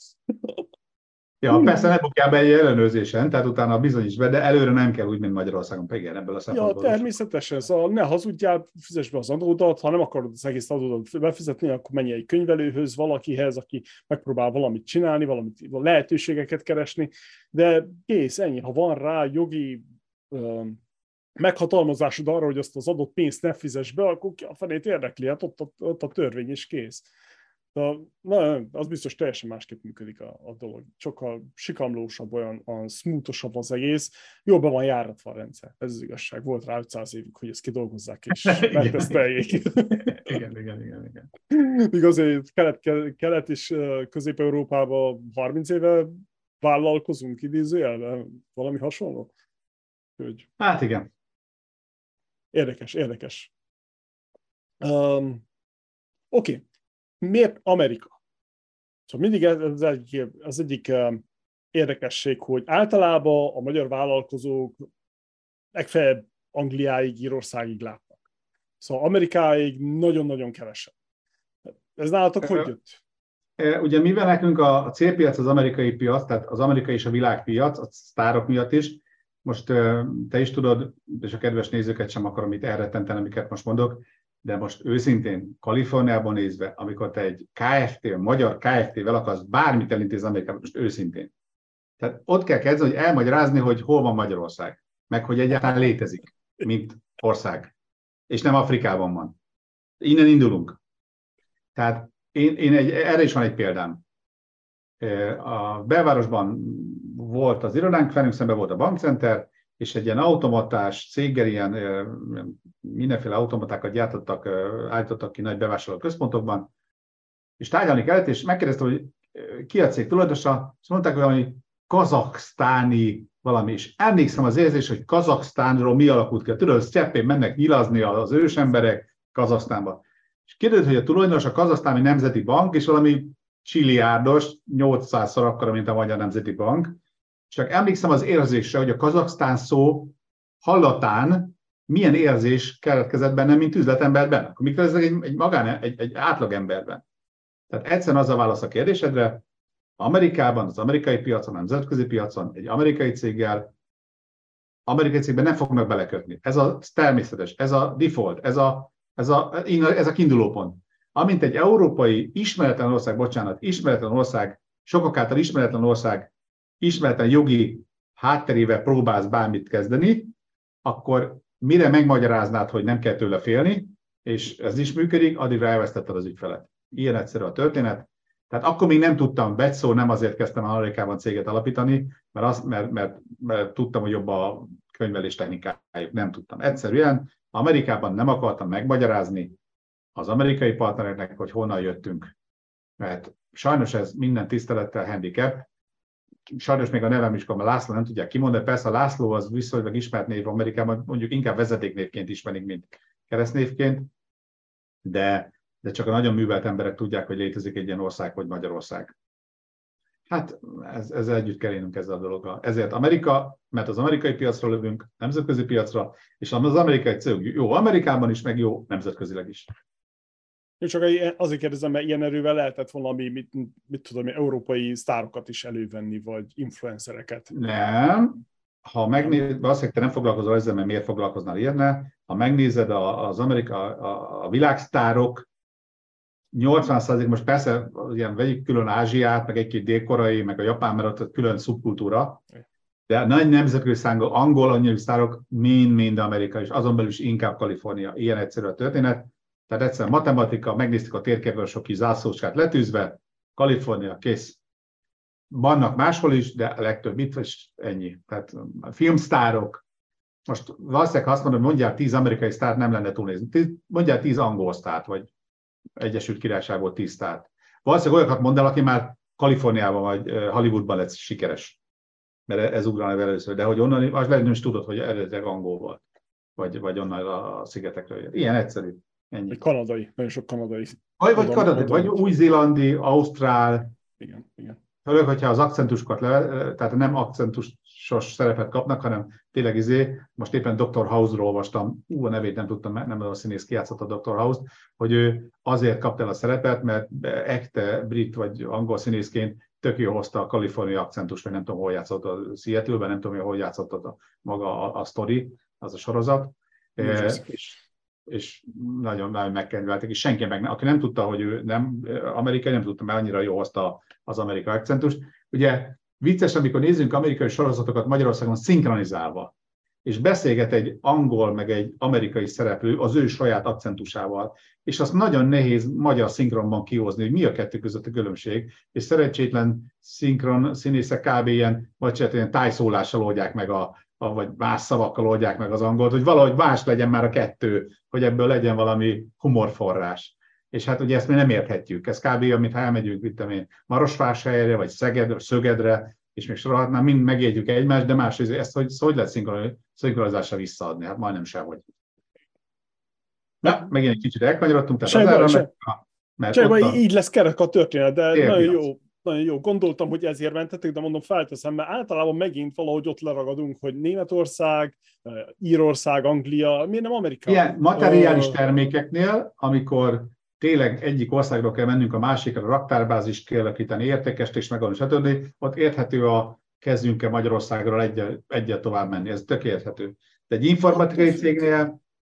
Ja, persze ne bukjál be egy ellenőrzésen, tehát utána bizonyíts be, de előre nem kell úgy, mint Magyarországon, igen, ebből a szempontból. Ja, természetesen, szóval ne hazudjál, fizess be az adódat, ha nem akarod az egész adódat befizetni, akkor menj egy könyvelőhöz, valakihez, aki megpróbál valamit csinálni, valamit, lehetőségeket keresni, de kész, ennyi. Ha van rá jogi um, meghatalmazásod arra, hogy azt az adott pénzt ne fizess be, akkor ki a fenét érdekli, hát ott, ott, ott a törvény is kész. De, na, az biztos teljesen másképp működik a, a dolog. Sokkal sikamlósabb, olyan, olyan smoothosabb az egész. Jobban van járatva a rendszer. Ez az igazság. Volt rá ötszáz évig, hogy ezt kidolgozzák, és megteszteljék. Igen, igen, igen, igen. Míg azért kelet, kelet és Közép-Európában harminc éve vállalkozunk idézőjelben, valami hasonló? Hogy... Hát igen. Érdekes, érdekes. Um, Oké. Okay. Miért Amerika? Szóval mindig ez az egyik, az egyik érdekesség, hogy általában a magyar vállalkozók legfeljebb Angliáig, Írországig látnak. Szóval Amerikáig nagyon-nagyon kevesen. Ez nálatok hogy jött? Ugye mivel nekünk a célpiac az amerikai piac, tehát az amerikai és a világpiac, a sztárok miatt is, most te is tudod, és a kedves nézőket sem akarom itt elrettenteni, amiket most mondok, de most őszintén Kaliforniában nézve, amikor te egy Kft., magyar Kft-vel akarsz bármit elintézni Amerikában, most őszintén. Tehát ott kell kezdeni, hogy elmagyarázni, hogy hol van Magyarország, meg hogy egyáltalán létezik, mint ország. És nem Afrikában van. Innen indulunk. Tehát én, én egy, erre is van egy példám. A belvárosban volt az irodánk, velünk szemben volt a bankcenter, és egy ilyen automatás céggel ilyen mindenféle automatákat gyártottak, állítottak ki nagy bevásárló központokban, és tárgyalni kellett, és megkérdeztem, hogy ki a cég tulajdonosa, és mondták, hogy valami kazaksztáni valami, és emlékszem az érzés, hogy Kazaksztánról mi alakult ki. Tudod, cseppén mennek nyilazni az ősemberek Kazaksztánba. És kérdezett, hogy a tulajdonos a Kazahsztáni Nemzeti Bank, és valami csiliárdos, nyolcszázszor akkora, mint a Magyar Nemzeti Bank. Csak emlékszem az érzésre, hogy a Kazaksztán szó hallatán milyen érzés keletkezett bennem, mint üzletemberben, amikor ez egy, egy magán, egy, egy átlagemberben. Tehát egyszerűen az a válasz a kérdésedre, Amerikában, az amerikai piacon, a nemzetközi piacon, egy amerikai céggel, amerikai cégben nem fognak belekötni. Ez a természetes, ez a default, ez a, ez a, ez a kiinduló pont. Amint egy európai ismeretlen ország, bocsánat, ismeretlen ország, sokak által ismeretlen ország, ismeretlen jogi hátterével próbálsz bármit kezdeni, akkor mire megmagyaráznád, hogy nem kell tőle félni, és ez is működik, addigra elvesztetted az ügyfelet. Ilyen egyszerű a történet. Tehát akkor még nem tudtam, Betszó, nem azért kezdtem Amerikában céget alapítani, mert, azt, mert, mert, mert tudtam, hogy jobb a könyvelés technikájuk. Nem tudtam. Egyszerűen Amerikában nem akartam megmagyarázni az amerikai partnereknek, hogy honnan jöttünk. Mert sajnos ez minden tisztelettel handicap. Sajnos még a nevem is, mert László nem tudják kimondani. Persze a László az viszonylag ismert név Amerikában, mondjuk inkább vezetéknévként ismerik, mint keresztnévként, de de csak a nagyon művelt emberek tudják, hogy létezik egy ilyen ország, hogy Magyarország. Hát ez, ezzel együtt kell élnünk ezzel a dologgal. Ezért Amerika, mert az amerikai piacra lövünk, nemzetközi piacra, és az amerikai cég jó Amerikában is, meg jó nemzetközileg is. Én csak azért kérdezem, mert ilyen erővel lehetett valami, mit, mit tudom, európai sztárokat is elővenni, vagy influencereket. Nem. Ha megnézed, azt te nem foglalkozol ezzel, mert miért foglalkoznál ilyenne, ha megnézed az Amerika, a, a világsztárok, nyolcvan százalék, most persze ilyen vegyük külön Ázsiát, meg egy-két dél-koreai, meg a japán, mert ott külön szubkultúra, de a nagy nemzetközi szángol, angol anyanyelvű sztárok mind-mind Amerika, és azon belül is inkább Kalifornia. Ilyen egyszerű a történet. Tehát egyszerűen matematika, megnéztük a térképről sok kis zászlócskát letűzve, Kalifornia, kész. Vannak máshol is, de a legtöbb itt, és ennyi. Tehát a filmsztárok, most valószínűleg, ha azt mondom, hogy mondják tíz amerikai sztárt, nem lenne túlnézni. Mondják tíz angol sztárt, vagy Egyesült Királyságból tíz sztárt. Valószínűleg olyakat mond el, aki már Kaliforniában vagy Hollywoodban lett sikeres. Mert ez ugrana először. De hogy onnan, az nem is tudod, hogy eredetileg angol volt. Vagy, vagy onnan a szigetekről jött. Ilyen egyszerű. Ennyi. Egy kanadai, nagyon sok kanadai. Vagy, vagy kanadai, vagy új-zélandi, ausztrál. Igen, igen. Főleg, hogyha az akcentusokat le, tehát nem akcentusos szerepet kapnak, hanem tényleg izé, most éppen doktor House-ról olvastam, ú, a nevét nem tudtam, nem az a színész kijátszott a doktor House-t, hogy ő azért kapta el a szerepet, mert ekte brit vagy angol színészként tök jó hozta a kaliforniai akcentus, vagy nem tudom, hol játszott a Seattle-ben, nem tudom, hol játszott a maga a, a sztori, az a sorozat. E, és, és nagyon, nagyon megkedveltek, és senki meg, aki nem tudta, hogy ő nem amerikai, nem tudta, mert annyira jó hozta az amerikai akcentust. Ugye vicces, amikor nézzünk amerikai sorozatokat Magyarországon szinkronizálva, és beszélget egy angol, meg egy amerikai szereplő az ő saját akcentusával, és azt nagyon nehéz magyar szinkronban kihozni, hogy mi a kettő között a különbség, és szerencsétlen szinkron színészek kb. Ilyen, vagy csak ilyen tájszólással oldják meg, a, a, vagy más szavakkal oldják meg az angolt, hogy valahogy más legyen már a kettő, hogy ebből legyen valami humorforrás. És hát ugye ezt mi nem érthetjük. Ez kb. Amit ha elmegyünk, mit tudom én, Marosvásárhelyre, vagy Szegedre, Szögedre, és még sorolhatnám, mind megjegyük egymást, de más, ezt hogy, hogy lehet szinkronizásra visszaadni? Hát majdnem sehogy. Na, megint egy kicsit elkanyarodtunk, tehát az erre, mert, mert ott a... így lesz kerek a történet, de nagyon jó, nagyon jó. Gondoltam, hogy ezért mentetek, de mondom, felteszem, mert általában megint valahogy ott leragadunk, hogy Németország, Írország, Anglia, miért nem Amerika? Ilyen materiális termékeknél, amikor tényleg egyik országról kell mennünk a másikra, raktárbázist kialakítani, értékesítést megadni, stb. Ott érthető a kezdjünk-e Magyarországról egyet, egyet tovább menni. Ez tök érthető. De egy informatikai cégnél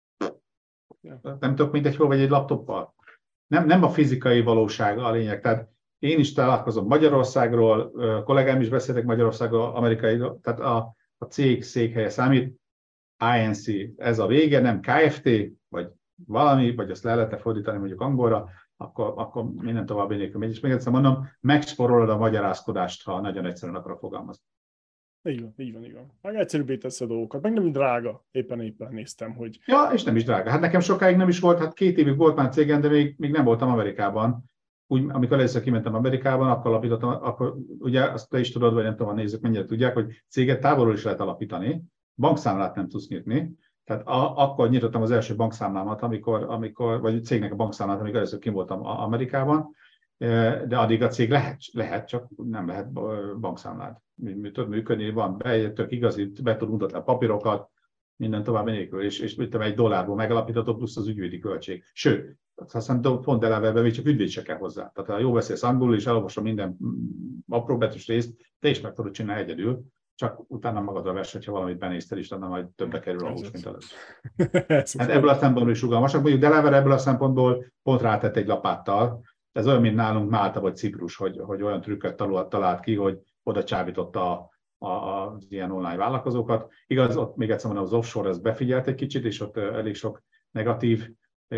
nem tudok, mint egy hol vagy egy laptoppal. Nem, nem a fizikai valóság a lényeg. Tehát én is találkozom Magyarországról, kollégám is beszéltek Magyarországról, amerikai, tehát a, a cég székhelye számít, I N C, ez a vége, nem K F T, vagy valami, vagy azt le lehet fordítani mondjuk angolra, akkor, akkor minden további nélkül megy. És még egyszer mondom, megsporolod a magyarázkodást, ha nagyon egyszerűen akarok fogalmazni. Így van, így van, így van. Meg egyszerűbbé tesz a dolgokat, meg nem drága, éppen éppen néztem, hogy... Ja, és nem is drága. Hát nekem sokáig nem is volt, hát két évig volt már cégem, de még, még nem voltam Amerikában. Úgy, amikor először kimentem Amerikában, akkor alapítottam, akkor ugye azt te is tudod, vagy nem tudom, a nézők mennyire tudják, hogy céget távolról is lehet alapítani, bankszámlát nem tudsz nyitni. Tehát a, akkor nyitottam az első bankszámlámat, amikor, amikor, vagy cégnek a bankszámlát, amikor először kim voltam Amerikában, de addig a cég lehet, lehet csak nem lehet bankszámlát. Mi tud működni, van be, tök igazi, be tud mutatni a papírokat, minden további nélkül, és, és mit tudom, egy dollárból megalapítható, plusz az ügyvédi költség. Sőt, aztán pont Delawareben még csak ügyvéd se kell hozzá. Tehát ha jó beszélsz angolul, és elolvasom minden apró betűs részt, te is meg tudod csinálni egyedül, csak utána magadra vesz, hogyha valamit benéztél is, annál majd többe kerül a hús, mint előtt. Hát ebből a szempontból is rugalmasak. Mondjuk Delaware ebből a szempontból pont rátett egy lapáttal. Ez olyan, mint nálunk Málta vagy Ciprus, hogy, hogy olyan trükköt talált ki, hogy oda csábította a, a, az ilyen online vállalkozókat. Igaz, ott még egyszer mondom, az offshore ez befigyelt egy kicsit, és ott elég sok negatív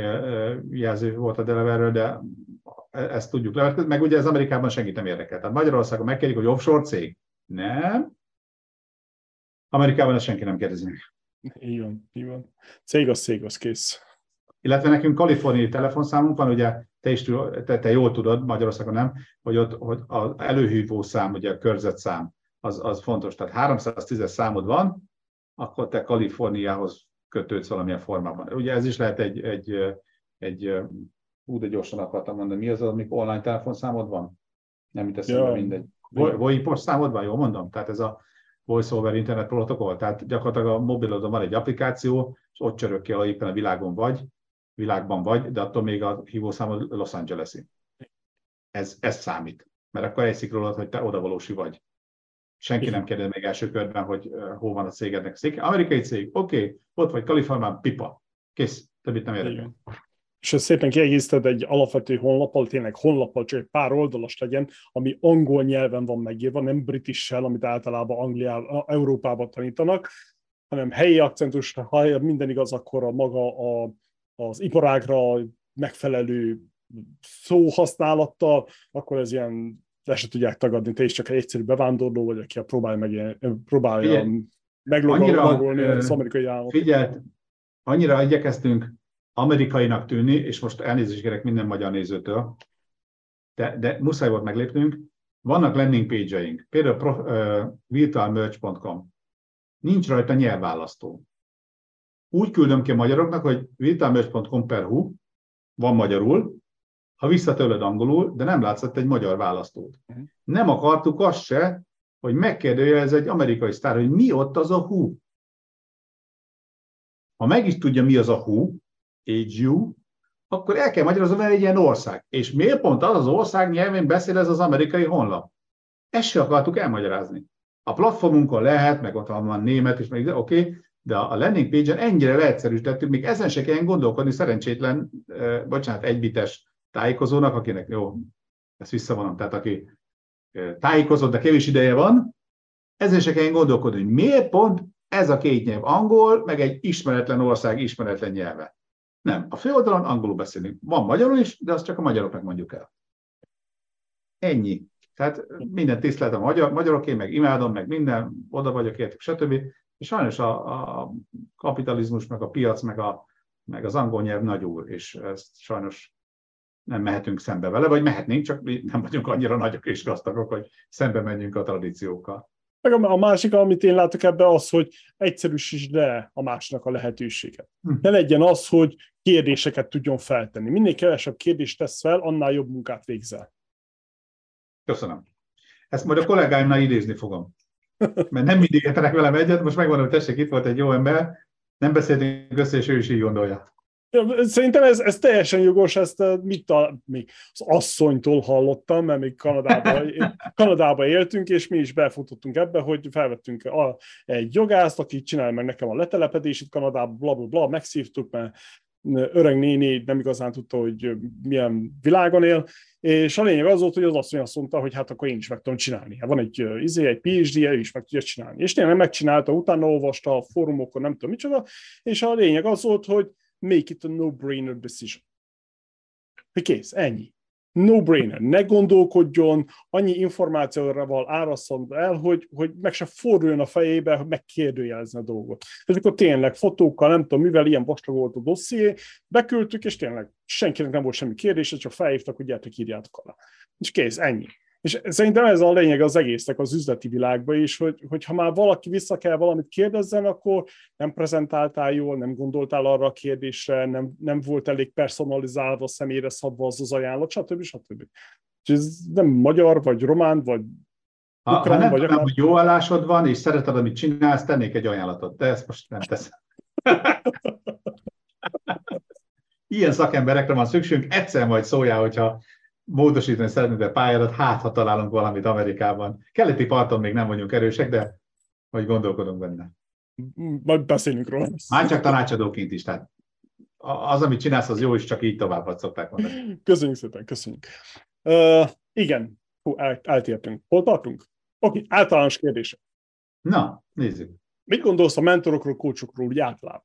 jelző volt a Delaware-ről, de ezt tudjuk le. Meg ugye ez Amerikában senkit nem érdekel. Tehát Magyarországon megkérjük, hogy offshore cég. Nem. Amerikában ezt senki nem kérdezi meg. Így van, így van. Cég az cég, az kész. Illetve nekünk kaliforniai telefonszámunk van, ugye te is te, te jól tudod, Magyarországon nem, hogy ott hogy az előhívó szám, ugye a körzetszám, az, az fontos. Tehát háromszáztízes számod van, akkor te Kaliforniához kötődsz valamilyen formában. Ugye ez is lehet egy, egy, egy ú, de gyorsan akartam mondani, mi az, amikor online telefonszámod van? Nem mit eszembe, ja, mindegy. VoIP-os számod van, jól mondom? Tehát ez a Voice over Internet Protocol, tehát gyakorlatilag a mobilodon van egy applikáció, és ott csörög ki, ha éppen a világon vagy, világban vagy, de attól még a hívószámod Los Angeles-i. Ez, ez számít, mert akkor elhiszik rólad, hogy te odavalósi vagy. Senki Igen. nem kérdez még első körben, hogy uh, hol van a cégednek széke. Amerikai cég, oké, okay, ott vagy Kaliforniában, pipa. Kész, többit nem érdekel. És ezt szépen kiegészíted egy alapvető honlappal, tényleg honlappal, csak egy pár oldalas legyen, ami angol nyelven van megírva, nem britissel, amit általában Angliában, Európában tanítanak, hanem helyi akcentus, ha minden igaz, akkor a maga a, az iparágra megfelelő szóhasználattal, akkor ez ilyen, le se tudják tagadni, te is csak egy egyszerű bevándorló vagy, aki próbálja, meg, próbálja meglogolni az amerikai államot. Figyeld, annyira igyekeztünk amerikainak tűnni, és most elnézést kérek minden magyar nézőtől, de, de muszáj volt meglépnünk. Vannak landing page-eink, például pro, uh, virtual merch pont com. Nincs rajta nyelvválasztó. Úgy küldöm ki a magyaroknak, hogy virtual merch pont com per hu, van magyarul, ha visszatőled angolul, de nem látszott egy magyar választót. Nem akartuk azt se, hogy megkérdőjelez egy amerikai sztár, hogy mi ott az a hu. Ha meg is tudja, mi az a hu, H U, akkor el kell magyarázni, mert egy ilyen ország. És miért pont az az ország nyelvén beszél ez az amerikai honlap? Ezt se akartuk elmagyarázni. A platformunkon lehet, meg ott van német is, meg oké, okay, de a landing page-en ennyire leegyszerűsítettük, még ezen se kelljen gondolkodni szerencsétlen, eh, bocsánat, egybites tájékozónak, akinek jó, ezt visszavonom, tehát aki eh, tájékozott, de kevés ideje van, ezen se kelljen gondolkodni, hogy miért pont ez a két nyelv, angol, meg egy ismeretlen ország ismeretlen nyelve. Nem, a főoldalon angolul beszélünk. Van magyarul is, de azt csak a magyaroknak mondjuk el. Ennyi. Tehát minden tisztelet a magyar, magyaroké, meg imádom, meg minden, oda vagyok, értük, stb. És sajnos a, a kapitalizmus, meg a piac, meg, a, meg az angol nyelv nagy úr, és ezt sajnos nem mehetünk szembe vele, vagy mehetnénk, csak mi nem vagyunk annyira nagyok és gazdagok, hogy szembe menjünk a tradíciókkal. Meg a másik, amit én látok ebben, az, hogy egyszerűsítsd le a másnak a lehetőséget. Hm. Ne legyen az, hogy kérdéseket tudjon feltenni. Minél kevesebb kérdést tesz fel, annál jobb munkát végzel. Köszönöm. Ezt majd a kollégáimnál idézni fogom. Mert nem mindig értenek velem egyet, most megvan, hogy tessék, itt volt egy jó ember, nem beszéltünk össze, és ő is így gondolja. Szerintem ez, ez teljesen jogos, ezt mit a, még az asszonytól hallottam, mert még Kanadában, Kanadában éltünk, és mi is befutottunk ebbe, hogy felvettünk a, egy jogászt, aki csinál meg nekem a letelepedését Kanadában, bla, bla, bla, megszívtuk, mert öreg néni nem igazán tudta, hogy milyen világon él, és a lényeg az volt, hogy az asszony azt mondta, hogy hát akkor én is meg tudom csinálni. Hát van egy, izé, egy pé há dé-je, ő is meg tudja csinálni. És tényleg megcsinálta, utána olvasta a fórumokon, nem tudom micsoda, és a lényeg az volt, hogy make it a no-brainer decision. Hogy kész, ennyi. No-brainer. Ne gondolkodjon, annyi információval árasszon el, hogy, hogy meg se forduljon a fejébe, hogy megkérdőjelezni a dolgot. És akkor tényleg fotókkal, nem tudom, mivel ilyen vastag volt a dosszié, beküldtük, és tényleg senkinek nem volt semmi kérdése, csak felhívtak, hogy gyertek, írjátok alá. És kész, ennyi. És szerintem ez a lényeg az egésznek az üzleti világban is, hogy, hogy ha már valaki vissza kell valamit kérdezzen, akkor nem prezentáltál jól, nem gondoltál arra a kérdésre, nem, nem volt elég personalizálva, személyre szabva az az ajánlat, stb. stb. És ez nem magyar, vagy román, vagy ha, ukrán, ha nem vagy tudom, hogy jó állásod van, és szereted, amit csinálsz, tennék egy ajánlatot, de ezt most nem teszem. Ilyen szakemberekre van szükségünk, egyszer majd szóljál, hogyha módosítani szeretnéd a pályádat, hát ha találunk valamit Amerikában. Keleti parton még nem vagyunk erősek, de majd gondolkodunk benne. Majd beszélünk róla. Már csak tanácsadóként is, tehát az, amit csinálsz, az jó, és csak így tovább, vagy szokták mondani. Köszönjük szépen, köszönjük. Uh, igen, Hú, eltértünk. Hol tartunk? Oké, okay, általános kérdések. Na, nézzük. Mit gondolsz a mentorokról, coachokról úgy általában?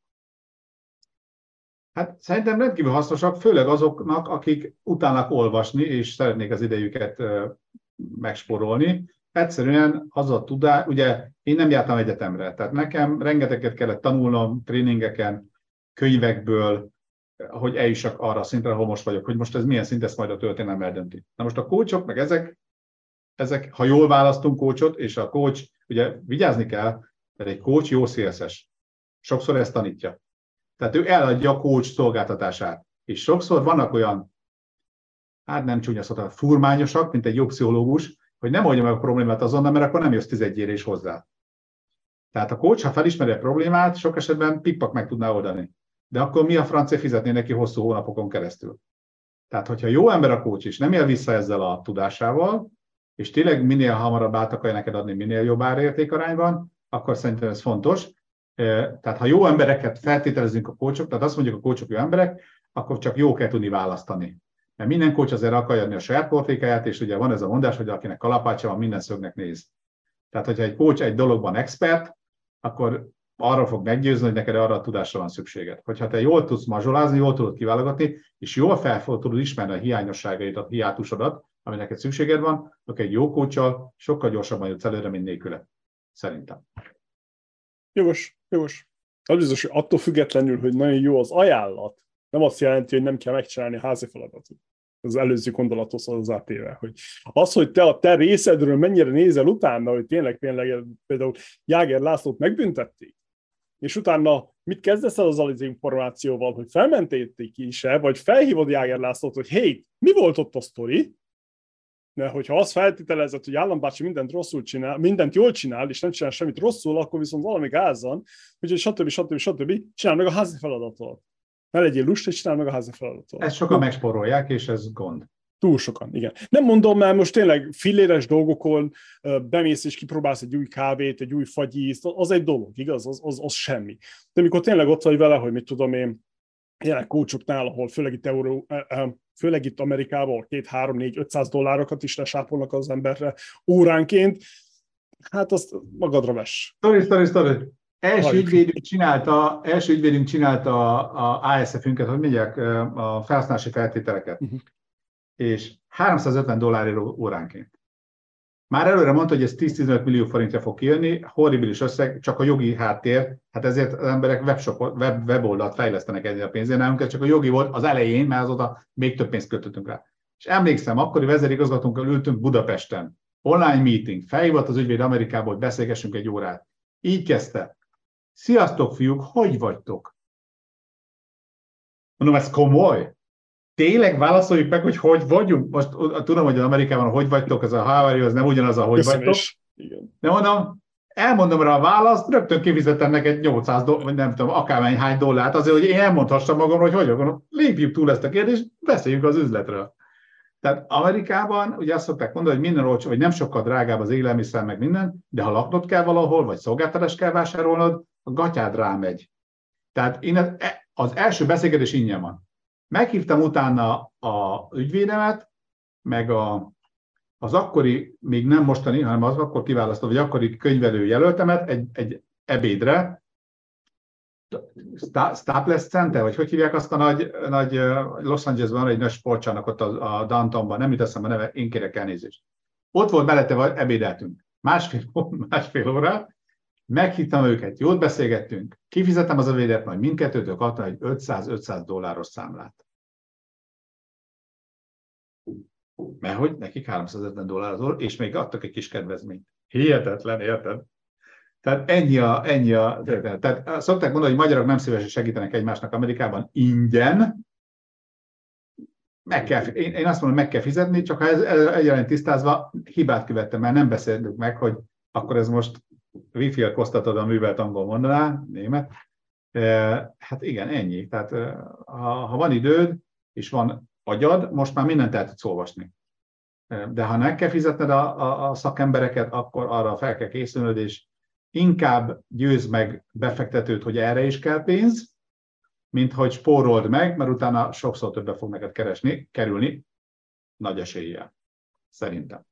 Hát szerintem rendkívül hasznosak, főleg azoknak, akik utálnak olvasni, és szeretnék az idejüket uh, megspórolni. Egyszerűen az a tudás, ugye én nem jártam egyetemre, tehát nekem rengeteget kellett tanulnom tréningeken, könyvekből, hogy eljussak arra a szintre, ahol most vagyok, hogy most ez milyen szint, ezt majd a történelem eldönti. Na most a coachok, meg ezek, ezek, ha jól választunk coachot, és a coach, ugye vigyázni kell, mert egy coach jó szélszes. Sokszor ezt tanítja. Tehát ő eladja a coach szolgáltatását. És sokszor vannak olyan, hát nem csúnya szóval, furmányosak, mint egy jó pszichológus, hogy nem oldja meg a problémát azonnal, mert akkor nem jössz tizedjére is hozzá. Tehát a coach, ha felismeri a problémát, sok esetben pippak meg tudná oldani. De akkor mi a francia fizetné neki hosszú hónapokon keresztül? Tehát, hogyha jó ember a coach is, nem él vissza ezzel a tudásával, és tényleg minél hamarabb át akarja neked adni, minél jobb árértékarányban, akkor szerintem ez fontos. Tehát, ha jó embereket feltételezünk a coachok, tehát azt mondjuk a coachok jó emberek, akkor csak jó kell tudni választani. Mert minden coach azért akarja adni a saját portékáját, és ugye van ez a mondás, hogy akinek kalapácsa van, minden szögnek néz. Tehát, hogyha egy coach egy dologban expert, akkor arra fog meggyőzni, hogy neked arra a tudásra van szükséged. Hogyha te jól tudsz mazsolázni, jól tudod kiválogatni, és jól fel tudod ismerni a hiányosságait, a hiátusodat, ami neked szükséged van, akkor egy jó coachal sokkal gyorsabban jutsz előre, mint nélküle. Szerintem. Jogos, jogos. Az biztos, hogy attól függetlenül, hogy nagyon jó az ajánlat, nem azt jelenti, hogy nem kell megcsinálni a házi feladatot. Az előző gondolathoz az átéve, hogy az, hogy te a te részedről mennyire nézel utána, hogy tényleg, tényleg például Jáger Lászlót megbüntették, és utána mit kezdesz el azzal az információval, hogy felmentették is-e, vagy felhívod Jáger Lászlót, hogy hé, mi volt ott a sztori? De hogyha azt feltételezed, hogy állambácsi mindent rosszul csinál, mindent jól csinál, és nem csinál semmit rosszul, akkor viszont valami gázzan, úgyhogy stb. stb. stb. Csinál meg a házi feladatot. Ne legyél lusta, és csinál meg a házi feladatot. Ezt sokan megspórolják, és ez gond. Túl sokan, igen. Nem mondom, mert most tényleg filléres dolgokon bemész és kipróbálsz egy új kávét, egy új fagyízt, az egy dolog, igaz? Az, az, az semmi. De amikor tényleg ott vagy vele, hogy mit tudom én, jelenleg coachoknál, ahol főleg itt, Euró, főleg itt Amerikában két, három, négy, ötszáz dollárokat is lesápolnak az emberre óránként, hát azt magadra vess. Sorry, sorry, sorry. Első ügyvédünk csinálta, első ügyvédünk csinálta a, a á es ef-ünket, hogy mondják, a felhasználási feltételeket. Uh-huh. És háromszázötven dollár óránként. Már előre mondta, hogy ez tíz-tizenöt millió forintja fog kijönni, horribilis összeg, csak a jogi háttér, hát ezért az emberek webshop, web, weboldalt fejlesztenek ezzel a pénzért, nálunk csak a jogi volt az elején, mert azóta még több pénzt kötöttünk rá. És emlékszem, akkori vezérigazgatónkkal ültünk Budapesten, online meeting, felhívott az ügyvéd Amerikából, hogy beszélgessünk egy órát. Így kezdte. Sziasztok, fiúk, hogy vagytok? Mondom, ez komoly? tényleg válaszoljuk meg, hogy hogy vagyunk? Most tudom, hogy az Amerikában hogy vagytok, az a how are you, az nem ugyanaz a hogy Köszönöm vagytok. Igen. De mondom, elmondom rá a választ, rögtön kifizettem neked nyolcszáz dollár, vagy nem tudom, akármennyi hány dollárt, azért, hogy én elmondhassam magamról, hogy hogy vagyok. Lépjük túl ezt a kérdést, beszéljünk az üzletről. Tehát Amerikában ugye azt szokták mondani, hogy minden olcsó, hogy nem sokkal drágább az élelmiszer, meg minden, de ha laknod kell valahol, vagy szolgáltatást kell vásárolnod, a gatyád rámegy. Tehát én az első beszélgetés ingyen van. Meghívtam utána a ügyvédemet, meg a, az akkori, még nem mostani, hanem az akkor kiválasztott, vagy akkori könyvelő jelöltemet egy, egy ebédre, Staples Center, vagy hogy hívják azt a nagy, nagy Los Angelesban egy nagy sportcsarnok ott a, a downtownban, nem jut eszembe a neve, én kérek elnézést. Ott volt mellette, vagy ebédeltünk. Másfél, másfél órát, meghívtam őket, jót beszélgettünk, kifizettem az ebédet, majd mindkettőtől kaptam egy ötszáz-ötszáz dolláros számlát. Mert hogy nekik háromszázötven dollár az óra, és még adtak egy kis kedvezményt. Hihetetlen, érted? Tehát ennyi a, ennyi a, tehát szokták mondani, hogy magyarok nem szívesen segítenek egymásnak Amerikában ingyen. Meg kell, én, én azt mondom, meg kell fizetni, csak ha ez, ez egyaránt tisztázva, hibát követtem, mert nem beszéltük meg, hogy akkor ez most wifi-el kosztatod a művelt angol mondaná, német. Hát igen, ennyi. Tehát ha, ha van időd, és van agyad, most már mindent el tudsz olvasni. De ha meg kell fizetned a, a, a szakembereket, akkor arra fel kell készülnöd, és inkább győzd meg befektetőt, hogy erre is kell pénz, mint hogy spórold meg, mert utána sokszor többet fog neked keresni, kerülni, nagy eséllyel, szerintem.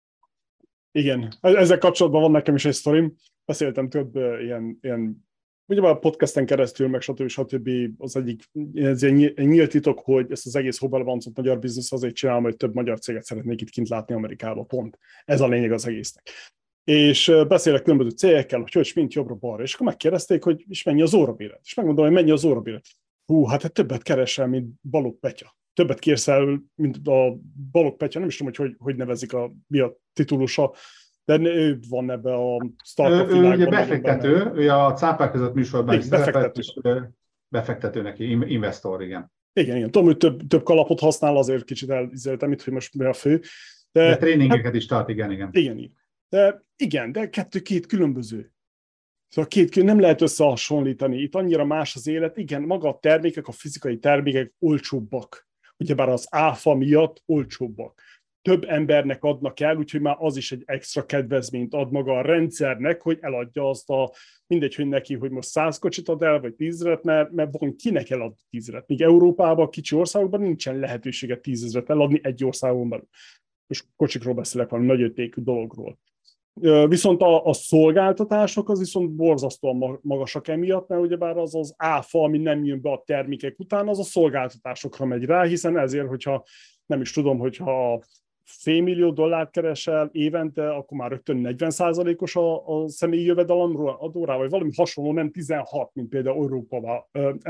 Igen, ezzel kapcsolatban van nekem is egy sztorim. Beszéltem több uh, ilyen, ilyen ugyebár a podcasten keresztül, meg stb. stb. Az egyik, ez egy nyílt titok, hogy ezt az egész hobelvancot magyar biznisz azért csinálom, hogy több magyar céget szeretnék itt kint látni Amerikába, pont. Ez a lényeg az egésznek. És beszélek különböző cégekkel, hogy hogy mint jobbra-balra, és akkor megkérdezték, hogy is mennyi az órabéret. És megmondom, hogy mennyi az órabéret. Hú, hát többet keresel, mint Balogh Petya. Többet kérsz el, mint a Balogh Petya, nem is tudom, hogy hogy, hogy nevezik a, mi a titulusa, de ő van ebbe a startup ő, világban. Ő ugye befektető, ő a Cápák között műsorban is befektető. szerepelt, befektető neki, investor, igen. Igen, igen. Tudom, hogy több, több kalapot használ, azért kicsit elizéltem itt, hogy most mi a fő. De, de tréningeket hát, is tart, igen, igen. Igen, igen. De igen, de kettő két különböző. Szóval két, nem lehet összehasonlítani. Itt annyira más az élet. Igen, maga a termékek, a fizikai termékek olcsóbbak. Ugyebár az áfa miatt olcsóbbak. Több embernek adnak el, úgyhogy már az is egy extra kedvezményt ad maga a rendszernek, hogy eladja azt a, mindegy, hogy neki, hogy most száz kocsit ad el, vagy tízezret, mert, mert van kinek elad tízezret. Míg Európában, kicsi országokban nincsen lehetősége tízezret eladni egy országon belül. És kocsikról beszélek, valami nagyöttékű dologról. Viszont a, a szolgáltatások az viszont borzasztóan magasak emiatt, mert ugyebár az az áfa, ami nem jön be a termékek után, az a szolgáltatásokra megy rá, hiszen ezért, hogyha nem is tudom, hogyha félmillió dollárt keresel évente, akkor már rögtön negyven százalékos a, a személyi jövedelemről adóra, vagy valami hasonló, nem tizenhat, mint például Európában.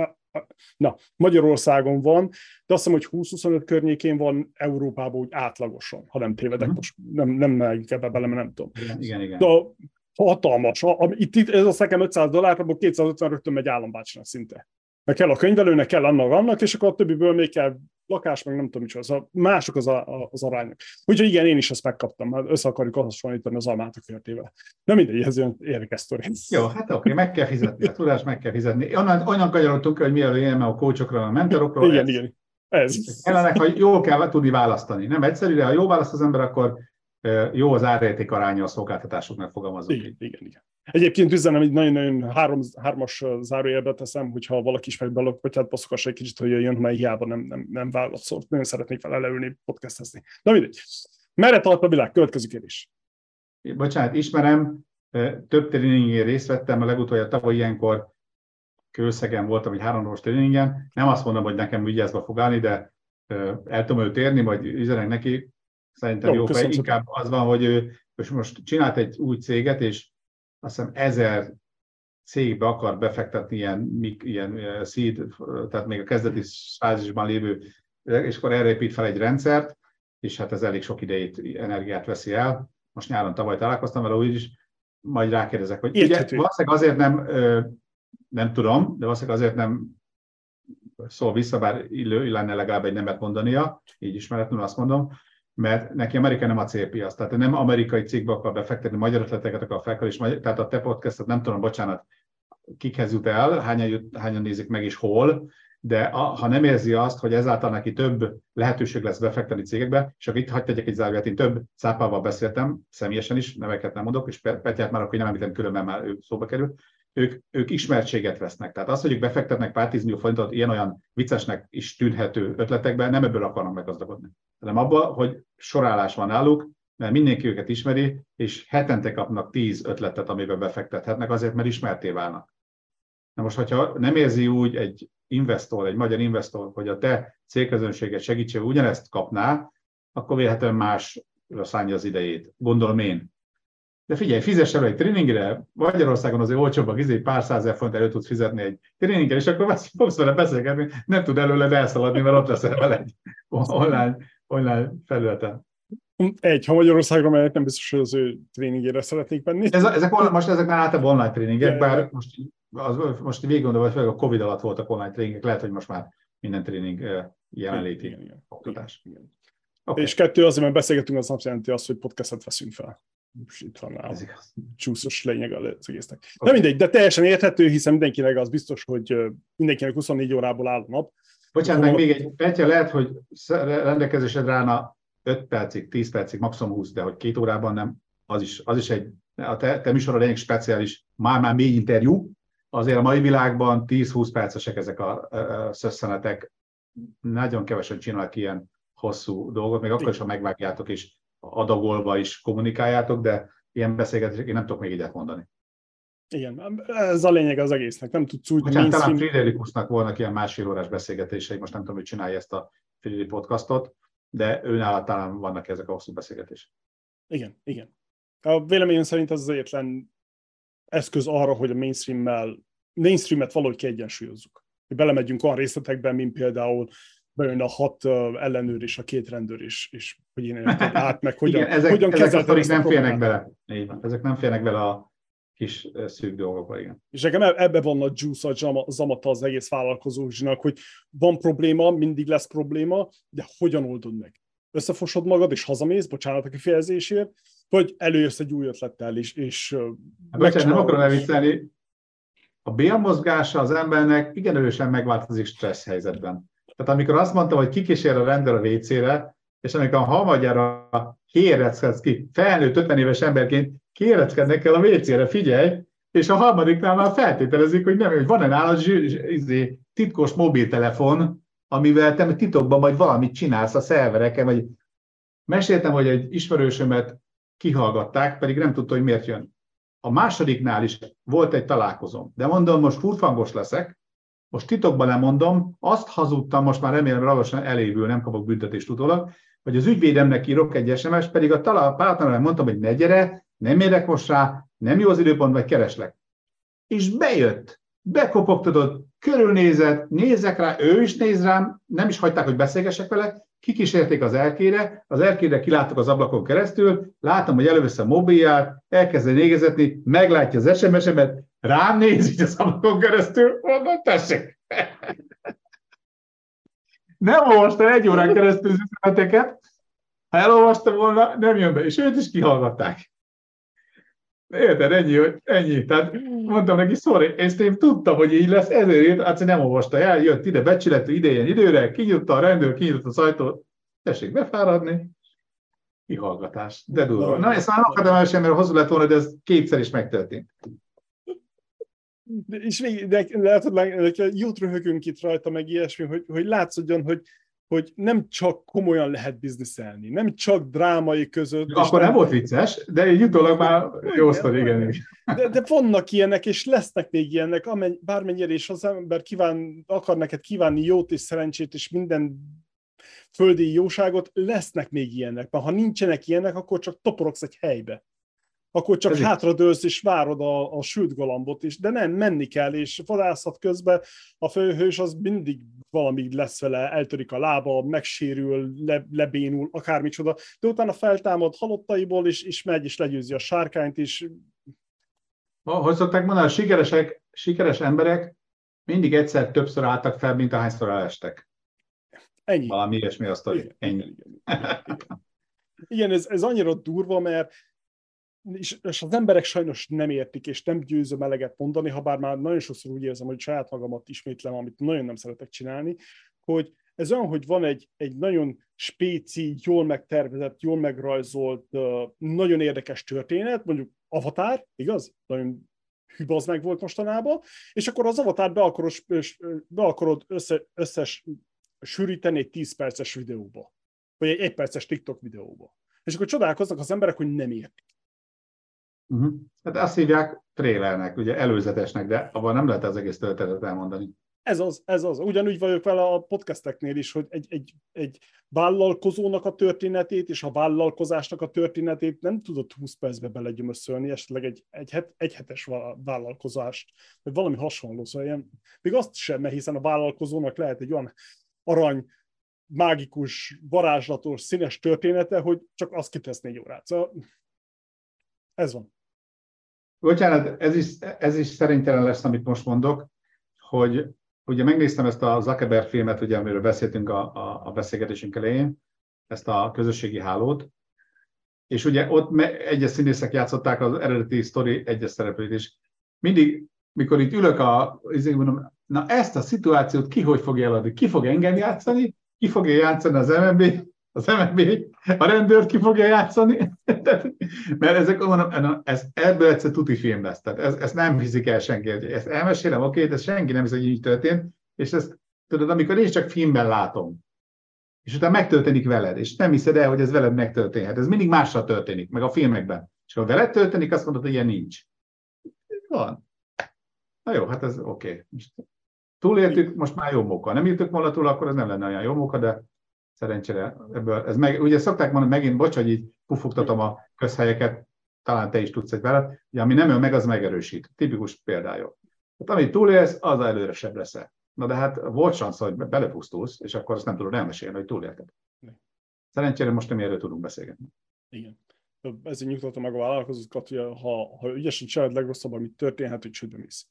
Na, Magyarországon van, de azt hiszem, hogy húsz-huszonöt környékén van Európában úgy átlagosan, ha nem tévedek, uh-huh. Most nem, nem megyünk ebbe bele, mert nem tudom. Igen, igen, igen. De hatalmas. Itt, itt ez a nekem ötszáz dollár, abból kétszázötven rögtön megy állambácsinak szinte. Meg kell a könyvelőnek, kell annak, annak, és akkor a többiből még kell lakás, meg nem tudom micsoda. Szóval mások az, a, az arányok. Úgyhogy igen, én is ezt megkaptam, mert össze akarjuk hasonlítani az almát a körtével. De mindegy, ez olyan érdekes sztori. Jó, hát oké, meg kell fizetni, a tudás meg kell fizetni. Onnan, onnan kanyarodtunk, hogy mi a lényeg a coachokról, a mentorokról. Igen, ez, igen. Ez. Ellenek, hogy jól kell tudni választani. Nem egyszerű, de ha jól választ az ember, akkor jó az árérték aránya a szolgáltatásoknak, fogalmazunk. Igen, igen, igen. Egyébként üzenem, egy nagyon-nagyon három, hármas zárójelbe teszem, hogyha valaki ismeri Balogh Petyát, passzogass egy kicsit, hogy jöjjön, mert hiába nem, nem, nem válaszolt. Nagyon szeretnék vele leülni, podcastezni. Na mindegy. Merre tart a világ? Következő kérdés. Bocsánat, ismerem, több tréningén részt vettem, a legutoljább tavaly ilyenkor Kőszegen voltam, egy háromnapos tréningen. Nem azt mondom, hogy nekem vigyázba fog állni, de el tudom őt érni, vagy üzenek neki. Szerintem jó, jó fej. Inkább az van, hogy ő most csinált egy új céget, és azt hiszem ezer cégbe akar befektetni ilyen, ilyen seed, tehát még a kezdeti fázisban lévő, és akkor erre épít fel egy rendszert, és hát ez elég sok idejét, energiát veszi el. Most nyáron tavaly találkoztam vele úgyis, majd rákérdezek, hogy ugye, valószínűleg azért nem, nem tudom, de valószínűleg azért nem szól vissza, bár illő lenne legalább egy nemet mondania, így ismeretlenül azt mondom, mert neki Amerika nem a célpiac, tehát nem amerikai cikkbe akar befektetni, magyar ötleteket akar felkelni, tehát a te podcastot nem tudom, bocsánat, kikhez jut el, hányan, jut, hányan nézik meg és hol, de a, ha nem érzi azt, hogy ezáltal neki több lehetőség lesz befektetni cégekbe, és akkor itt hadd tegyek egy záróját, én több cápával beszéltem, személyesen is, neveket nem mondok, és Petyát már akkor nem említem, különben már ő szóba kerül, ők, ők ismertséget vesznek. Tehát az, hogy ők befektetnek pár tízmillió forintot ilyen-olyan viccesnek is tűnhető ötletekben, nem ebből akarnak meggazdagodni, hanem abban, hogy sorállás van náluk, mert mindenki őket ismeri, és hetente kapnak tíz ötletet, amiben befektethetnek, azért, mert ismerté válnak. Na most, hogyha nem érzi úgy egy investor, egy magyar investor, hogy a te célközönséget segítségével ugyanezt kapná, akkor véletlenül másra szánja az idejét. Gondolom én. De figyelj, fizess el egy tréningre, Magyarországon azért olcsóbbak, izé pár százezer font előtt tudsz fizetni egy tréningre, és akkor fogsz vele beszélgetni, nem tud előled elszaladni, mert ott leszel vele egy online, online felületen. Egy, ha Magyarországra megyek, nem biztos, hogy az ő tréningére szeretnék menni. Ez, ezek, most ezek már általában online tréningek, bár most, az, most végig gondolom, hogy a Covid alatt voltak online tréningek, lehet, hogy most már minden tréning jelenléti igen, igen, oktatás. Igen, igen. Okay. És kettő, azért, mert beszélgetünk, az azt jelenti azt, hogy podcastet veszünk fel. És itt van a csúszos lényeg az egésznek. Okay. De mindegy, de teljesen érthető, hiszen mindenkinek az biztos, hogy mindenkinek huszonnégy órából áll a nap. Bocsánat, meg még egy Petya, lehet, hogy rendelkezésedre állna öt percig, tíz percig, maximum húsz, de hogy két órában nem, az is, az is egy, a te, te műsorod egy speciális, már-már mély interjú, azért a mai világban tíz-húsz percesek ezek a szösszenetek, nagyon kevesen csinálnak ilyen hosszú dolgot, még akkor is, ha megvágjátok és adagolva is kommunikáljátok, de ilyen beszélgetések én nem tudok még ilyet mondani. Igen, ez a lényeg az egésznek, nem tudsz úgy... Bocsánat, talán Friderikusnak volnak ilyen másfél órás beszélgetései, most nem tudom, hogy csinálja ezt a Frideri podcastot, de őnála talán vannak ezek a hosszú beszélgetések. Igen, igen. A véleményem szerint ez az egyetlen eszköz arra, hogy a mainstream-mel, mainstreamet valahogy kiegyensúlyozzuk. Hogy belemegyünk olyan részletekben, mint például bejön a hat ellenőr és a két rendőr is, és hogy én érted át, meg hogyan, igen, ezek, hogyan ezek kezeltem ezt a nem férnek bele. Ezek nem férnek bele a kis szűk dolgokba, igen. És nekem ebbe van a juice, a zamata az egész vállalkozóknak, hogy van probléma, mindig lesz probléma, de hogyan oldod meg? Összefosod magad, és hazamész, bocsánat a kifejezésért, vagy előjössz egy új ötlettel is, és hát, bocsánat, nem akarom elviccelni. A bélmozgása az embernek igen erősen megváltozik stressz helyzetben. Tehát amikor azt mondtam, hogy kikísér a rendőr a vécére, és amikor a harmadjára kéreckedsz ki, felnőtt ötven éves emberként kéreckednek kell a vécére, figyelj, és a harmadiknál már feltételezik, hogy nem, hogy van-e nálad zsű, titkos mobiltelefon, amivel te titokban majd valamit csinálsz a szervereken, vagy meséltem, hogy egy ismerősömet kihallgatták, pedig nem tudta, hogy miért jön. A másodiknál is volt egy találkozom, de mondom, most furfangos leszek, most titokban nem mondom, azt hazudtam, most már remélem, hogy ravasan elévül, nem kapok büntetést utólag, hogy az ügyvédemnek írok egy es em es, pedig a pártneremnek mondtam, hogy ne gyere, nem érek most rá, nem jó az időpont, vagy kereslek. És bejött, bekopogtatott, körülnézett, nézek rá, ő is néz rám, nem is hagyták, hogy beszélgessek vele, kikísérték az erkére, az erkére kiláttuk az ablakon keresztül, látom, hogy elővesz a mobilját, elkezd négezetni, meglátja az es em es-emet, rám néz így az ablakon keresztül, mondom, tessék! Nem olvastam egy órán keresztül az üzeneteket, ha elolvastam volna, nem jön be, és őt is kihallgatták. Érted, ennyi, ennyi. Tehát mondtam neki, sorry, ezt én tudtam, hogy így lesz, ezért hát nem olvasta el, jött ide, becsületű idején időre, kinyitotta a rendőr, kinyitott az ajtót, tessék befáradni, kihallgatás, de durva. Na, ezt már nem akartam el sem, mert hosszú lett volna, de ez kétszer is megtörtént. De, és még, de lehet, hogy jót röhögünk itt rajta, meg ilyesmi, hogy, hogy látszódjon, hogy, hogy nem csak komolyan lehet bizniszelni, nem csak drámai között. Akkor nem, nem volt vicces, de így utólag már jó sztori, igen. De, de vannak ilyenek, és lesznek még ilyenek, amely, bármennyire is az ember kíván, akar neked kívánni jót és szerencsét, és minden földi jóságot, lesznek még ilyenek. Mert ha nincsenek ilyenek, akkor csak toporogsz egy helybe. Akkor csak hátradőlsz és várod a, a sült galambot is, de nem, menni kell, és vadászat közben a főhős az mindig valami lesz vele, eltörik a lába, megsérül, le, lebénul, akármicsoda, de utána feltámad halottaiból, és, és megy, és legyőzi a sárkányt is. Hogy szokták mondani, a sikeresek, sikeres emberek mindig egyszer többször álltak fel, mint ahányszor elestek. Ennyi. Valami ilyesmi a sztori. Igen, Ennyi. igen, igen, igen. igen ez, ez annyira durva, mert és, és az emberek sajnos nem értik, és nem győzöm eleget mondani, ha bár már nagyon sokszor úgy érzem, hogy saját magamat ismétlem, amit nagyon nem szeretek csinálni, hogy ez olyan, hogy van egy, egy nagyon spéci, jól megtervezett, jól megrajzolt, nagyon érdekes történet, mondjuk Avatar, igaz? Nagyon hübaz meg volt mostanában, és akkor az Avatar be akarod, be akarod össze, összes sűríteni egy tíz perces videóba, vagy egy egy perces TikTok videóba. És akkor csodálkoznak az emberek, hogy nem értik. Uh-huh. Hát azt hívják trailernek, ugye előzetesnek, de abban nem lehet az egész történetet elmondani. Ez az, ez az. Ugyanúgy vagyok vele a podcasteknél is, hogy egy, egy, egy vállalkozónak a történetét és a vállalkozásnak a történetét nem tudod húsz percbe belegyömöszölni, esetleg egy, egy, het, egy hetes vállalkozást, vagy valami hasonló. Szóval ilyen, még azt sem, mert hiszen a vállalkozónak lehet egy olyan arany, mágikus, varázslatos, színes története, hogy csak azt kitesz négy órát. Szóval ez van. Bocsánat, ez is, ez is szerénytelen lesz, amit most mondok, hogy ugye megnéztem ezt a Zuckerberg filmet, ugye, amiről beszéltünk a, a, a beszélgetésünk elején, ezt a közösségi hálót, és ugye ott egyes színészek játszották az eredeti sztori egyes szereplőt, és mindig, mikor itt ülök, a, mondom, na ezt a szituációt ki hogy fogja eladni? Ki fog engem játszani? Ki fogja játszani az em en bé? Az em en bé, a rendőrt ki fogja játszani? Mert ezek, mondom, ez, ebből egyszer tuti film lesz. Tehát ez, ezt nem hiszik el senki. Ezt elmesélem, oké, de ezt senki nem hiszi, hogy így történt. És ezt, tudod, amikor én csak filmben látom, és utána megtörténik veled, és nem hiszed el, hogy ez veled megtörténhet. Ez mindig mással történik, meg a filmekben. És ha veled történik, azt mondod, hogy ilyen nincs. Van. Na jó, hát ez oké. Most túléltük, most már jó móka. Nem írtuk volna túl, akkor ez nem lenne olyan jó móka, de szerencsére ebből, ez meg, ugye szokták mondani, megint, bocs, hogy így pufogtatom a közhelyeket, talán te is tudsz egy vele, ugye ami nem öl meg, az megerősít. Tipikus példája. Hát amit túlélsz, az előresebb leszel. Na de hát volt szansz, hogy belepusztulsz, és akkor azt nem tudod elmesélni, hogy túlélted. Szerencsére most nem erről tudunk beszélgetni. Igen. Ezért nyugtatom meg a vállalkozókat, hogy ha, ha ügyesen csinálod, legrosszabb, amit történhet, hogy csődbe mész.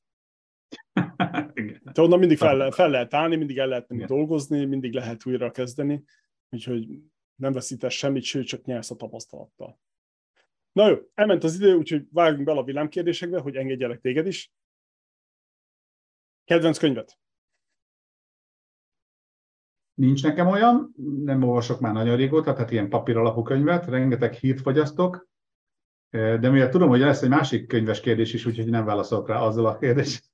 Te onnan mindig fel, fel lehet állni, mindig el lehet menni dolgozni, mindig lehet újra kezdeni, úgyhogy nem veszítesz semmit, sőt, csak nyersz a tapasztalattal. Na jó, elment az idő, úgyhogy vágjunk bele a villámkérdésekbe, hogy engedjelek téged is. Kedvenc könyvet? Nincs nekem olyan, nem olvasok már nagyon régóta, tehát ilyen papíralapú könyvet, rengeteg hírt fogyasztok, de mivel tudom, hogy lesz egy másik könyves kérdés is, úgyhogy nem válaszolok rá azzal a kérdést.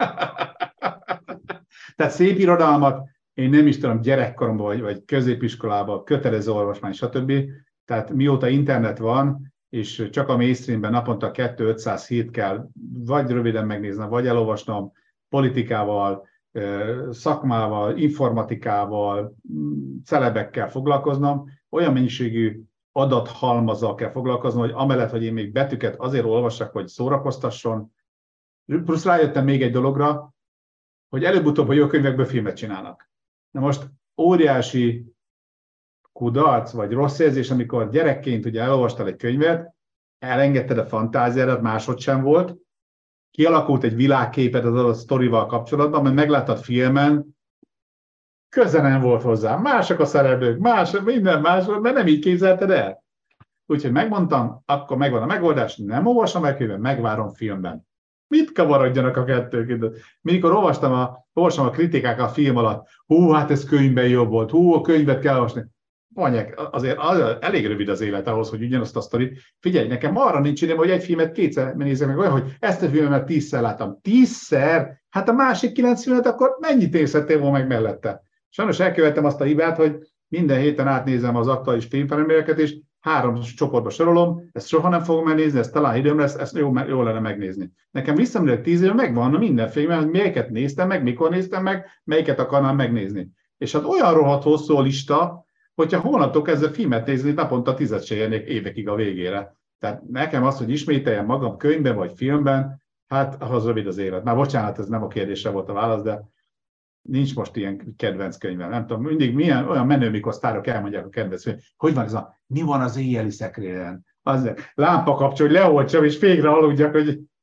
Tehát szép irodalmat, én nem is tudom, gyerekkoromban vagy, vagy középiskolában, kötelező olvasmány, stb. Tehát mióta internet van, és csak a mainstreamben naponta kétszáz-ötszáz hírt kell vagy röviden megnéznem, vagy elolvasnom politikával, szakmával, informatikával, celebekkel foglalkoznom, olyan mennyiségű adathalmazzal kell foglalkoznom, hogy amellett, hogy én még betűket azért olvassak, hogy szórakoztasson, plusz rájöttem még egy dologra, hogy előbb-utóbb a jó könyvekből filmet csinálnak. Na most óriási kudarc, vagy rossz érzés, amikor gyerekként ugye elolvastál egy könyvet, elengedted a fantáziádat, máshogy sem volt, kialakult egy világképet az adott sztorival kapcsolatban, mert megláttad filmen, köze nem volt hozzá, mások a szereplők, más, minden más, mert nem így képzelted el. Úgyhogy megmondtam, akkor megvan a megoldás, nem olvasom meg könyvet, megvárom filmben. Mit kavarodjanak a kettő között? Mikor olvastam a, olvastam a kritikák a film alatt, hú, hát ez könyvben jobb volt, hú, a könyvet kell olvasni. Anyák, azért az, elég rövid az élet ahhoz, hogy ugyanazt a sztorit. Figyelj, nekem arra nincs idő, hogy egy filmet kétszer nézzek meg, olyan, hogy ezt a filmet tízszer láttam. Tízszer? Hát a másik kilenc filmet akkor mennyit nézhettél volna meg mellette? Sajnos elkövettem azt a hibát, hogy minden héten átnézem az aktuális filmpremiereket, és három csoportba sorolom, ezt soha nem fogom megnézni, ezt talán időm lesz, ezt jó, jó lenne megnézni. Nekem visszamenőleg tíz éve megvan minden filmben, hogy melyiket néztem meg, mikor néztem meg, melyiket akarnám megnézni. És hát olyan rohadt hosszú a lista, hogyha hónaptól kezdve filmet nézni, naponta tízet se érnék évekig a végére. Tehát nekem az, hogy ismételjem magam könyvben vagy filmben, hát ahhoz rövid az élet. Már bocsánat, ez nem a kérdésre volt a válasz, de nincs most ilyen kedvenc könyvem. Nem tudom, mindig milyen olyan menő, mikor sztárok elmondják a kedvenc könyv. Hogy van ez a, mi van az éjjeli szekrényen? Az lámpa kapcsol, hogy leoltsam, és végre aludjak, hogy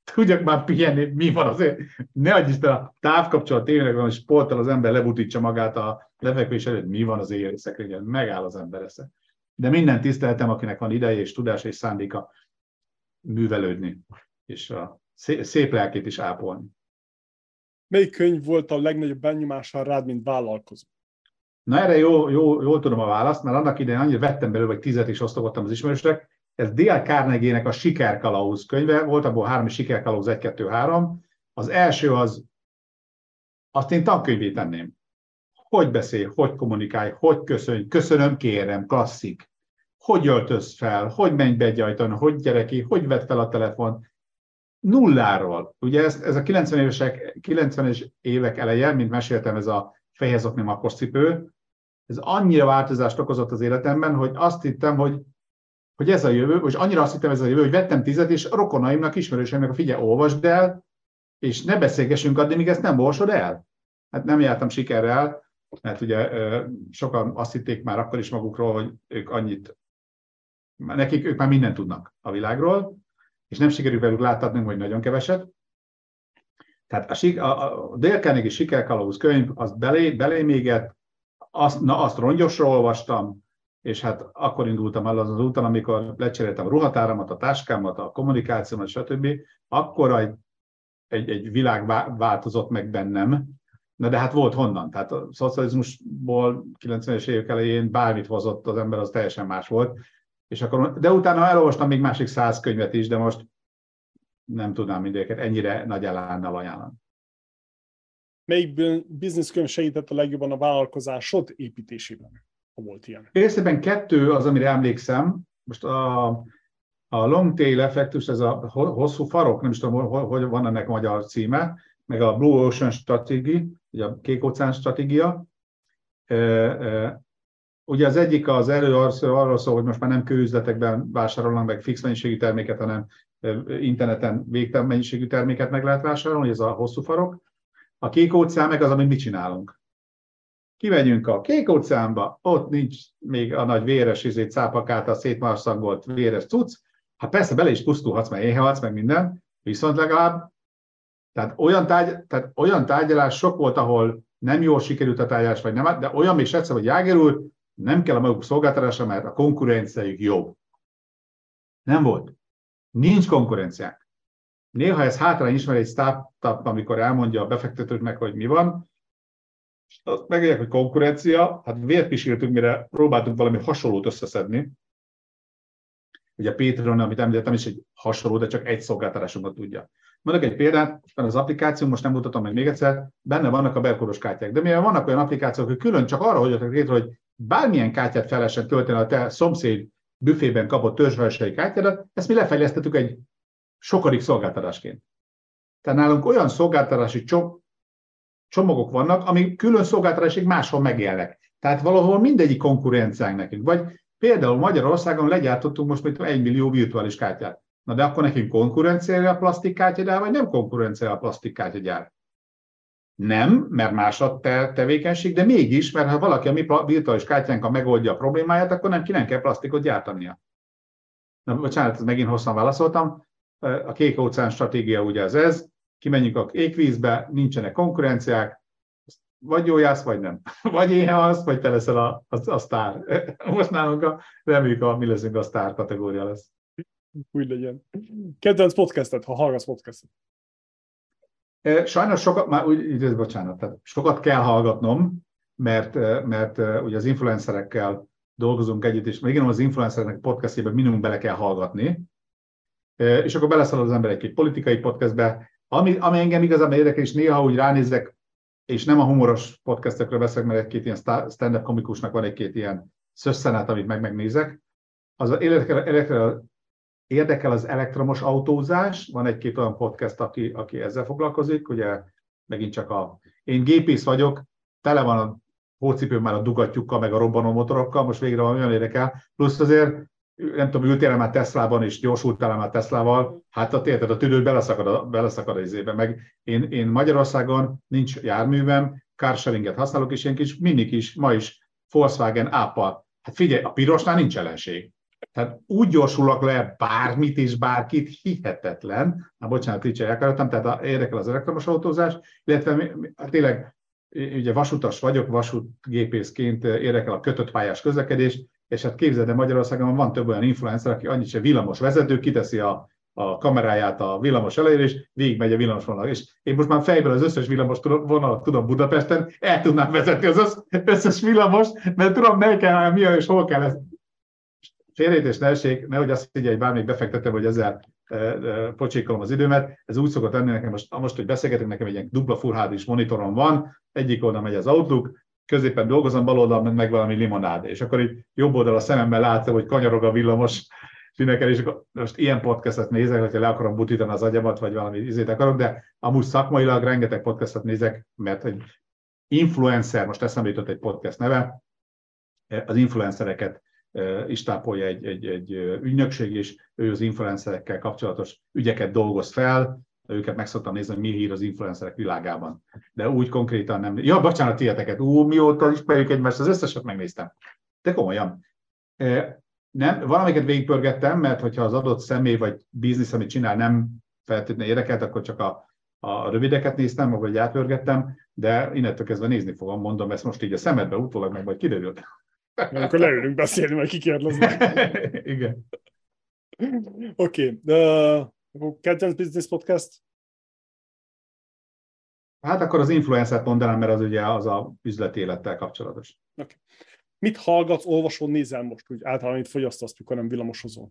tudjak már pihenni, mi van azért. Ne adj Isten, a távkapcsolat tényleg van, hogy sporttal az ember lebutítsa magát a lefekvés előtt, mi van az éjjeli szekrényen, megáll az ember esze. De minden tiszteletem, akinek van ideje és tudása és szándéka művelődni, és a szép lelkét is ápolni. Melyik könyv volt a legnagyobb benyomással rád, mint vállalkozó? Na erre jó, jó, jól tudom a választ, mert annak idején annyira vettem belőle, vagy tizet is osztogattam az ismerősnek. Ez Dale Carnegie-nek a Sikerkalauz könyve, volt abból három Sikerkalauz, egy, kettő, három. Az első az, azt én tankönyvé tenném. Hogy beszél, hogy kommunikálj, hogy köszönj, köszönöm, kérem, klasszik. Hogy öltöz fel, hogy menj be egy ajtón, hogy gyereki, hogy vedd fel a telefon. Nulláról. Ugye ez, ez a kilencvenes évek eleje, mint meséltem, ez a fejezokni makkos cipő, ez annyira változást okozott az életemben, hogy azt hittem, hogy, hogy ez a jövő, és annyira azt hittem, ez a jövő, hogy vettem tizet, és a rokonaimnak, ismerőseimnek, figyelj, olvasd el, és ne beszélgessünk addig, míg ezt nem olvasod el. Hát nem jártam sikerrel, mert ugye sokan azt hitték már akkor is magukról, hogy ők annyit, nekik ők már mindent tudnak a világról, és nem sikerül velük láttatnunk, hogy nagyon keveset. Tehát a, a, a Dale Carnegie Sikerkalauz könyv, azt belé, belém égett, azt, na azt rongyosra olvastam, és hát akkor indultam el azon az úton, amikor lecseréltem a ruhatáramat, a táskámat, a kommunikációmat, stb. Akkor egy, egy, egy világ változott meg bennem. Na de hát volt honnan. Tehát a szocializmusból kilencvenes évek elején bármit hozott az ember, az teljesen más volt. És akkor, de utána elolvastam még másik száz könyvet is, de most nem tudnám mindegyeket ennyire nagy elánnal ajánlani. Melyik bizniszkönyv segített a legjobban a vállalkozásod építésében, ha volt ilyen? Részében kettő az, amire emlékszem. Most a, a long tail effektus, ez a hosszú farok, nem is tudom, hogy van ennek magyar címe, meg a Blue Ocean Strategy, ugye a kék óceán stratégia. Ugye az egyik az elő arról szól, hogy most már nem kőüzletekben vásárolnak meg fix mennyiségű terméket, hanem interneten végtelen mennyiségű terméket meg lehet vásárolni, ez a hosszú farok. A kék óceán meg az, amit mi csinálunk. Kimegyünk a kék óceánba, ott nincs még a nagy véres izét, cápakát, a szétmarszangolt véres cucc. Hát persze bele is pusztulhatsz, mert éhehatsz, meg minden, viszont legalább tehát olyan, tárgy, tehát olyan tárgyalás sok volt, ahol nem jól sikerült a tárgyalás, vagy nem, de olyan még egyszer, hogy Jáger úr, nem kell a maguk szolgáltatása, mert a konkurenciájuk jobb. Nem volt. Nincs konkurenciák. Néha ez hátrány ismer egy startup, amikor elmondja a befektetőknek, hogy mi van, és azt megérjek, hogy konkurencia, hát vért kísértünk, mire próbáltunk valami hasonlót összeszedni. Ugye a Patreon, amit említettem, is egy hasonló, de csak egy szolgáltatásunkat tudja. Mondok egy példát, az applikáció, most nem mutatom meg még egyszer, benne vannak a belkódos kártyák. De mivel vannak olyan applikációk, hogy külön csak arra hogyatok létre, hogy bármilyen kártyát fel lehessen tölteni a te szomszéd büfében kapott törzsvásárhelyi kártyádat, ezt mi lefejlesztettük egy sokadik szolgáltatásként. Tehát nálunk olyan szolgáltatási csomagok vannak, amik külön szolgáltatásig máshol megélnek. Tehát valahol mindegyik konkurenciánk nekünk. Vagy például Magyarországon legyártottunk most még egy millió virtuális kártyát. Na de akkor nekünk konkurenciája a plastikkártyagyár, vagy nem konkurenciája a plastikkártyagyár? Nem, mert más a te tevékenység, de mégis, mert ha valaki a mi virtuális kártyánkkal megoldja a problémáját, akkor nem ki nem kell plastikot gyártania. Na, bocsánat, megint hosszan válaszoltam. A kék óceán stratégia ugye ez ez, kimenjünk a égvízbe, nincsenek konkurenciák, vagy jó jársz, vagy nem. Vagy éhehalsz, vagy te leszel a, a, a sztár. Most nálunk a, reméljük, a, mi leszünk a sztár kategória lesz. Úgy legyen. Kedvenc podcastet, ha hallgatsz podcastet. Sajnos sokat, már úgy, bocsánat, tehát sokat kell hallgatnom, mert, mert ugye az influencerekkel dolgozunk együtt, és még az influencereknek podcastjében minimum bele kell hallgatni, és akkor beleszalad az ember egy politikai podcastbe, ami, ami engem igazán érdekel, és néha úgy ránézek, és nem a humoros podcastekről beszélek, mert egy-két ilyen stand-up komikusnak van egy-két ilyen szösszenát, amit meg megnézek. Az érdekel, érdekel, érdekel az elektromos autózás, van egy-két olyan podcast, aki, aki ezzel foglalkozik, ugye megint csak a... Én gépész vagyok, tele van a hócipőm már a dugattyúkkal, meg a robbanó motorokkal, most végre van olyan érdekel, plusz azért nem tudom, ültél már Teslában, és gyorsultál már Teslával, hát a érted, a tüdőd beleszakad a, beleszakad a izébe. Meg én, én Magyarországon nincs járművem, carsharinget használok, és ilyen kis, mindig is, ma is Volkswagen App-al. Hát figyelj, a pirosnál nincs ellenség. Tehát úgy gyorsulak le bármit és bárkit, hihetetlen. Na, bocsánat, így elkaradtam, tehát érdekel az elektromos autózás, illetve tényleg, ugye vasutas vagyok, vasútgépészként érdekel a kötött pályás közlekedés, és hát képzeld el, Magyarországon van több olyan influencer, aki annyit sem villamos vezető, kiteszi a, a kameráját a villamos elejére, és végigmegy a villamos vonal. És én most már fejből az összes villamos vonalat tudom Budapesten, el tudnám vezetni az összes villamos, mert tudom, mely kell, mi és hol kell ezt. Félreértés ne essék, nehogy azt figyelj, hogy bármelyik befektetem, hogy ezzel e, e, pocsékolom az időmet. Ez úgy szokott lenni nekem, most, most hogy beszélgetünk, nekem egy ilyen dupla Full há dés monitorom van, egyik oldalon megy az Outlook, középen dolgozom, bal oldalon meg valami limonád. És akkor így jobb oldal a szememmel látszik, hogy kanyarog a villamos sinekel, és akkor most ilyen podcastet nézek, hogyha le akarom butítani az agyamat, vagy valami izét akarok, de amúgy szakmailag rengeteg podcastet nézek, mert egy influencer, most eszembe jutott egy podcast neve, az influencereket is tápolja egy, egy, egy ügynökség, és ő az influencerekkel kapcsolatos ügyeket dolgoz fel, őket meg szoktam nézni, hogy mi hír az influencerek világában. De úgy konkrétan nem... Ja, bocsánat, tieteket, ú, mióta ismerjük egymást, az összeset megnéztem. De komolyan. Nem, valamiket végigpörgettem, mert hogyha az adott személy vagy biznisz, amit csinál, nem feltétlenül érdekelt, akkor csak a, a rövideket néztem, vagy átpörgettem, de innentől kezdve nézni fogom, mondom, ezt most így a szemedbe utólag meg majd kiderült. Akkor leülünk beszélni, majd kikérdezni. Igen. Oké. Okay. Kedvenc Business Podcast? Hát akkor az influencert mondanám, mert az ugye az a üzleti élettel kapcsolatos. Okay. Mit hallgatsz, olvasol, nézel most, úgy általában itt fogyasztasz, mikor nem villamosozol?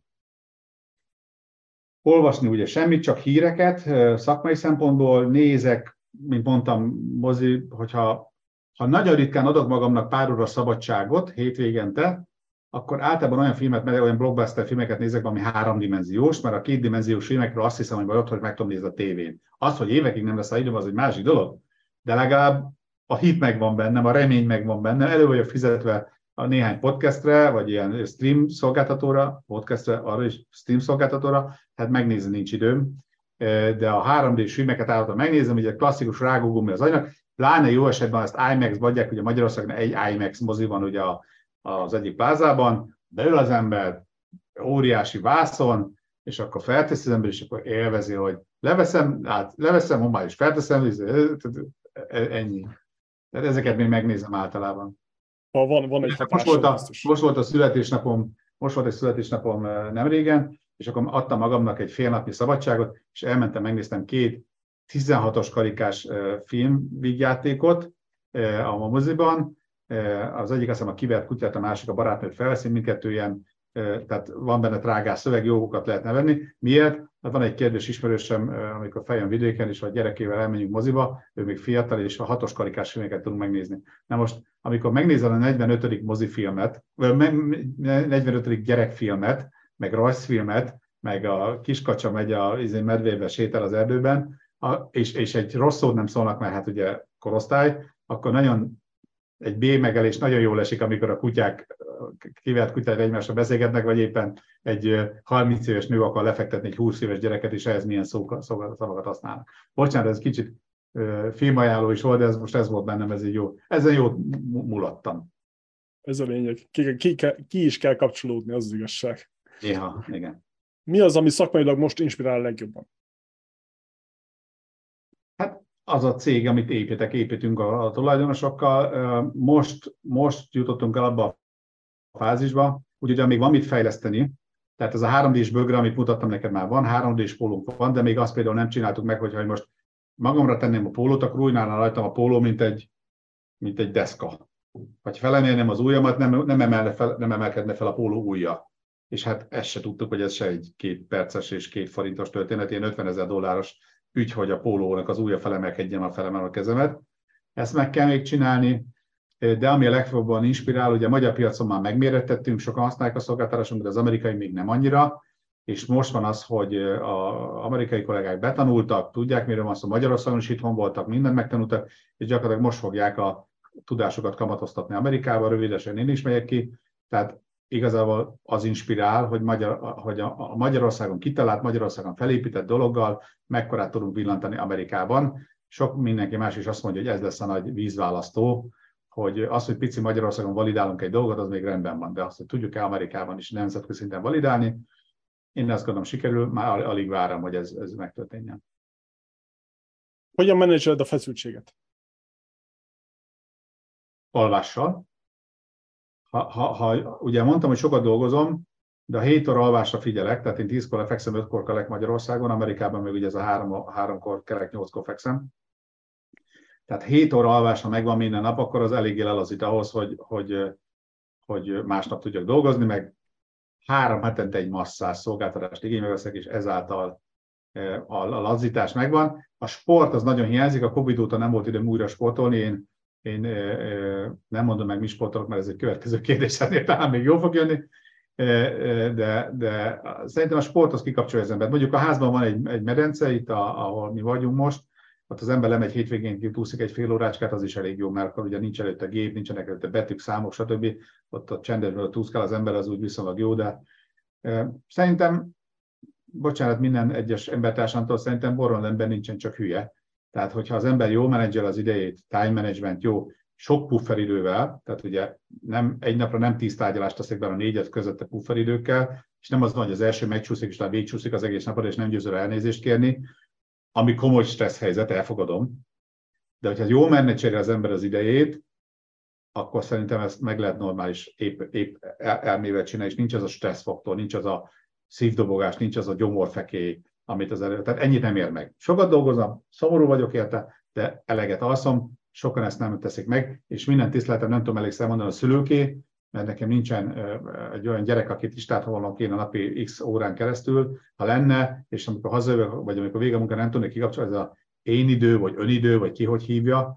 Olvasni ugye semmit, csak híreket, szakmai szempontból nézek, mint mondtam, mozi, hogyha ha nagyon ritkán adok magamnak pár óra szabadságot hétvégente, akkor általában olyan filmet, olyan blockbuster filmeket nézek, ami háromdimenziós, mert a kétdimenziós filmekről azt hiszem, hogy majd otthon meg tudom nézni a tévén. Az, hogy évekig nem lesz a időm, az egy másik dolog, de legalább a hit megvan bennem, a remény megvan bennem, elő vagyok fizetve a néhány podcastre, vagy ilyen stream szolgáltatóra, podcastre, arra is stream szolgáltatóra, tehát megnézni nincs időm, de a három dés filmeket általában megnézem, ugye klasszikus rágógumi az agynak, pláne jó esetben ezt IMAX-ba adják, ugye Magyarországon egy IMAX mozi van ugye az egyik plázában, beül az ember, óriási vászon, és akkor felteszi az ember, és akkor élvezi, hogy leveszem, hát leveszem, homályos felteszem, ennyi. Tehát ezeket még megnézem általában. Ha van, van egy most, volt a, most volt a születésnapom, most volt egy születésnapom nem régen, és akkor adtam magamnak egy fél napnyi szabadságot, és elmentem, megnéztem két tizenhatos karikás filmvígjátékot a moziban. Az egyik azt hiszem a Kivert kutyát, a másik a barátnőt felveszi, mindkettő ilyen, tehát van benne trágás szöveg, jókat lehetne venni. Miért? Hát van egy kérdés ismerősöm, amikor feljön vidéken, és a gyerekével elmenjünk moziba, ő még fiatal, és a hatos karikás filmeket tudunk megnézni. Na most, amikor megnézel a negyvenötödik mozifilmet, vagy negyvenötödik gyerekfilmet, meg rajzfilmet, meg a kiskacsa megy a medvébe sétál az erdőben, és, és egy rossz szót nem szólnak, mert hát ugye korosztály, akkor nagyon egy B-megelés nagyon jól esik, amikor a kutyák, kivert kutyák egymásra beszélgetnek, vagy éppen egy harminc éves nő akar lefektetni egy húsz éves gyereket, és ehhez milyen szavakat használnak. Bocsánat, ez kicsit filmajánló is volt, de ez most ez volt bennem, ez így jó. Ezen jót mulattam. Ez a lényeg. Ki, ki, ki is kell kapcsolódni, az az igazság. Néha, igen. Mi az, ami szakmailag most inspirál a legjobban? Hát az a cég, amit építek, építünk a, a tulajdonosokkal. Most, most jutottunk el abba a fázisba, úgyhogy még van mit fejleszteni. Tehát ez a három dés bögre, amit mutattam neked, már van, három dés pólónk van, de még azt például nem csináltuk meg, hogyha most magamra tenném a pólót, akkor úgy állna rajtam a póló, mint egy, mint egy deszka. Vagy felemelném az ujjamat, nem, nem, emelne fel, nem emelkedne fel a póló ujja. És hát ezt se tudtuk, hogy ez se egy két perces és két forintos történet, ilyen ötvenezer dolláros ügy, hogy a pólónak az ujja felemelkedjen, a felemel a kezemet. Ezt meg kell még csinálni, de ami a legfőbben inspirál, ugye a magyar piacon már megmérettettünk, sokan használják a szolgáltatásunkat, de az amerikai még nem annyira, és most van az, hogy az amerikai kollégák betanultak, tudják, miről van szó, Magyarországon is itthon voltak, mindent megtanultak, és gyakorlatilag most fogják a tudásokat kamatoztatni Amerikába, rövidesen én is megyek ki, tehát igazából az inspirál, hogy, Magyar, hogy a Magyarországon kitalált, Magyarországon felépített dologgal mekkorát tudunk villantani Amerikában. Sok mindenki más is azt mondja, hogy ez lesz a nagy vízválasztó, hogy az, hogy pici Magyarországon validálunk egy dolgot, az még rendben van, de azt, hogy tudjuk-e Amerikában is nemzetközi szinten validálni, én azt gondolom sikerül, már alig várom, hogy ez, ez megtörténjen. Hogyan menedzseled a feszültséget? Alvással. Ha, ha, ha, ugye mondtam, hogy sokat dolgozom, de a hét óra alvásra figyelek, tehát én tízkor lefekszem, ötkor kelek Magyarországon, Amerikában meg ugye ez a három, háromkor kelek, nyolckor fekszem. Tehát hét óra alvásra megvan minden nap, akkor az eléggé lelazít ahhoz, hogy, hogy, hogy másnap tudjak dolgozni, meg három hetente egy masszás szolgáltatást igénybe veszek, és ezáltal a lazítás megvan. A sport az nagyon hiányzik, a Covid óta nem volt időm újra sportolni, én, én nem mondom meg, mi sportolok, mert ez egy következő kérdés, hát talán még jól fog jönni, de, de szerintem a sport az kikapcsolja az embert. Mondjuk a házban van egy, egy medence, itt a, ahol mi vagyunk most, ott az ember lemegy hétvégén, kitúszik egy fél órácskát, az is elég jó, mert akkor ugye nincs előtte gép, nincsenek előtte betűk, számok, stb. Ott a csendesből túszkál az ember, az úgy viszonylag jó, de szerintem, bocsánat minden egyes embertársamtól, szerintem Borron ember nincsen csak hülye. Tehát, hogyha az ember jól menedzsel az idejét, time management jó, sok pufferidővel, tehát ugye nem, egy napra nem tíz tárgyalást teszek be a négyet között a pufferidőkkel, és nem az van, hogy az első megcsúszik, és talán végcsúszik az egész napot, és nem győzöl elnézést kérni, ami komoly stressz helyzet, elfogadom. De hogyha jól menedzselje az ember az idejét, akkor szerintem ezt meg lehet normális, épp, épp elmével csinálni, és nincs az a stresszfaktor, nincs az a szívdobogás, nincs az a gyomorfekély, amit az elő. Tehát ennyit nem ér meg. Sokat dolgozom, szomorú vagyok érte, de eleget alszom, sokan ezt nem teszik meg, és minden tiszteletem nem tudom elég mondani a szülőké, mert nekem nincsen egy olyan gyerek, akit istáltavolnom kéne napi x órán keresztül, ha lenne, és amikor hazajövök, vagy amikor vége a munka nem tudnék kikapcsolni, ez a én idő, vagy önidő, vagy ki hogy hívja.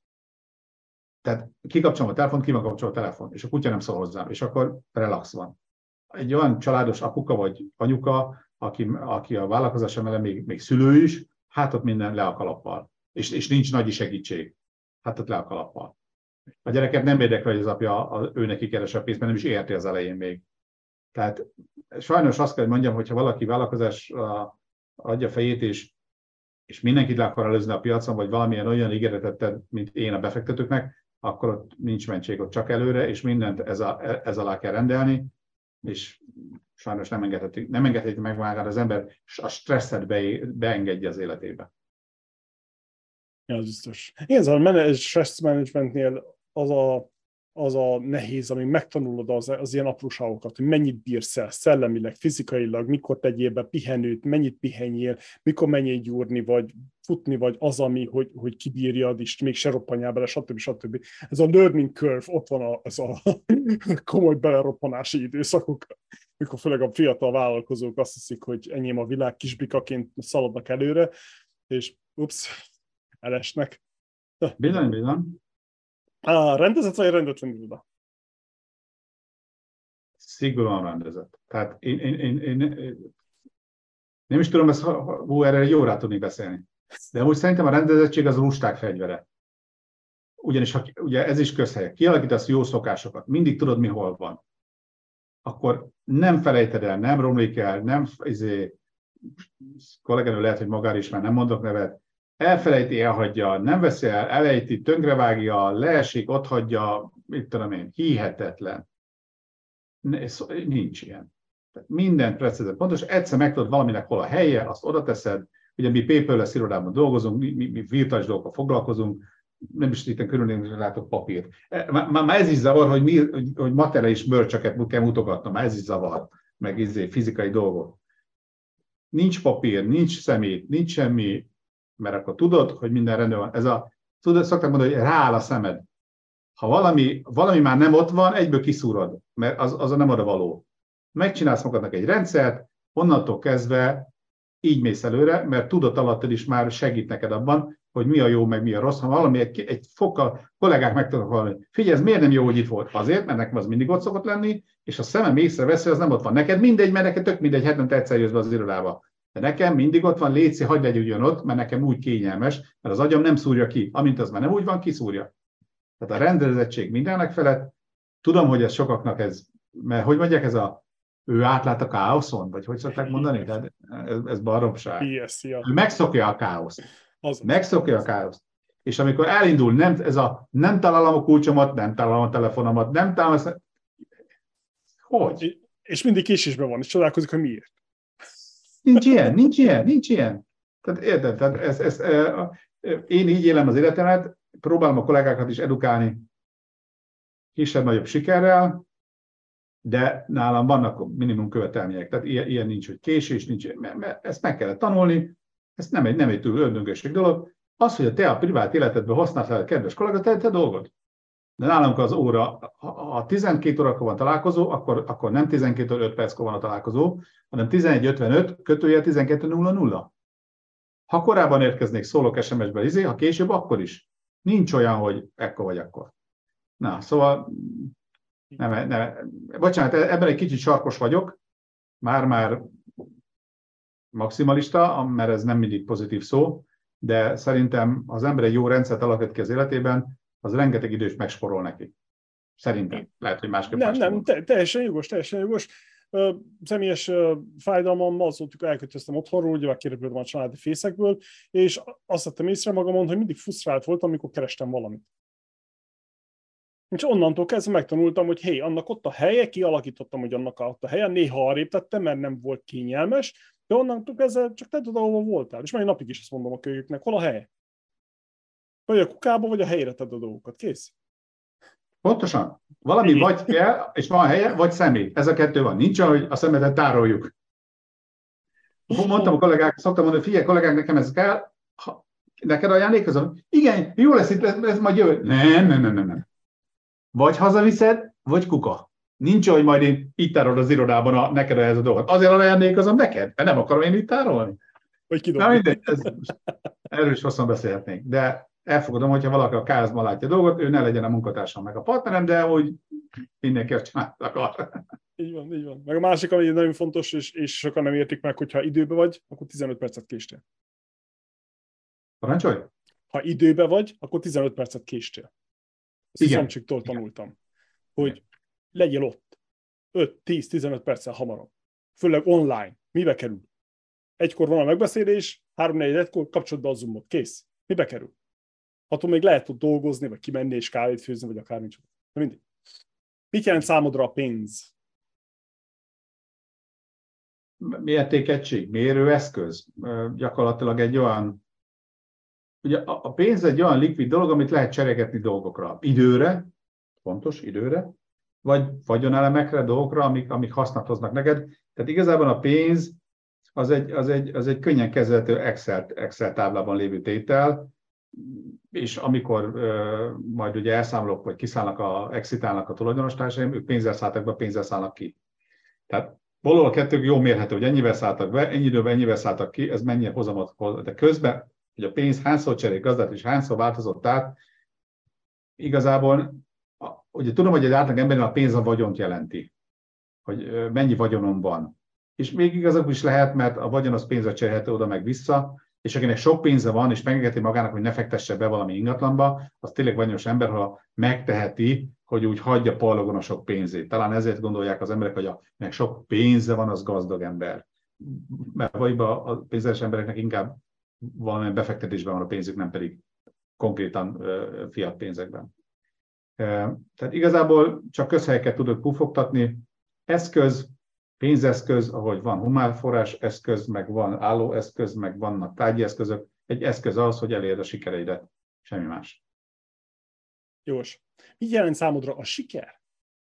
Tehát kikapcsolom a telefont, ki van kapcsolva a telefon, és a kutya nem szól hozzám, és akkor relax van. Egy olyan családos apuka vagy anyuka, aki, aki a vállalkozása mellett még, még szülő is, hát ott minden le a kalappal. És, és nincs nagy segítség. Hát ott le a kalappal. A gyereket nem érdekel, hogy az apja a, ő neki keres a pénzt, mert nem is érti az elején még. Tehát sajnos azt kell, hogy mondjam, hogyha valaki vállalkozásra adja fejét, és, és mindenkit le akar előzni a piacon, vagy valamilyen olyan ígéretet tett, mint én a befektetőknek, akkor ott nincs mentség, ott csak előre, és mindent ez, a, ez alá kell rendelni, és sajnos nem engedhetik, nem engedhetik meg magára az ember, a stresszet be, beengedje az életébe. Ja, az biztos. Igen, az a stress managementnél az a, az a nehéz, ami megtanulod az, az ilyen apróságokat, hogy mennyit bírsz el szellemileg, fizikailag, mikor tegyél be pihenőt, mennyit pihenjél, mikor menjél gyúrni, vagy futni, vagy az, ami, hogy, hogy kibírjad, és még se roppanjál bele, stb. stb. Ez a learning curve, ott van a, az a komoly beleroppanási időszakok, mikor főleg a fiatal vállalkozók azt hiszik, hogy enyém a világ, kisbikaként szaladnak előre, és ups, elesnek. Bizony, bizony. Á, rendezett vagy rendetlen iroda? Szigorúan rendezett. Tehát én, én, én, én, én nem is tudom, ezt, hú, erre jó rá tudni beszélni. De úgy szerintem a rendezettség az a lusták fegyvere. Ugyanis ha, ugye ez is közhelyek. Kialakítasz jó szokásokat, mindig tudod, mi hol van. Akkor nem felejted el, nem romlik el, nem, izé, kolléganő lehet, hogy magára is már nem mondok nevet, elfelejti, elhagyja, nem veszi el, elejti, tönkrevágja, leesik, otthagyja, mit tudom én, hihetetlen. Nincs ilyen. Mindent precízen pontos, egyszer megtudod valaminek hol a helye, azt oda teszed, ugye mi paperless irodában dolgozunk, mi, mi, mi virtuális dolgokkal foglalkozunk, nem is itt körülnézve látok papírt. Már, már ez is zavar, hogy, mi, hogy, hogy materiális mörcsöket kell mutogatnom, már ez is zavar, meg izé, fizikai dolgok. Nincs papír, nincs szemét, nincs semmi, mert akkor tudod, hogy minden rendben van. Ez a, tudod, szokták mondani, hogy rááll a szemed. Ha valami, valami már nem ott van, egyből kiszúrod, mert az, az a nem oda való. Megcsinálsz magadnak egy rendszert, onnantól kezdve így mész előre, mert tudat alattad is már segít neked abban, hogy mi a jó, meg mi a rossz. Ha valami egy, egy fokkal kollégák meg tudnak valami, figyelj, ez miért nem jó, hogy itt volt? Azért, mert nekem az mindig ott szokott lenni, és a szemem észreveszi, az nem ott van. Neked mindegy, mert neked tök mindegy, hetente egyszer jössz be az irodába. De nekem mindig ott van, léci, hagyd legyüljön ott, mert nekem úgy kényelmes, mert az agyam nem szúrja ki. Amint az már nem úgy van, kiszúrja. Tehát a rendezettség mindennek felett. Tudom, hogy ez sokaknak ez, mert hogy mondják, ez a ő átlát a káoszon, vagy hogy szokták mondani? Tehát ez, ez baromság. Yes, ja. Ő megszokja a káoszt. Az. Megszokja a káoszt. És amikor elindul, nem, ez a nem találom a kulcsomat, nem találom a telefonomat, nem találom ezt, hogy? És mindig késésben van, és csodálkozik, hogy miért. Nincs ilyen, nincs ilyen, nincs ilyen. Tehát érted, tehát ez, ez, én így élem az életemet, próbálom a kollégákat is edukálni kisebb-nagyobb sikerrel, de nálam vannak minimum követelmények. Tehát ilyen, ilyen nincs, hogy késés, nincs, mert ezt meg kellett tanulni, ez nem egy, nem egy túl ördöngösség dolog. Az, hogy a te a privát életedben használsz el, kedves kollega, te, te dolgod. De nálunk az óra, ha tizenkét órakor van találkozó, akkor, akkor nem tizenkét óra öt perckor van a találkozó, hanem tizenegy ötvenöt kötője tizenkettő nulla nulla. Ha korábban érkeznék, szólok es em es-be, izé, ha később, akkor is. Nincs olyan, hogy ekkor vagy akkor. Na, szóval, nem, nem, bocsánat, ebben egy kicsit sarkos vagyok, már-már maximalista, mert ez nem mindig pozitív szó, de szerintem az ember egy jó rendszert alakít ki az életében, az rengeteg idős megsporol neki. Szerintem. Lehet, hogy másképp Nem, másképp nem, te, teljesen jogos, teljesen jogos. Uh, személyes uh, fájdalmam az volt, hogy elkötöztem otthonról, ugye kirepültem a családi fészekből, és azt vettem észre magamon, hogy mindig frusztrált voltam, amikor kerestem valamit. És onnantól kezdve megtanultam, hogy hé, annak ott a helye, kialakítottam, hogy annak ott a helye, néha arrébb tettem, mert nem volt kényelmes, de onnantól kezdve csak te tudod, ahol voltál. És mai napig is ezt mondom a kölyöknek, hol a helye? Vagy a kukába, vagy a helyre tedd a dolgokat. Kész. Pontosan. Valami igen. Vagy kell, és van helye, vagy személy. Ez a kettő van. Nincs olyan, hogy a szemetet tároljuk. Mondtam a kollégák, szoktam mondani, figyelj, kollégák, nekem ez kell, ha, neked ajándékozom? Igen, jó lesz itt, ez, ez majd jövő. Nem, nem, nem, nem, nem. Vagy hazaviszed, vagy kuka. Nincs olyan, hogy majd én itt tárolod az irodában a, neked ez a dolgot. Azért ajándékozom neked, mert nem akarom én itt tárolni. Vagy kidobni. Na mindegy, ez, erről is hosszan beszélhetnénk. De elfogadom, hogyha valaki a káoszban látja a dolgot, ő ne legyen a munkatársam meg a partnerem, de úgy mindenki azt csinálni akar. Így van, így van. Meg a másik, ami nagyon fontos, és, és sokan nem értik meg, hogyha időbe vagy, akkor tizenöt percet késtél. Parancsolj? Ha időbe vagy, akkor tizenöt percet késtél. Ezt igen. a Szomcsiktól tanultam, hogy igen. legyél ott öt, tíz, tizenöt perccel hamarabb. Főleg online. Mibe kerül? Egykor van a megbeszélés, három négy egykor kapcsolod be a Zoomot. Kész. Mibe kerül? Attól még lehet tud dolgozni, vagy kimenni és kávét főzni, vagy akár nincs. De mindig. Mit jelent számodra a pénz? Mértékegység, mérőeszköz. Gyakorlatilag egy olyan, ugye a pénz egy olyan likvid dolog, amit lehet cserégetni dolgokra. Időre, fontos, időre, vagy vagyonelemekre, dolgokra, amik, amik hasznot hoznak neked. Tehát igazából a pénz az egy, az egy, az egy könnyen kezelhető Excel, Excel táblában lévő tétel, és amikor uh, majd ugye elszámolok, vagy kiszállnak, a, exitálnak a tulajdonostársaim, ők pénzzel szálltak be, pénzzel szállnak ki. Tehát valahol a kettők jó mérhető, hogy ennyivel szálltak be, ennyi időben ennyivel szálltak ki, ez mennyi hozamot hoz. De közben, hogy a pénz hányszor cserél gazdát, és hányszor változott át, igazából, ugye tudom, hogy egy átlag emberen a pénz a vagyont jelenti, hogy mennyi vagyonom van. És még igazabb is lehet, mert a vagyon az pénzre cserélhető oda meg vissza, és akinek sok pénze van, és megengedheti magának, hogy ne fektesse be valami ingatlanba, az tényleg vagyonos ember, ha megteheti, hogy úgy hagyja pallogon a sok pénzét. Talán ezért gondolják az emberek, hogy akinek sok pénze van, az gazdag ember. Mert vagy a pénzes embereknek inkább valamilyen befektetésben van a pénzük, nem pedig konkrétan fiat pénzekben. Tehát igazából csak közhelyeket tudok pufogtatni. Eszköz, pénzeszköz, ahogy van humánforrás eszköz, meg van állóeszköz, meg vannak tárgyi eszközök. Egy eszköz az, hogy elérd a sikereidet. Semmi más. Jós. Mit jelent számodra a siker?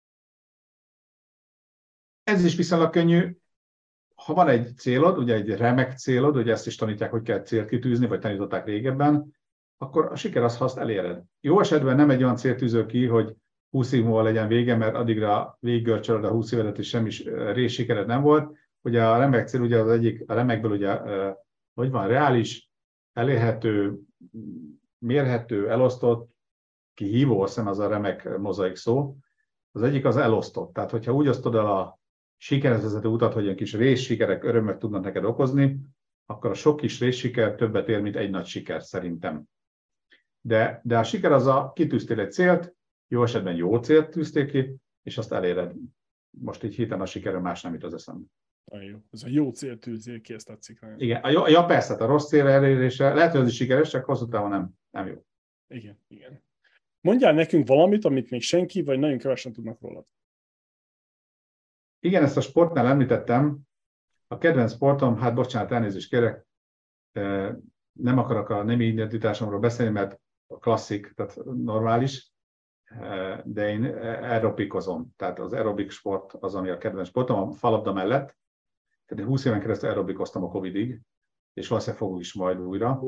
Ez is viszonylag könnyű. Ha van egy célod, ugye egy remek célod, ugye ezt is tanítják, hogy kell célt kitűzni, vagy tanították régebben, akkor a siker az, ha azt eléred. Jó esetben nem egy olyan célt tűző ki, hogy húsz év múlva legyen vége, mert addigra végiggörcsölöd a húsz évedet, és semmi rész sikered nem volt. Ugye a remek cél, ugye az egyik, a remekből ugye, hogy van, reális, elérhető, mérhető, elosztott, kihívó, azt hiszem az a remek mozaik szó. Az egyik az elosztott. Tehát, hogyha úgy osztod el a sikerhez vezető utat, hogy ilyen kis részsikerek örömöt tudnak neked okozni, akkor a sok kis részsiker többet ér, mint egy nagy siker, szerintem. De, de a siker az a, kitűztél egy célt, jó esetben jó célt tűztél ki, és azt eléred. Most így hirtelen a sikerről más nem jut az eszembe. Jó. Ez a jó cél tűzél ki, ezt tetszik. Igen, a jó, ja persze, a rossz cél elérése, lehet, hogy az is sikeres, csak hosszú távon nem, nem jó. Igen, igen. Mondjál nekünk valamit, amit még senki, vagy nagyon kevesen tudnak rólad. Igen, ezt a sportnál említettem. A kedvenc sportom, hát bocsánat, elnézést kérek, nem akarok a nemi identitásomról beszélni, mert a klasszik, tehát normális, de én aerobikozom. Tehát az aerobik sport az, ami a kedvenc sportom, a falabda mellett. Tehát én húsz éven keresztül aerobikoztam a Covidig, és valószínűleg fogok is majd újra.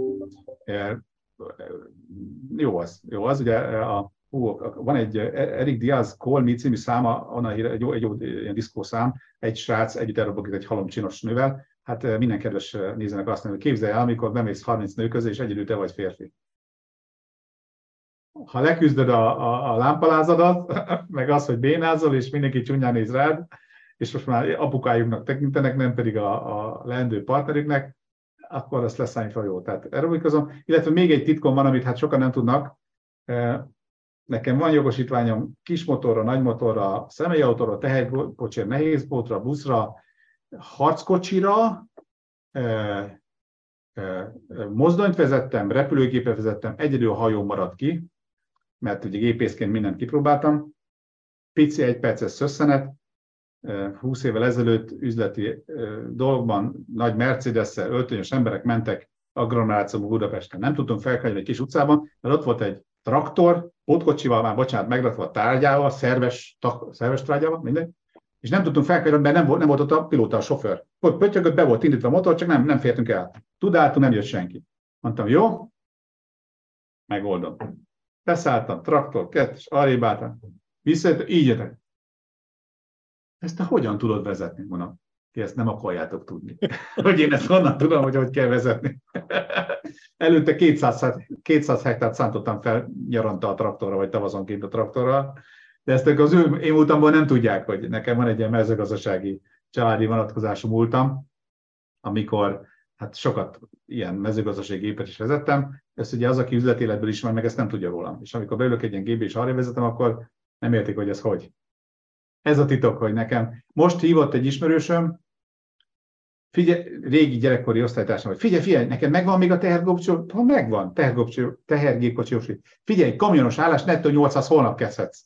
Jó az, jó az. Ugye a, hú, van egy Eric Diaz Call Me című száma, onnan egy jó, egy jó ilyen diszkószám, egy srác együtt aerobikoz egy halomcsinos nővel. Hát minden kedves nézőnek azt mondja, hogy képzelj el, amikor bemész harminc nő közé, és egyedül te vagy férfi. Ha leküzdöd a, a, a lámpalázadat, meg az, hogy bénázol, és mindenki csúnyán néz rád, és most már apukájuknak tekintenek, nem pedig a, a leendő partnerüknek, akkor azt leszállítva jó. Tehát aerobikozom. Illetve még egy titkom van, amit hát sokan nem tudnak. Nekem van jogosítványom kismotorra, nagymotorra, személyautóra, teherkocsira, nehézbótra, buszra, harckocsira, mozdonyt vezettem, repülőgépet vezettem, egyedül a hajó maradt ki, mert ugye gépészként mindent kipróbáltam. Pici egyperces szösszenet, húsz évvel ezelőtt üzleti dolgokban nagy Mercedes-szel öltönyös emberek mentek agglomerációba Budapesten. Nem tudtunk felkelni egy kis utcában, mert ott volt egy traktor, pótkocsival, már bocsánat, megratva tárgyával, szerves, tak, szerves tárgyával, mindegy, és nem tudtunk felkelni, mert nem volt, nem volt ott a pilóta, a sofőr. Ott pöttyögött, be volt indítva a motor, csak nem, nem fértünk el. Tudáltunk, nem jött senki. Mondtam, jó, megoldom. Beszálltam, traktor, kettős, arrébb álltam. Visszajöttem, így jöttek. Ezt te hogyan tudod vezetni? Mondom, ti ezt nem akarjátok tudni. Hogy én ezt honnan tudom, hogy hogy kell vezetni. Előtte kétszáz hektárt szántottam fel nyaranta a traktorra, vagy tavaszonként a traktorral, de ezt az ő én múltamból nem tudják, hogy nekem van egy ilyen mezőgazdasági családi vonatkozású múltam, amikor hát sokat ilyen mezőgazdasági gépet is vezettem, ezt ugye az, aki üzletéletből ismer, meg ezt nem tudja rólam. És amikor beülök egy ilyen gépbe és arra vezetem, akkor nem értik, hogy ez hogy. Ez a titok, hogy nekem. Most hívott egy ismerősöm, figyelj, régi gyerekkori osztálytársam, hogy figyelj, figyelj, neked megvan még a tehergépkocsi? Ha megvan, tehergépkocsi. Figyelj, kamionos állás, nettó nyolcszáz, holnap kezdhetsz.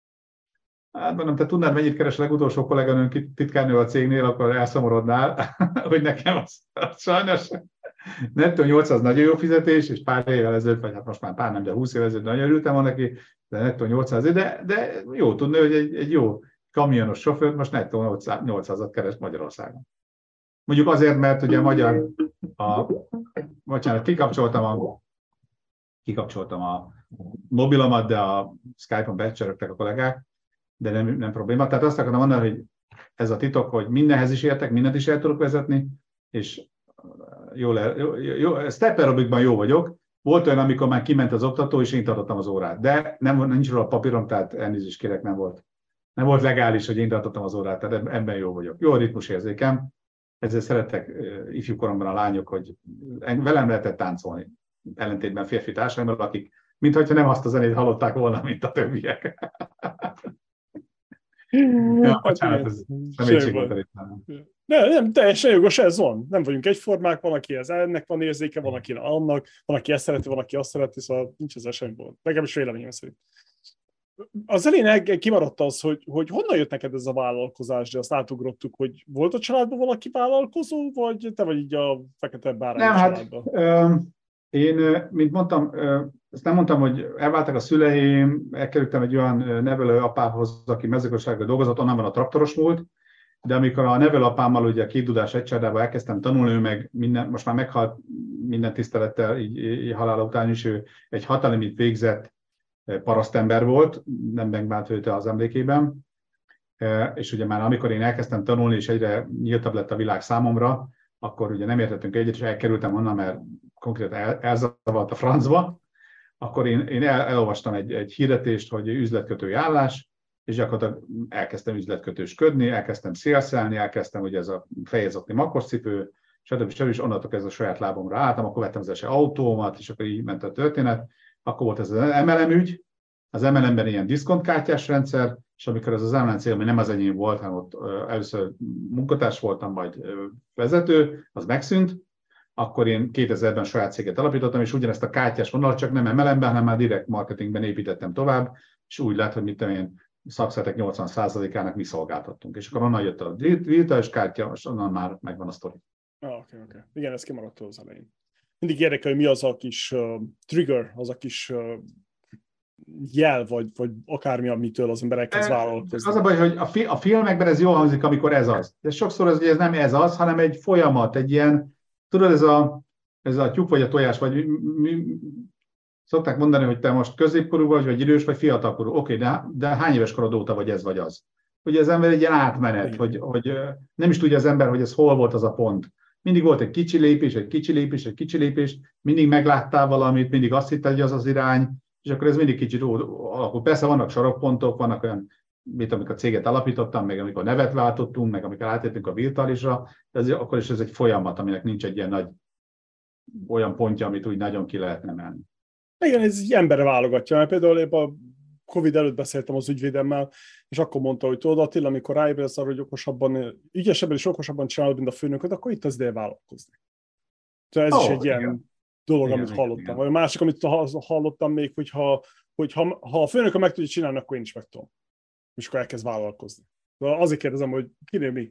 Hát mondom, te tudnád, mennyit keres a legutolsó kolléganőnk titkárnő a cégnél, akkor elszomorodnál, hogy nekem az, az sajnos nettó nyolcszáz nagyon jó fizetés, és pár évvel ezelőtt, vagy hát most már pár nem, de húsz évvel ezelőtt nagyon örültem volna neki, de nettó nyolcszáz, de, de jó tudni, hogy egy, egy jó kamionos sofőr most nettó nyolcszázat keres Magyarországon. Mondjuk azért, mert ugye a magyar, a, bocsánat, kikapcsoltam a, kikapcsoltam a mobilomat, de a Skype-on becsörögtek a kollégák, de nem, nem probléma. Tehát azt akarom mondani, hogy ez a titok, hogy mindenhez is értek, mindent is el tudok vezetni, és jól, jó, jó, step aerobikban jó vagyok. Volt olyan, amikor már kiment az oktató, és én tartottam az órát. De nem, nincs róla a papírom, tehát elnézést kérek, nem volt. Nem volt legális, hogy én tartottam az órát, tehát ebben jó vagyok. Jó a ritmusérzékem. Ezzel szerettek ifjú koromban a lányok, hogy velem lehetett táncolni. Ellentétben férfi társaimmal, akik mintha nem azt a zenét hallották volna, mint a többiek. Ja, bocsánat, ez személyiség volt elég. Nem, nem, teljesen jogos, ez van. Nem vagyunk egyformák, van, aki ez ennek van érzéke, van, aki annak, van, aki ezt szereti, van, aki azt szereti, szóval nincs ez semmi volt. Legalábbis véleményem szerint. Az elején kimaradt az, hogy, hogy honnan jött neked ez a vállalkozás, de azt átugrottuk, hogy volt a családban valaki vállalkozó, vagy te vagy így a fekete bárány nem, családban? Hát, én, mint mondtam, ezt nem mondtam, hogy elváltak a szüleim, elkerültem egy olyan nevelő apához, aki mezőgazdaságban dolgozott, onnan van a traktoros múlt, de amikor a nevelőapámmal ugye a két dudás egy családában elkezdtem tanulni, ő meg minden, most már meghalt minden tisztelettel, így, így halála után is, ő egy hatalimit végzett parasztember volt, nem megbánt őt az emlékében, és ugye már amikor én elkezdtem tanulni, és egyre nyíltabb lett a világ számomra, akkor ugye nem értettünk egyet, és elkerültem onnan, mert konkrétan el, elzavart a francba, akkor én, én el, elolvastam egy, egy hirdetést, hogy üzletkötői állás, és gyakorlatilag elkezdtem üzletkötősködni, elkezdtem szélszelni, elkezdtem ugye ez a fejezotni makoscipő, stb. stb. És onnantól kezdve a saját lábomra álltam, akkor vettem az első autómat, és akkor így ment a történet. Akkor volt ez az em el em ügy, az em el em-ben ilyen diszkontkártyás rendszer, és amikor ez az em el em cég, ami nem az enyém volt, hanem ott először munkatárs voltam, majd vezető, az megszűnt, akkor én kétezerben saját céget alapítottam, és ugyanezt a kártyás vonalat csak nem em el em-ben, hanem már direkt marketingben építettem tovább, és úgy lett, hogy mit tudom én, szakszertek nyolcvan százalékának mi szolgáltattunk. És akkor onnan jött a virtuális kártya, és onnan már megvan a sztori. Ah, oké, okay, oké. Okay. Igen, ez kimaradt az elején. Mindig érdekel, hogy mi az a kis uh, trigger, az a kis uh, jel, vagy, vagy akármi, amitől az ember elkezd vállalkozni. Az a baj, hogy a, fi- a filmekben ez jól hangzik, amikor ez az. De sokszor az, hogy ez nem ez az, hanem egy folyamat, egy ilyen, tudod, ez a, ez a tyúk vagy a tojás, vagy mi, mi, szokták mondani, hogy te most középkorú vagy, vagy idős, vagy fiatalkorú. Oké, okay, de, de hány éves korod óta vagy ez vagy az? Ugye az ember egy ilyen átmenet, hogy, hogy nem is tudja az ember, hogy ez hol volt az a pont. Mindig volt egy kicsi lépés, egy kicsi lépés, egy kicsi lépés, mindig megláttál valamit, mindig azt hitted, hogy az az irány, és akkor ez mindig kicsit alakul. Persze vannak sarokpontok, vannak olyan, mint amikor a céget alapítottam, meg amikor nevet váltottunk, meg amikor átértünk a virtuálisra, de ez, akkor is ez egy folyamat, aminek nincs egy ilyen nagy olyan pontja, amit úgy nagyon ki lehetne menni. Igen, ez egy emberre válogatja, mert például épp a Covid előtt beszéltem az ügyvédemmel, és akkor mondta, hogy tudod, Attila, amikor ráébredsz arra, hogy okosabban, ügyesebben és okosabban csinálod, mint a főnököt, akkor itt az ideje vállalkozni. Tehát ez oh, is egy igen. ilyen dolog, igen, amit igen, hallottam. Igen. Vagy a másik, amit hallottam még, hogy ha, hogy ha, ha a főnököm meg tudja csinálni, akkor én is meg tudom. És akkor elkezd vállalkozni. De azért kérdezem, hogy kinél mi?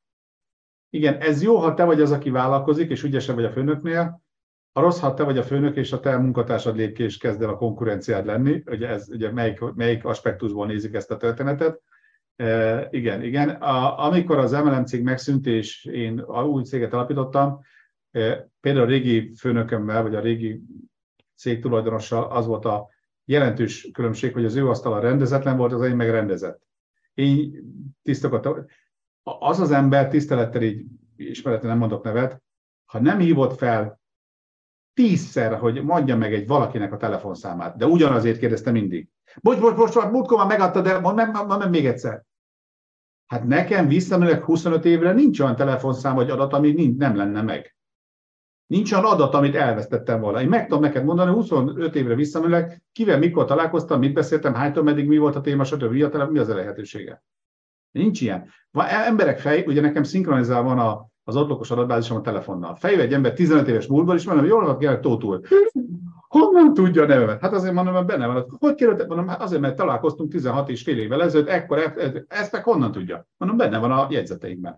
Igen, ez jó, ha te vagy az, aki vállalkozik, és ügyesebb vagy a főnöknél. A rossz, ha te vagy a főnök, és a te munkatársad lép ki, és kezd el a konkurenciád lenni. Ugye, ez, ugye melyik, melyik aspektusból nézik ezt a történetet. E, igen, igen. A, amikor az em el em cég megszűnt, és én új céget alapítottam, e, például a régi főnökömmel, vagy a régi cég tulajdonossal az volt a jelentős különbség, hogy az ő asztala rendezetlen volt, az én meg rendezett. Én tisztokat, az az ember, tisztelettel így ismeretlen nem mondok nevet, ha nem hívott fel tízszer, hogy mondja meg egy valakinek a telefonszámát, de ugyanazért kérdezte mindig. Bocs, bocs, bocs, múltkor már megadta, de mondd meg, mondd meg még egyszer. Hát nekem visszamenőleg huszonöt évre nincs olyan telefonszám vagy adat, ami nem lenne meg. Nincs olyan adat, amit elvesztettem volna. Én meg tudom neked mondani, huszonöt évre visszamenőleg, kivel mikor találkoztam, mit beszéltem, hánytól meddig mi volt a téma, stb. Mi az a lehetősége? Nincs ilyen. Van emberek fej, ugye nekem szinkronizálva van a az adlokos adatbázisom a telefonnal. Fejve egy ember tizenöt éves múltból, és mondom, jól van, kérlek, Tóth úr. Honnan tudja a nevemet? Hát azért mondom, hogy benne van. Hogy kérlek, mondom, hát azért, mert találkoztunk tizenhat és fél évvel ezelőtt, ekkor ezt meg honnan tudja? Mondom, benne van a jegyzeteikben.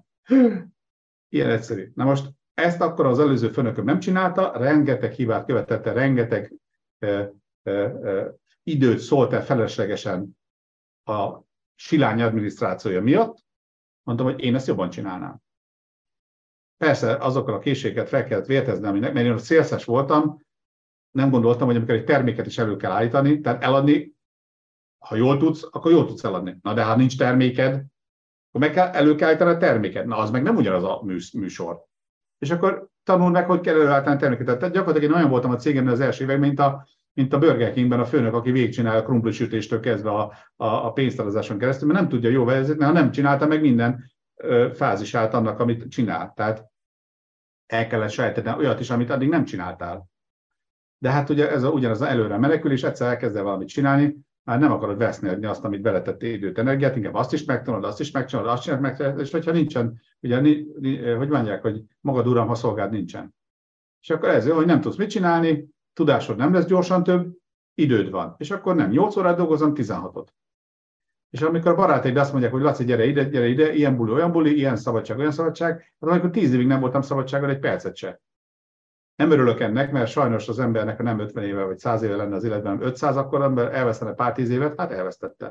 Ilyen egyszerű. Na most ezt akkor az előző főnököm nem csinálta, rengeteg hibát követette, rengeteg eh, eh, eh, időt szólt el feleslegesen a silány adminisztrációja miatt. Mondtam, hogy én ezt jobban csinálnám. Persze azokkal a készségeket fel kellett vértezni, aminek, mert én a szélszes voltam, nem gondoltam, hogy amikor egy terméket is elő kell állítani, tehát eladni, ha jól tudsz, akkor jól tudsz eladni. Na de ha nincs terméked, akkor meg kell, elő kell állítani a terméket. Na az meg nem ugyanaz a műsor. És akkor tanul meg, hogy kell előállítani a terméket. Tehát gyakorlatilag én olyan voltam a cégemben az első években, mint a, mint a Burger Kingben a főnök, aki végigcsinálja a krumplisütéstől kezdve a, a, a pénztározáson keresztül, mert nem tudja jól vezetni, ha nem csinálta meg minden fázisát annak, amit csinál. Tehát el kellett sejtetni olyat is, amit addig nem csináltál. De hát ugye ez a, ugyanaz az előre menekül, és egyszer elkezdel valamit csinálni, már nem akarod veszni azt, amit beletettél időt, energiát, inkább azt is megtanulod, azt is megcsinálod, azt csinálod, meg, és hogyha nincsen, ugye, hogy mondják, hogy magad uram, ha szolgád nincsen. És akkor ez, hogy nem tudsz mit csinálni, tudásod nem lesz gyorsan több, időd van. És akkor nem nyolc órát dolgozom, tizenhatot. És amikor a barátaid azt mondják, hogy Laci, gyere ide, gyere ide, ilyen buli, olyan buli, ilyen szabadság, olyan szabadság, hát amikor tíz évig nem voltam szabadságon, egy percet se. Nem örülök ennek, mert sajnos az embernek, ha nem ötven éve vagy száz éve lenne az életben, ötszáz, akkor ember elvesztene pár tíz évet, hát elvesztette.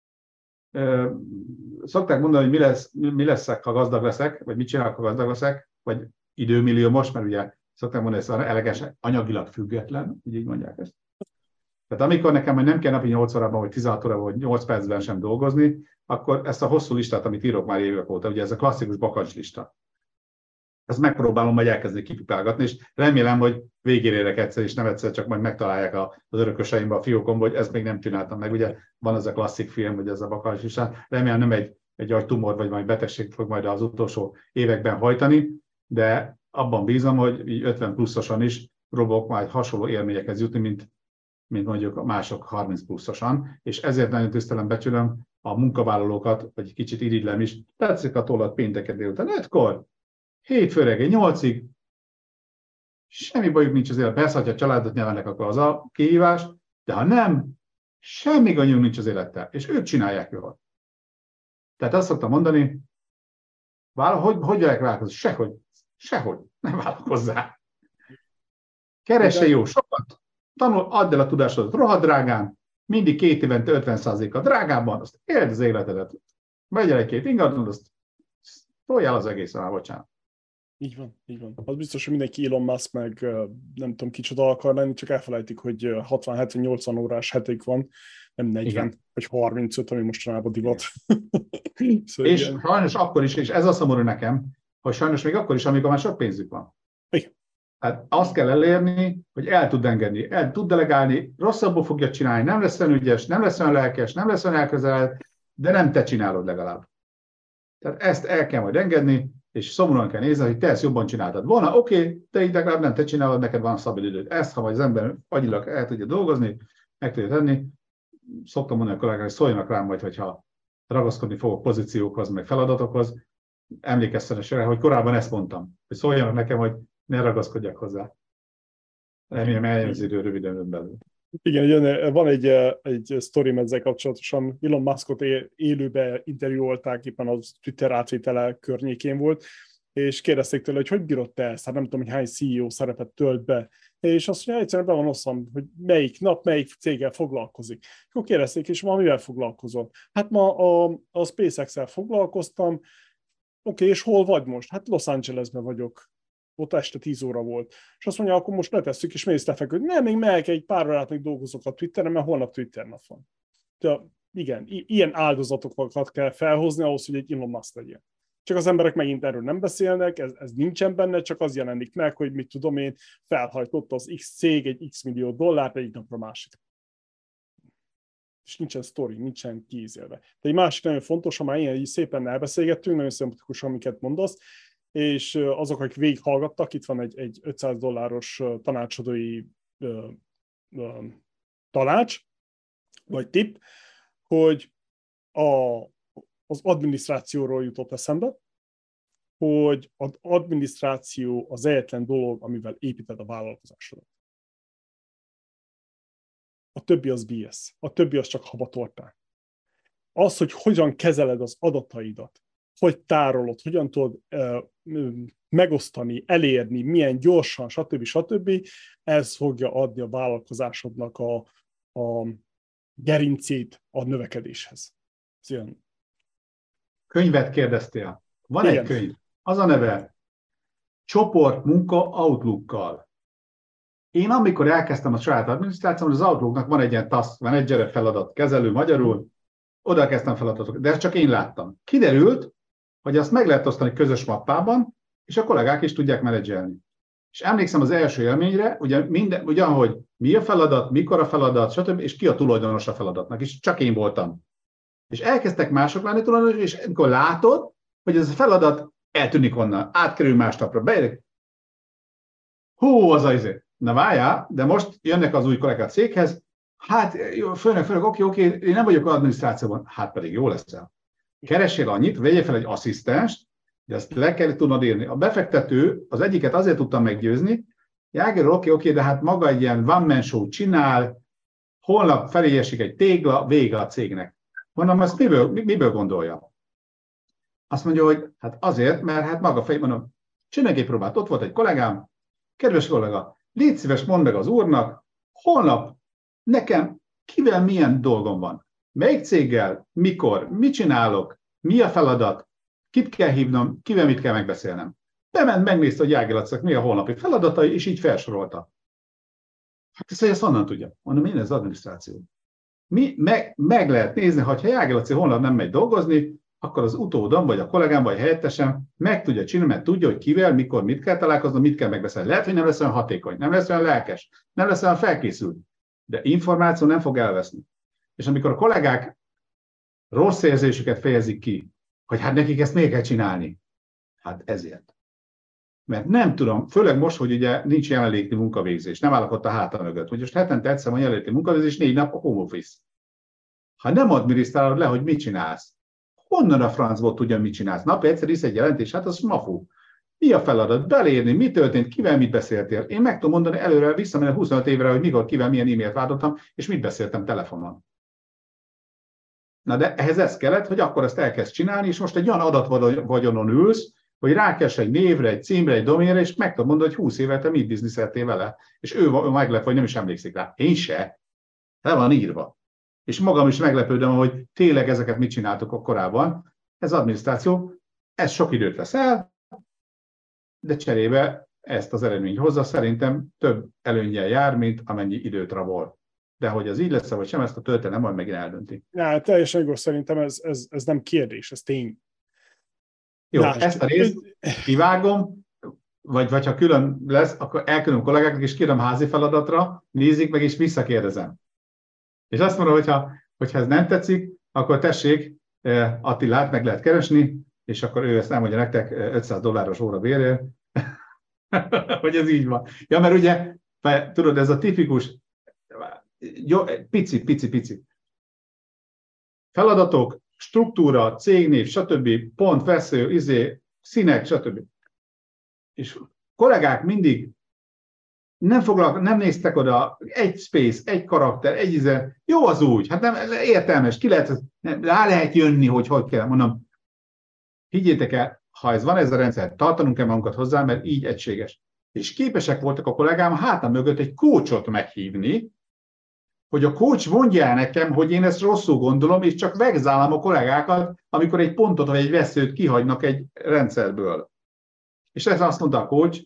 Szokták mondani, hogy mi lesz, mi leszek, ha gazdag leszek, vagy mit csinálok, ha gazdag leszek, vagy időmilliómos, mert ugye szokták mondani, hogy ez eleges, anyagilag független, úgy így mondják ezt. Tehát amikor nekem majd nem kell napi nyolc órában, vagy tizenhat órában, vagy nyolc percben sem dolgozni, akkor ezt a hosszú listát, amit írok már évek óta, ugye ez a klasszikus bakancslista. Ezt megpróbálom majd elkezdeni kipipálgatni, és remélem, hogy végére érek egyszer, és nem egyszer, csak majd megtalálják az örököseimben a fiókomban, hogy ezt még nem csináltam meg. Ugye van ez a klasszik film, hogy ez a bakancslista. Remélem nem egy, egy agytumor, vagy majd betegség fog majd az utolsó években hajtani, de abban bízom, hogy így ötven pluszosan is próbálok majd hasonló élményekhez jutni, mint mint mondjuk mások harminc pluszosan, és ezért nagyon tisztelem, becsülöm a munkavállalókat, vagy egy kicsit irigylem is, tetszik a tollat pénteken délután ötkor, hétfő reggel nyolcig, semmi bajuk nincs azért, persze, ha a családot nevelnek, akkor az a kihívás, de ha nem, semmi gondjuk nincs az élettel, és ők csinálják jól. Tehát azt szoktam mondani, hogy hogy lehet vállalkozni? Sehogy, sehogy, nem vállalkozzál. Keresse jó sokat, tanul, add el a tudásodat rohadt drágán, mindig két évente ötven százalékkal drágábban, azt éld az életedet. Vegyél egy két ingatlanot, azt toljál az egészen, már bocsánat. Így van, így van. Az biztos, hogy mindenki Elon Musk meg nem tudom kicsoda akar lenni, csak elfelejtik, hogy hatvan hetven nyolcvan órás heték van, nem negyven, igen. Vagy harmincöt, ami mostanában divat. Szóval és ilyen. Sajnos akkor is, és ez a szomorú nekem, hogy sajnos még akkor is, amikor már sok pénzük van. Igen. Hát azt kell elérni, hogy el tud engedni, el tud delegálni, rosszabbul fogja csinálni, nem lesz olyan ügyes, nem lesz olyan lelkes, nem lesz olyan elközeled, de nem te csinálod legalább. Tehát ezt el kell majd engedni, és szomorúan kell nézni, hogy te ezt jobban csináltad volna. Oké, okay, te így legalább nem te csinálod, neked van szabad időd. Ezt, ha vagy az ember agyilag el tudja dolgozni, meg tudja tenni, szoktam mondani a kollégák, hogy szóljanak rám majd, hogyha ragaszkodni fogok pozíciókhoz, meg feladatokhoz. Emlékeztenek rá, hogy korábban ezt mondtam, hogy szóljanak nekem, hogy ne ragaszkodjak hozzá. Remélem eljön az idő röviden belül. Igen, van egy, egy sztorim ezzel kapcsolatosan. Elon Muskot élőben interjúolták, éppen az Twitter átvétele környékén volt, és kérdezték tőle, hogy hogy bírod te ezt, hát nem tudom, hogy hány cé e o szerepet tölt be. És azt mondja, egyszerűen be van osztam, hogy melyik nap, melyik céggel foglalkozik. Akkor kérdezték, és ma mivel foglalkozol? Hát ma a, a SpaceX-el foglalkoztam. Oké, okay, és hol vagy most? Hát Los Angelesben vagyok. Ott este tíz óra volt. És azt mondja, akkor most letesszük, és mész lefeküdni. Nem, még megyek egy pár órát, még dolgozok a Twitteren, mert holnap Twitter nap van. De igen, i- ilyen áldozatokat kell felhozni ahhoz, hogy egy Elon Musk legyen. Csak az emberek megint erről nem beszélnek, ez, ez nincsen benne, csak az jelenik meg, hogy mit tudom én, felhajtott az X cég egy X millió dollárt egyik napra másik. És nincsen sztori, nincsen kiízélve. De egy másik nagyon fontos, ha már ilyen szépen elbeszélgettünk, nagyon szimpatikus, amiket mondasz, és azok, akik végighallgattak, itt van egy, egy ötszáz dolláros tanácsadói ö, ö, tanács, vagy tipp, hogy a, az adminisztrációról jutott eszembe, hogy az adminisztráció az egyetlen dolog, amivel építed a vállalkozásodat. A többi az bé es. A többi az csak habatortán. Az, hogy hogyan kezeled az adataidat, hogy tárolod, hogyan tudod uh, megosztani, elérni, milyen gyorsan, stb. stb. Ez fogja adni a vállalkozásodnak a, a gerincét a növekedéshez. Ez ilyen. Könyvet kérdeztél. Van Igen. egy könyv. Az a neve Csoport munka Outlookkal. Én amikor elkezdtem a saját adminisztrációmat, az Outlooknak van egy ilyen task manager, feladat kezelő magyarul, oda kezdtem feladatokat, de ezt csak én láttam. Kiderült, hogy azt meg lehet osztani közös mappában, és a kollégák is tudják menedzselni. És emlékszem az első élményre, ugye minden, ugyan, hogy mi a feladat, mikor a feladat, stb., és ki a tulajdonos a feladatnak, és csak én voltam. És elkezdtek mások lenni tulajdonos, és amikor látod, hogy ez a feladat eltűnik onnan, átkerül másnapra, beérek. Hú, az az izé. Na várjál, de most jönnek az új kollégák a céghez, hát jó, főnök, főnök, oké, oké, én nem vagyok adminisztrációban, hát pedig jó leszel. Keressél annyit, vegyél fel egy asszisztenst, de ezt le kell tudnod írni. A befektető az egyiket azért tudtam meggyőzni, Jáger, oké, oké, de hát maga egy ilyen one-man show csinál, holnap felé esik egy tégla, vége a cégnek. Mondom, ezt miből, miből gondolja? Azt mondja, hogy hát azért, mert hát maga fej, mondom, csinálj egy próbát, ott volt egy kollégám, kedves kollega, légy szíves, mondd meg az úrnak, holnap nekem kivel milyen dolgom van. Melyik céggel, mikor, mit csinálok, mi a feladat, kit kell hívnom, kivel mit kell megbeszélnem. Bement, megnézte, hogy Jági Lacinak mi a holnapi feladatai, és így felsorolta. Hát ezt, ezt honnan tudja? Mondom, én ez az adminisztráció. Mi, meg, meg lehet nézni, ha Jági Laci holnap nem megy dolgozni, akkor az utódom, vagy a kollégám, vagy helyettesem meg tudja csinálni, mert tudja, hogy kivel, mikor, mit kell találkoznom, mit kell megbeszélni. Lehet, hogy nem lesz olyan hatékony, nem lesz olyan lelkes, nem lesz olyan felkészült, de információ nem fog elveszni. És amikor a kollégák rossz érzésüket fejezik ki, hogy hát nekik ezt még kell csinálni, hát ezért. Mert nem tudom, főleg most, hogy ugye nincs jelenléti munkavégzés, nem állok ott a háta mögött, hogy most hetente egyszer van jelenléti munkavégzés, négy nap a home office. Ha nem adminisztrálod le, hogy mit csinálsz, honnan a francból tudja, mit csinálsz? Napi egyszer isz egy jelentés, hát az mafú. Mi a feladat? Belérni, mi történt, kivel mit beszéltél? Én meg tudom mondani előre, visszamenve huszonöt évre, hogy mikor, kivel, milyen e-mailt váltottam, és mit beszéltem telefonon. Na de ehhez ez kellett, hogy akkor ezt elkezd csinálni, és most egy olyan adatvagyonon ülsz, hogy rákess egy névre, egy címre, egy doménre, és meg tudod mondani, hogy húsz éve te mit bizniszeltél vele. És ő meglep, hogy nem is emlékszik rá. Én se. Le van írva. És magam is meglepődöm, hogy tényleg ezeket mit csináltok korábban. Ez adminisztráció, ez sok időt vesz el, de cserébe ezt az eredményt hozza, szerintem több előnnyel jár, mint amennyi időt rabol. De hogy az így lesz, vagy sem, ezt a történet majd megint eldönti. Ja, teljesen igaz, szerintem ez, ez, ez nem kérdés, ez tény. Jó, Lásd, ezt a részt kivágom, vagy, vagy ha külön lesz, akkor elküldöm kollégáknak, és kérem házi feladatra, nézzék meg, és visszakérdezem. És azt mondom, hogyha, hogyha ez nem tetszik, akkor tessék, Attilát meg lehet keresni, és akkor ő ezt elmondja nektek ötszáz dolláros óra bérért, hogy ez így van. Ja, mert ugye, tudod, ez a tipikus, jó, pici, pici, pici. Feladatok, struktúra, cégnév, stb., pont, vesző, izé, színek, stb. És kollégák mindig nem foglalkoznak, nem néztek oda, egy space, egy karakter, egy izé, jó az úgy, hát nem értelmes, ki lehet, rá lehet jönni, hogy hogy kell, mondom, higgyétek el, ha ez van ez a rendszer, tartanunk kell magunkat hozzá, mert így egységes. És képesek voltak a kollégám hátam mögött egy coachot meghívni, hogy a coach mondja el nekem, hogy én ezt rosszul gondolom, és csak vegzálom a kollégákat, amikor egy pontot vagy egy veszőt kihagynak egy rendszerből. És ezt azt mondta a coach,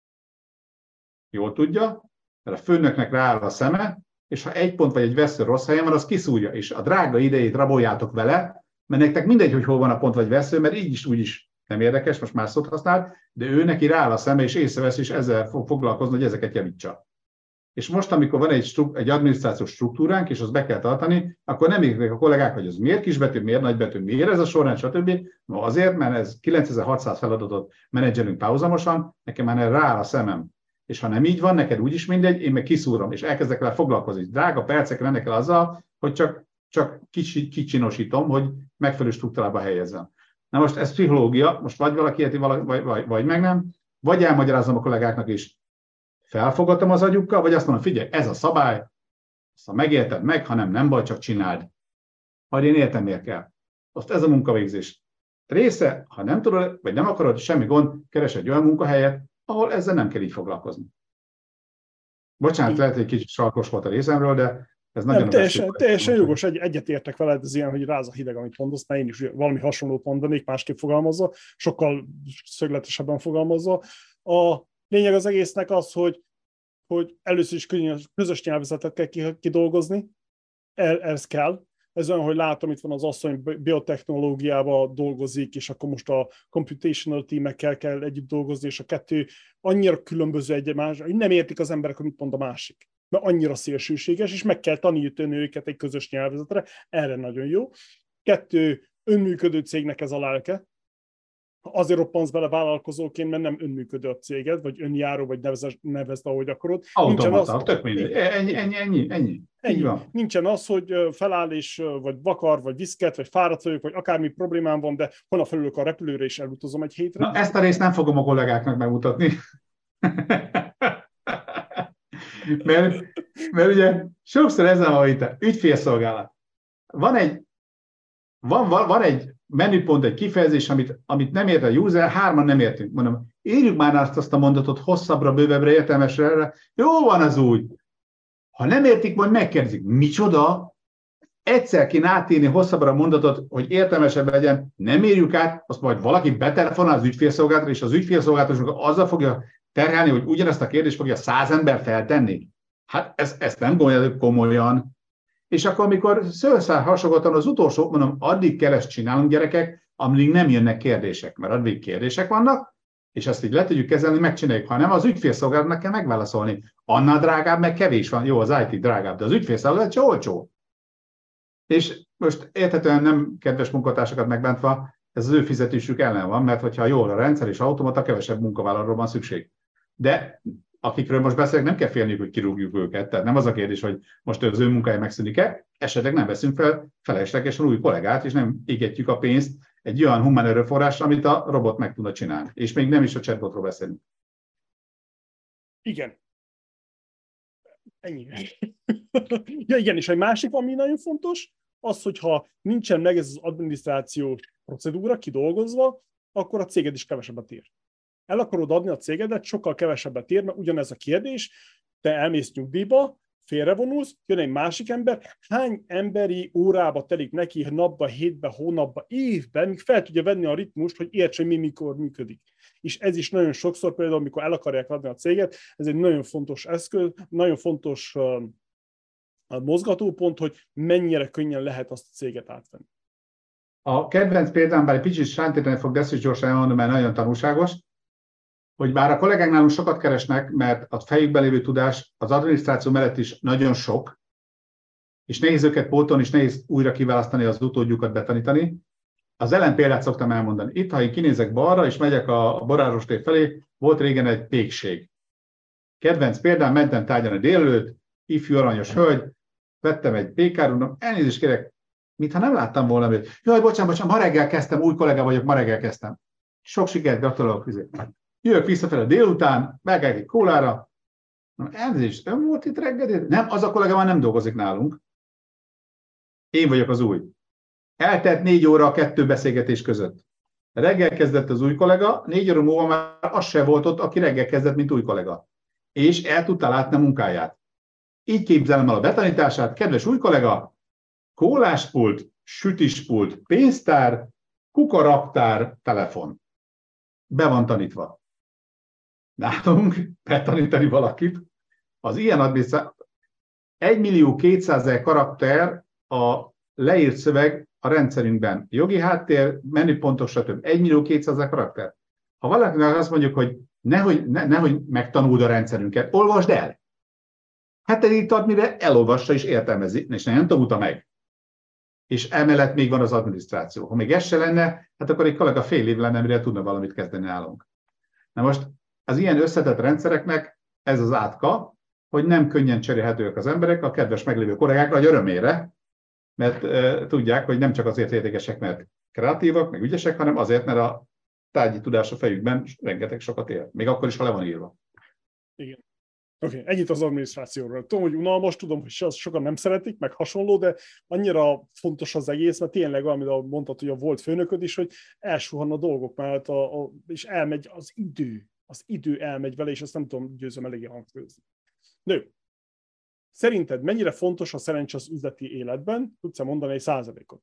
jól tudja, mert a főnöknek rááll a szeme, és ha egy pont vagy egy vesző rossz helyen van, az kiszúrja, és a drága idejét raboljátok vele, mert nektek mindegy, hogy hol van a pont vagy vesző, mert így is úgy is nem érdekes, most más szót használ, de ő neki rááll a szeme, és észrevesz, és ezzel fog foglalkozni, hogy ezeket javítsa. És most, amikor van egy, stru- egy adminisztrációs struktúránk, és azt be kell tartani, akkor nem értik a kollégák, hogy ez miért kisbetű, miért nagybetű, miért ez a sorrend, stb. No, azért, mert ez kilencezer-hatszáz feladatot menedzselünk párhuzamosan, nekem már rááll a szemem. És ha nem így van, neked úgyis mindegy, én meg kiszúrom, és elkezdek vele foglalkozni. Drága percek mennek el azzal, hogy csak, csak kicsi, kicsinosítom, hogy megfelelő struktúrába helyezzem. Na most ez pszichológia, most vagy valaki érti, vagy, vagy, vagy meg nem, vagy elmagyarázom a kollégáknak is, felfogadtam az agyukkal, vagy azt mondom, figyelj, ez a szabály, azt ha megérted meg, ha nem, nem baj, csak csináld. Majd én értem, miért kell. Azt ez a munkavégzés része, ha nem tudod, vagy nem akarod, semmi gond, keres egy olyan munkahelyet, ahol ezzel nem kell így foglalkozni. Bocsánat, lehet, hogy egy kicsit sarkos volt a részemről, de ez nagyon... Nem, teljesen, teljesen jogos, egy, egyetértek veled, ez ilyen, hogy ráz a hideg, amit mondasz, mert én is valami hasonlót mondanék, másképp fogalmazza, sokkal szögletesebben fogalmazza. A lényeg az egésznek az, hogy, hogy először is közös nyelvezetet kell kidolgozni, ez kell. Ez olyan, hogy látom, itt van az asszony biotechnológiában dolgozik, és akkor most a computational teamekkel kell együtt dolgozni, és a kettő annyira különböző egymás, hogy nem értik az emberek, hogy mit mond a másik. Mert annyira szélsőséges, és meg kell tanítani őket egy közös nyelvezetre, erre nagyon jó. Kettő, önműködő cégnek ez a lelke. Azért roppansz bele vállalkozóként, mert nem önműködő a céged, vagy önjáró, vagy nevezd, nevezd ahogy akarod. Automata, tök mindegy. Ennyi, ennyi, ennyi, ennyi. ennyi. Van. Nincsen az, hogy feláll és vagy vakar, vagy viszket, vagy fáradt vagyok, vagy akármi problémám van, de holnap felülök a repülőre, és elutazom egy hétre. Na, ezt a részt nem fogom a kollégáknak megmutatni. mert, mert ugye sokszor ezen van itt ügyfélszolgálat. Van egy, van, van, van egy menüpont, egy kifejezés, amit, amit nem ért a user, hárman nem értünk. Mondom, írjuk már azt, azt a mondatot hosszabbra, bővebbre, értelmesre, jó van az úgy. Ha nem értik, majd megkérdezik, micsoda? Egyszer kéne átírni hosszabbra a mondatot, hogy értelmesebb legyen, nem írjuk át, azt majd valaki betelefonál az ügyfélszolgálatra, és az ügyfélszolgálatos azzal fogja terhelni, hogy ugyanezt a kérdést fogja száz ember feltenni. Hát ezt, ezt nem gondoljuk komolyan. És akkor, amikor szőrszár hasogatom az utolsó, mondom, addig kell ezt csinálunk, gyerekek, amíg nem jönnek kérdések, mert addig kérdések vannak, és ezt így le tudjuk kezelni, megcsináljuk. Ha nem, az ügyfélszolgálatnak kell megválaszolni. Annál drágább, meg kevés van. Jó, az i té drágább, de az ügyfélszolgálat csak olcsó. És most érthetően nem kedves munkatársakat megbántva, ez az ő fizetésük ellen van, mert hogyha jól a rendszer és automata, kevesebb munkavállalóra van szükség. De akikről most beszélek, nem kell félniük, hogy kirúgjuk őket. Tehát nem az a kérdés, hogy most az ő munkája megszűnik-e, esetleg nem veszünk fel feleslegesen új kollégát, és nem égetjük a pénzt egy olyan humán erőforrás, amit a robot meg tudna csinálni. És még nem is a chatbotról beszélünk. Igen. Ennyi. Ja, igen, és egy másik, ami nagyon fontos, az, hogyha nincsen meg ez az adminisztrációs procedúra kidolgozva, akkor a céged is kevesebbet ér. El akarod adni a cégedet, sokkal kevesebbet ér, mert ugyanez a kérdés, te elmész nyugdíjba, félrevonulsz, jön egy másik ember, hány emberi órába telik neki napba, hétbe, hónapba, évben, míg fel tudja venni a ritmust, hogy értse, mi mikor működik. És ez is nagyon sokszor, például, amikor el akarják adni a céget, ez egy nagyon fontos eszköz, nagyon fontos uh, mozgatópont, hogy mennyire könnyen lehet azt a céget átvenni. A kedvenc példám, bár egy picit sántítani fog, de ezt is gyorsan elmondom, mert nagyon tanulságos, hogy bár a kollégák nálunk sokat keresnek, mert a fejükben lévő tudás az adminisztráció mellett is nagyon sok, és nehéz őket pótolni, és nehéz újra kiválasztani, az utódjukat betanítani. Az ellenpéldát szoktam elmondani. Itt, ha én kinézek balra, és megyek a Borárostér felé, volt régen egy pékség. Kedvenc példám, mentem tárgyalni délelőtt, ifjú aranyos hölgy, vettem egy pékárúnak, elnézést kérek, mintha nem láttam volna őt. Jaj, bocsánat, bocsánat, ma reggel kezdtem, új kollega vagyok, ma reggel kezdtem. Sok sikert, gratulálok. Jövök visszafele délután, belgálják egy kólára. Elnézést, ön volt itt reggel? Nem, az a kollega már nem dolgozik nálunk. Én vagyok az új. Eltelt négy óra a kettő beszélgetés között. Reggel kezdett az új kollega, négy óra múlva már az se volt ott, aki reggel kezdett, mint új kollega. És el tudta látni a munkáját. Így képzelem el a betanítását. Kedves új kollega, kóláspult, sütispult, pénztár, kukaraktár, telefon. Be van tanítva. Nálunk betanítani valakit, az ilyen adminisztráció, egymillió-kétszázezer karakter a leírt szöveg a rendszerünkben. Jogi háttér, menüpontok, stb. egymillió-kétszázezer karakter. Ha valakinek azt mondjuk, hogy nehogy, ne, nehogy megtanuld a rendszerünket, olvasd el. Hetedik tart, mire elolvassa és értelmezi, és nem tanulta meg. És emellett még van az adminisztráció. Ha még ez se lenne, hát akkor egy kollega fél év lenne, mire tudna valamit kezdeni nálunk. Na most az ilyen összetett rendszereknek ez az átka, hogy nem könnyen cserélhetőek az emberek a kedves meglévő kollégák nagy örömére, mert e, tudják, hogy nem csak azért értékesek, mert kreatívak, meg ügyesek, hanem azért, mert a tárgyi tudás a fejükben rengeteg sokat ér. Még akkor is, ha le van írva. Igen. Oké, okay, ennyit az adminisztrációról. Tudom, hogy unalmas, tudom, hogy sokan nem szeretik, meg hasonló, de annyira fontos az egész, mert tényleg, amit mondtad, hogy a volt főnököd is, hogy elsuhan a dolgok, mert a, a, és elmegy az idő. Az idő elmegy vele, és ezt nem tudom, győzöm eléggé hangsúlyozni. Nő, szerinted mennyire fontos a szerencse az üzleti életben? Tudsz-e mondani egy százalékot?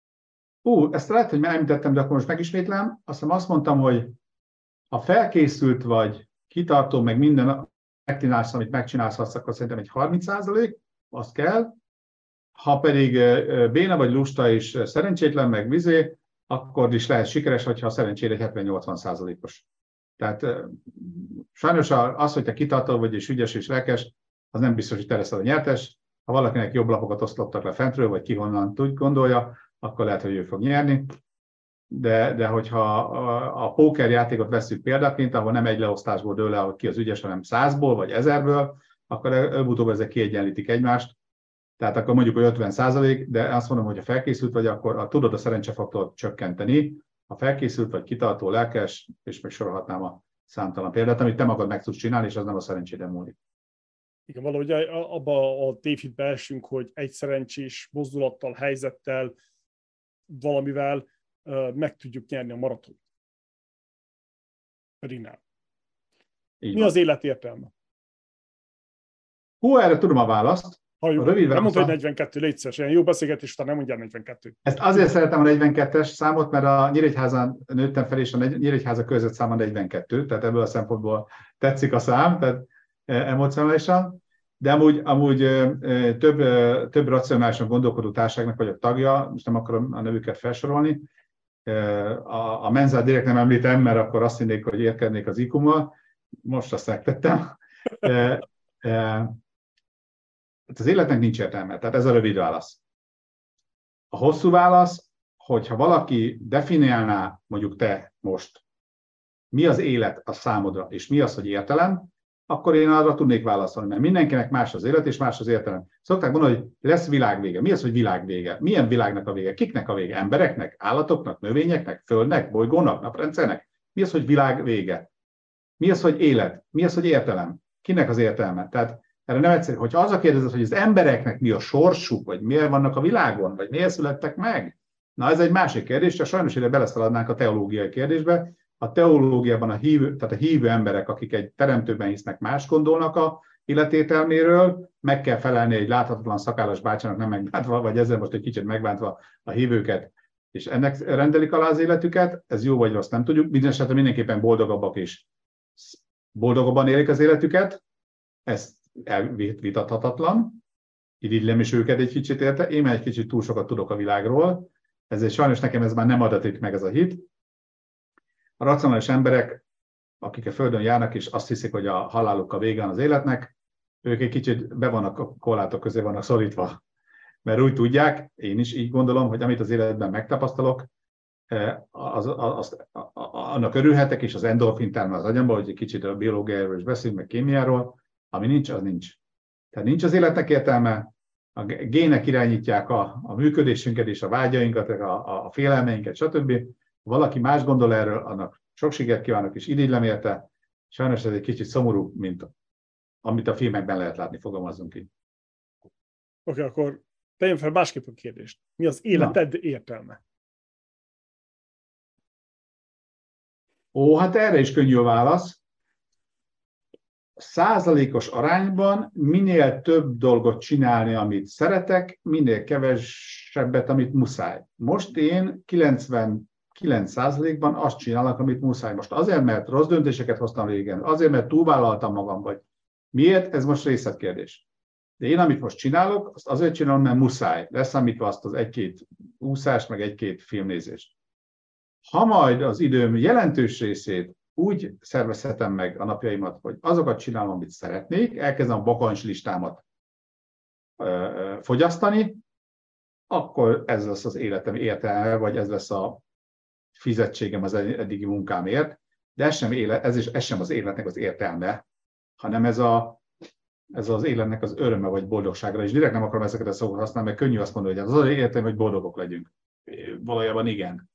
Ú, ezt lehet, hogy már említettem, de akkor most megismétlem. Aztán azt mondtam, hogy ha felkészült vagy, kitartó, meg minden megcsinálsz, amit megcsinálsz, akkor szerintem egy harminc százalék, azt kell. Ha pedig béna vagy lusta és szerencsétlen, meg vizé, akkor is lehet sikeres, hogyha a szerencsére egy hetven-nyolcvan százalékos. Tehát sajnos az, hogy te kitartó vagy és ügyes és lelkes, az nem biztos, hogy te leszel a nyertes. Ha valakinek jobb lapokat osztottak le fentről, vagy ki honnan tud, gondolja, akkor lehet, hogy ő fog nyerni. De, de hogyha a, a póker játékot vesszük példaként, ahol nem egy leosztásból dől le, hogy ki az ügyes, hanem százból vagy ezerből, akkor előbb-utóbb ezek kiegyenlítik egymást. Tehát akkor mondjuk, hogy ötven százalék, de azt mondom, hogy ha felkészült vagy, akkor a, tudod a szerencsefaktort csökkenteni, ha felkészült vagy, kitartó, lelkes, és meg sorolhatnám a számtalan példát, amit te magad meg tudsz csinálni, és az nem a szerencséden múlik. Igen, valahogy abba a tévhitbe esünk, hogy egy szerencsés mozdulattal, helyzettel, valamivel uh, meg tudjuk nyerni a maratont. Pedig nem. Így Mi van. az élet értelme? Hú, erre tudom a választ. Ha jó, a rövid nem mondta, hogy válasz... negyvenkettő, légy szíves, ilyen jó beszélgetés után nem mondjál negyvenkettőt. Ezt azért szeretem a negyvenkettes számot, mert a Nyíregyházán nőttem fel, és a Nyíregyháza körzet száma negyvenkettő, tehát ebből a szempontból tetszik a szám, tehát emocionálisan. De amúgy, amúgy több, több racionálisan gondolkodó társaságnak vagyok tagja, most nem akarom a nevüket felsorolni. A, a Menzát direkt nem említem, mert akkor azt hinnék, hogy érkednék az í kú-mal. Most azt megtettem. Az életnek nincs értelme, tehát ez a rövid válasz. A hosszú válasz, hogyha valaki definiálná, mondjuk te most, mi az élet a számodra, és mi az, hogy értelem, akkor én arra tudnék válaszolni, mert mindenkinek más az élet és más az értelem. Szokták mondani, hogy lesz világvége. Mi az, hogy világvége? Milyen világnak a vége? Kiknek a vége? Embereknek? Állatoknak? Növényeknek? Földnek? Bolygónak? Naprendszernek? Mi az, hogy világ vége? Mi az, hogy élet? Mi az, hogy értelem? Kinek az értelme? Tehát erre nem egyszerű. Hogyha az a kérdezet, hogy az embereknek mi a sorsuk, vagy miért vannak a világon, vagy miért születtek meg, na ez egy másik kérdés, csak sajnos ide beleszaladnánk a teológiai kérdésbe. A teológiában a hívő, tehát a hívő emberek, akik egy teremtőben hisznek, más gondolnak a életételméről, meg kell felelni egy láthatatlan szakállas bácsának, nem megbántva, vagy ezzel most egy kicsit megbántva a hívőket, és ennek rendelik alá az életüket, ez jó vagy rossz, nem tudjuk, mindenesetre mindenképpen boldogabbak és boldogabban élik az életüket, ez vitathatatlan, irigylem is őket egy kicsit érte, én már egy kicsit túl sokat tudok a világról, ezért sajnos nekem ez már nem adatik meg ez a hit. A racionális emberek, akik a Földön járnak, és azt hiszik, hogy a haláluk a vége az életnek, ők egy kicsit be vannak a korlátok közé vannak szorítva. Mert úgy tudják, én is így gondolom, hogy amit az életben megtapasztalok, az, az, az, annak örülhetek, és az endorfin termel az agyamban, hogy egy kicsit a biológiáról is beszélünk, meg kémiáról, ami nincs, az nincs. Tehát nincs az életnek értelme, a gének irányítják a, a működésünket és a vágyainkat, a, a félelmeinket, stb. Valaki más gondol erről, annak sok sikert kívánok, és irigylem érte. Sajnos ez egy kicsit szomorú, mint amit a filmekben lehet látni, fogalmazzunk így. Oké, okay, akkor tegyem fel másképp a kérdést. Mi az életed Na. értelme? Ó, hát erre is könnyű a válasz. Százalékos arányban minél több dolgot csinálni, amit szeretek, minél kevesebbet, amit muszáj. Most én kilencvenkilenc százalékban azt csinálok, amit muszáj. Most azért, mert rossz döntéseket hoztam régen, azért, mert túlvállaltam magam, vagy miért, ez most részletkérdés. De én, amit most csinálok, azt azért csinálom, mert muszáj. Leszámítva azt az egy-két úszást, meg egy-két filmnézést. Ha majd az időm jelentős részét úgy szervezhetem meg a napjaimat, hogy azokat csinálom, amit szeretnék, elkezdem a bakancs listámat fogyasztani, akkor ez lesz az életem értelme, vagy ez lesz a fizetségem az eddigi munkámért, de ez sem, élet, ez is, ez sem az életnek az értelme, hanem ez, a, ez az életnek az öröme vagy boldogságra, és direkt nem akarom ezeket a szavakat használni, mert könnyű azt mondani, hogy az az értelme, hogy boldogok legyünk. Valójában igen.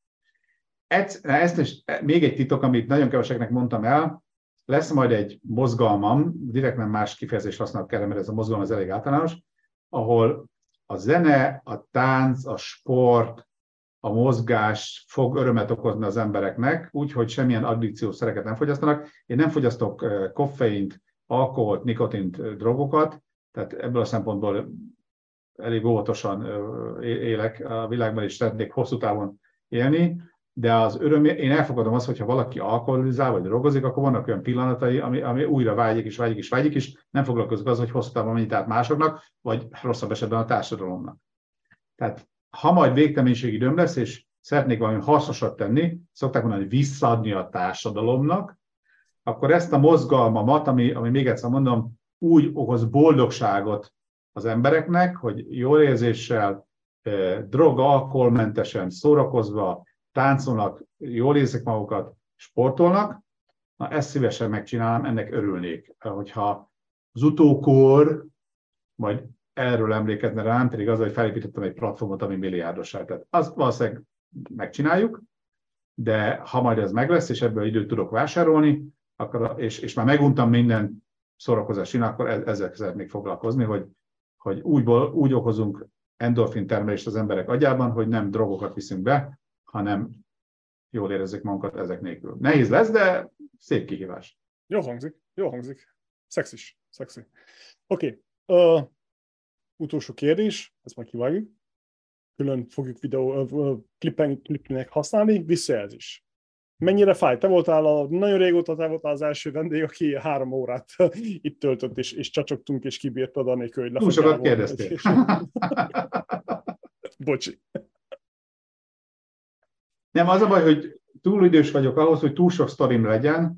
Ezt is, még egy titok, amit nagyon keveseknek mondtam el, lesz majd egy mozgalmam, direkt nem más kifejezést használok kell, mert ez a mozgalom az elég általános, ahol a zene, a tánc, a sport, a mozgás fog örömet okozni az embereknek, úgyhogy semmilyen addikciós szereket nem fogyasztanak. Én nem fogyasztok koffeint, alkoholt, nikotint, drogokat, tehát ebből a szempontból elég óvatosan élek a világban, és szeretnék hosszú távon élni, de az öröm, én elfogadom azt, hogyha valaki alkoholizál vagy drogozik, akkor vannak olyan pillanatai, ami, ami újra vágyik és vágyik és vágyik, és nem foglalkozik az, hogy hosszú távon mennyit át másoknak, vagy rosszabb esetben a társadalomnak. Tehát ha majd végtelenségi időm lesz, és szeretnék valami hasznosat tenni, szokták mondani, hogy visszaadni a társadalomnak, akkor ezt a mozgalmamat, ami, ami még egyszer mondom, úgy okoz boldogságot az embereknek, hogy jól érzéssel, eh, drog, alkoholmentesen, szórakozva, táncolnak, jól érzik magukat, sportolnak, na ezt szívesen megcsinálom, ennek örülnék. Hogyha az utókor majd erről emlékezne rám, pedig az, hogy felépítettem egy platformot, ami milliárdosság. Tehát azt valószínűleg megcsináljuk, de ha majd ez meg lesz, és ebből időt tudok vásárolni, akkor, és, és már meguntam minden szórakozást csinál, akkor ezzel szeretnék foglalkozni, hogy, hogy úgy, úgy okozunk endorfin termelést az emberek agyában, hogy nem drogokat viszünk be, hanem jól érezzük magunkat ezek nélkül. Nehéz lesz, de szép kihívás. Jó hangzik, jó hangzik. Szexis, szexi. Oké, okay. uh, utolsó kérdés, ezt majd kivágjuk. Külön fogjuk videó, uh, klippen, klipnek használni, visszajelzés. Mennyire fáj? Te voltál, a, nagyon régóta te voltál az első vendég, aki három órát itt töltött, és, és csacsogtunk, és kibírtad anélkül, hogy lefogyál. Túl sokat kérdeztél. Bocsi. Nem, az a baj, hogy túl idős vagyok ahhoz, hogy túl sok sztorim legyen,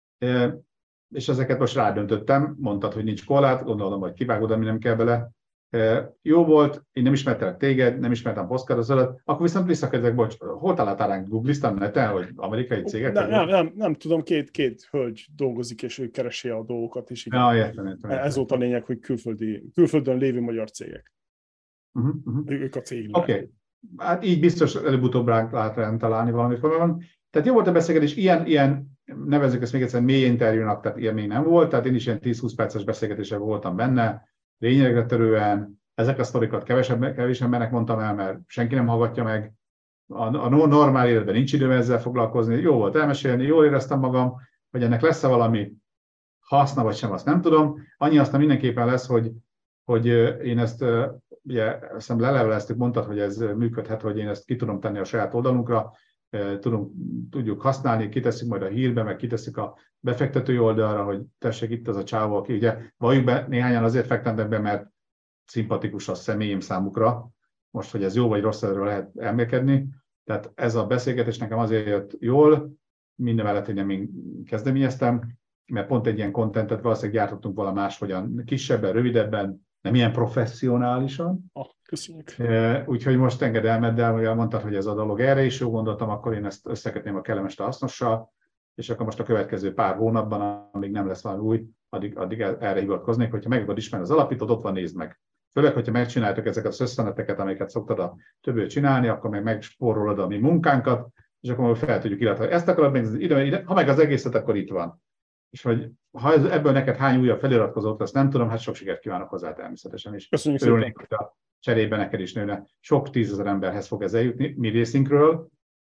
és ezeket most rádöntöttem, mondtad, hogy nincs korlát, gondolom, hogy kivágod, ami nem kell bele, Jó volt, én nem ismertelek téged, nem ismertem Poszkározodat, akkor viszont visszakérdezek, bocs, hol találtál ránk Google-listán neten, hogy amerikai cégek? Nem, nem, nem, nem tudom, két, két hölgy dolgozik, és ő keresi a dolgokat, és így ja, értem, értem, értem. Ez volt a lényeg, hogy külföldi, külföldön lévő magyar cégek. Uh-huh, uh-huh. Ők a cég. Oké, okay. Hát így biztos előbb-utóbb ránk lehet rám találni valami formában. Tehát jó volt a beszélgetés, ilyen, ilyen nevezzük ezt még egyszer mély interjúnak, tehát ilyen még nem volt, tehát én is ilyen tíz-húsz perces beszélgetésre voltam benne, lényegre törően, ezek a sztorikat kevesebb, kevés embernek mondtam el, mert senki nem hallgatja meg, a, a normál életben nincs időm ezzel foglalkozni, jó volt elmesélni, jól éreztem magam, hogy ennek lesz-e valami haszna, vagy sem, azt nem tudom. Annyi aztán mindenképpen lesz, hogy, hogy én ezt, ugye, azt hiszem leleveleztük, mondtad, hogy ez működhet, hogy én ezt ki tudom tenni a saját oldalunkra, tudunk, tudjuk használni, kitesszük majd a hírbe, meg kitesszük a befektetői oldalra, hogy tessék itt az a csávó, aki ugye valljuk be, néhányan azért fektetnek be, mert szimpatikus a személyem számukra. Most, hogy ez jó vagy rossz, erről lehet elmélkedni. Tehát ez a beszélgetés nekem azért jött jól, minden mellett én még kezdeményeztem, mert pont egy ilyen kontentet valószínűleg gyártottunk vala máshogyan, kisebben, rövidebben, nem ilyen professzionálisan. Ah, köszönjük. Úgyhogy most engedelmeddel, hogy mondtad, hogy ez a dolog erre is jó, gondoltam, akkor én ezt összekötném a kellemes a hasznossal, és akkor most a következő pár hónapban, amíg nem lesz valami új, addig, addig erre hivatkoznék, hogyha meg tudod ismerni az alapítót, ott van, nézd meg. Főleg, hogyha megcsináltuk ezeket az összeneteket, amiket szoktad a többől csinálni, akkor meg megspórolod a mi munkánkat, és akkor fel tudjuk illetni, ezt akarod meg, ide, ide, ha meg az egészet, akkor itt van. És hogy ha ebből neked hány újabb feliratkozót lesz, nem tudom, hát sok sikert kívánok hozzá természetesen is. Köszönjük Örülnék, hogy a cserébe neked is nőne. Sok tízezer emberhez fog ez eljutni, mi részünkről,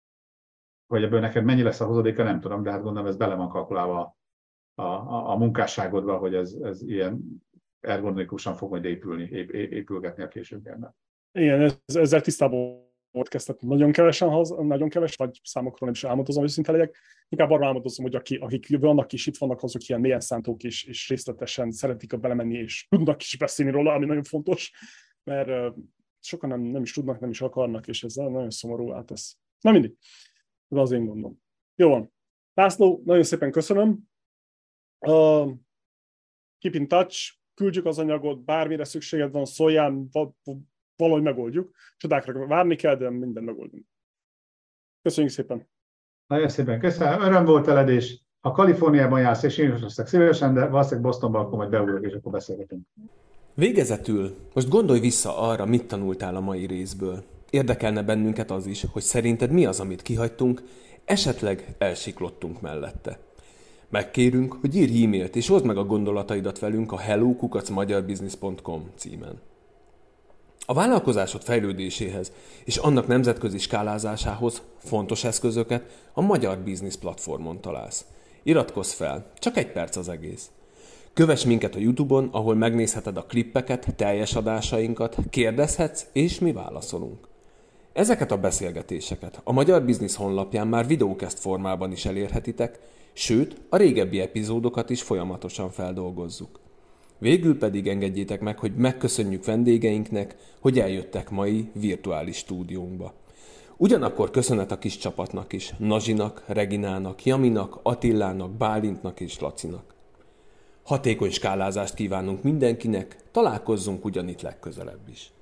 hogy ebből neked mennyi lesz a hozadéka, nem tudom, de hát gondolom ez bele van kalkulálva a, a, a munkásságodba, hogy ez, ez ilyen ergonomikusan fog majd épülni, ép, épülgetni a későbbiekben. Igen, ez, ezzel tisztában volt kezdett. Nagyon kevesen, nagyon keves, vagy számokról nem is álmodozom, hogy őszinte legyek. Inkább arra álmodozom, hogy aki, akik vannak is itt vannak, azok ilyen mélyen szántók és, és részletesen szeretik a belemenni, és tudnak is beszélni róla, ami nagyon fontos, mert uh, sokan nem, nem is tudnak, nem is akarnak, és ez nagyon szomorú átesz. Na mindig. Ez az én gondom. Jó van. László, nagyon szépen köszönöm. Uh, keep in touch, küldjük az anyagot, bármire szükséged van, szóljál, valahogy megoldjuk. Csodákra várni kell, de minden megoldunk. Köszönjük szépen. Nagyon szépen köszönöm. Öröm volt veled, és ha Kaliforniában jársz, és én is leszek szívesen, de valószínűleg Bostonban akkor majd beugrok, és akkor beszélgetünk. Végezetül most gondolj vissza arra, mit tanultál a mai részből. Érdekelne bennünket az is, hogy szerinted mi az, amit kihagytunk, esetleg elsiklottunk mellette. Megkérünk, hogy írj e-mailt és oszd meg a gondolataidat velünk a hello kukac magyar business pont com címen. A vállalkozásod fejlődéséhez és annak nemzetközi skálázásához fontos eszközöket a Magyar Business platformon találsz. Iratkozz fel, csak egy perc az egész. Kövess minket a YouTube-on, ahol megnézheted a klippeket, teljes adásainkat, kérdezhetsz, és mi válaszolunk. Ezeket a beszélgetéseket a Magyar Business honlapján már videókeszt formában is elérhetitek, sőt, a régebbi epizódokat is folyamatosan feldolgozzuk. Végül pedig engedjétek meg, hogy megköszönjük vendégeinknek, hogy eljöttek mai virtuális stúdiónkba. Ugyanakkor köszönet a kis csapatnak is, Nazsinak, Reginának, Jaminak, Attilának, Bálintnak és Lacinak. Hatékony skálázást kívánunk mindenkinek, találkozzunk ugyanitt legközelebb is.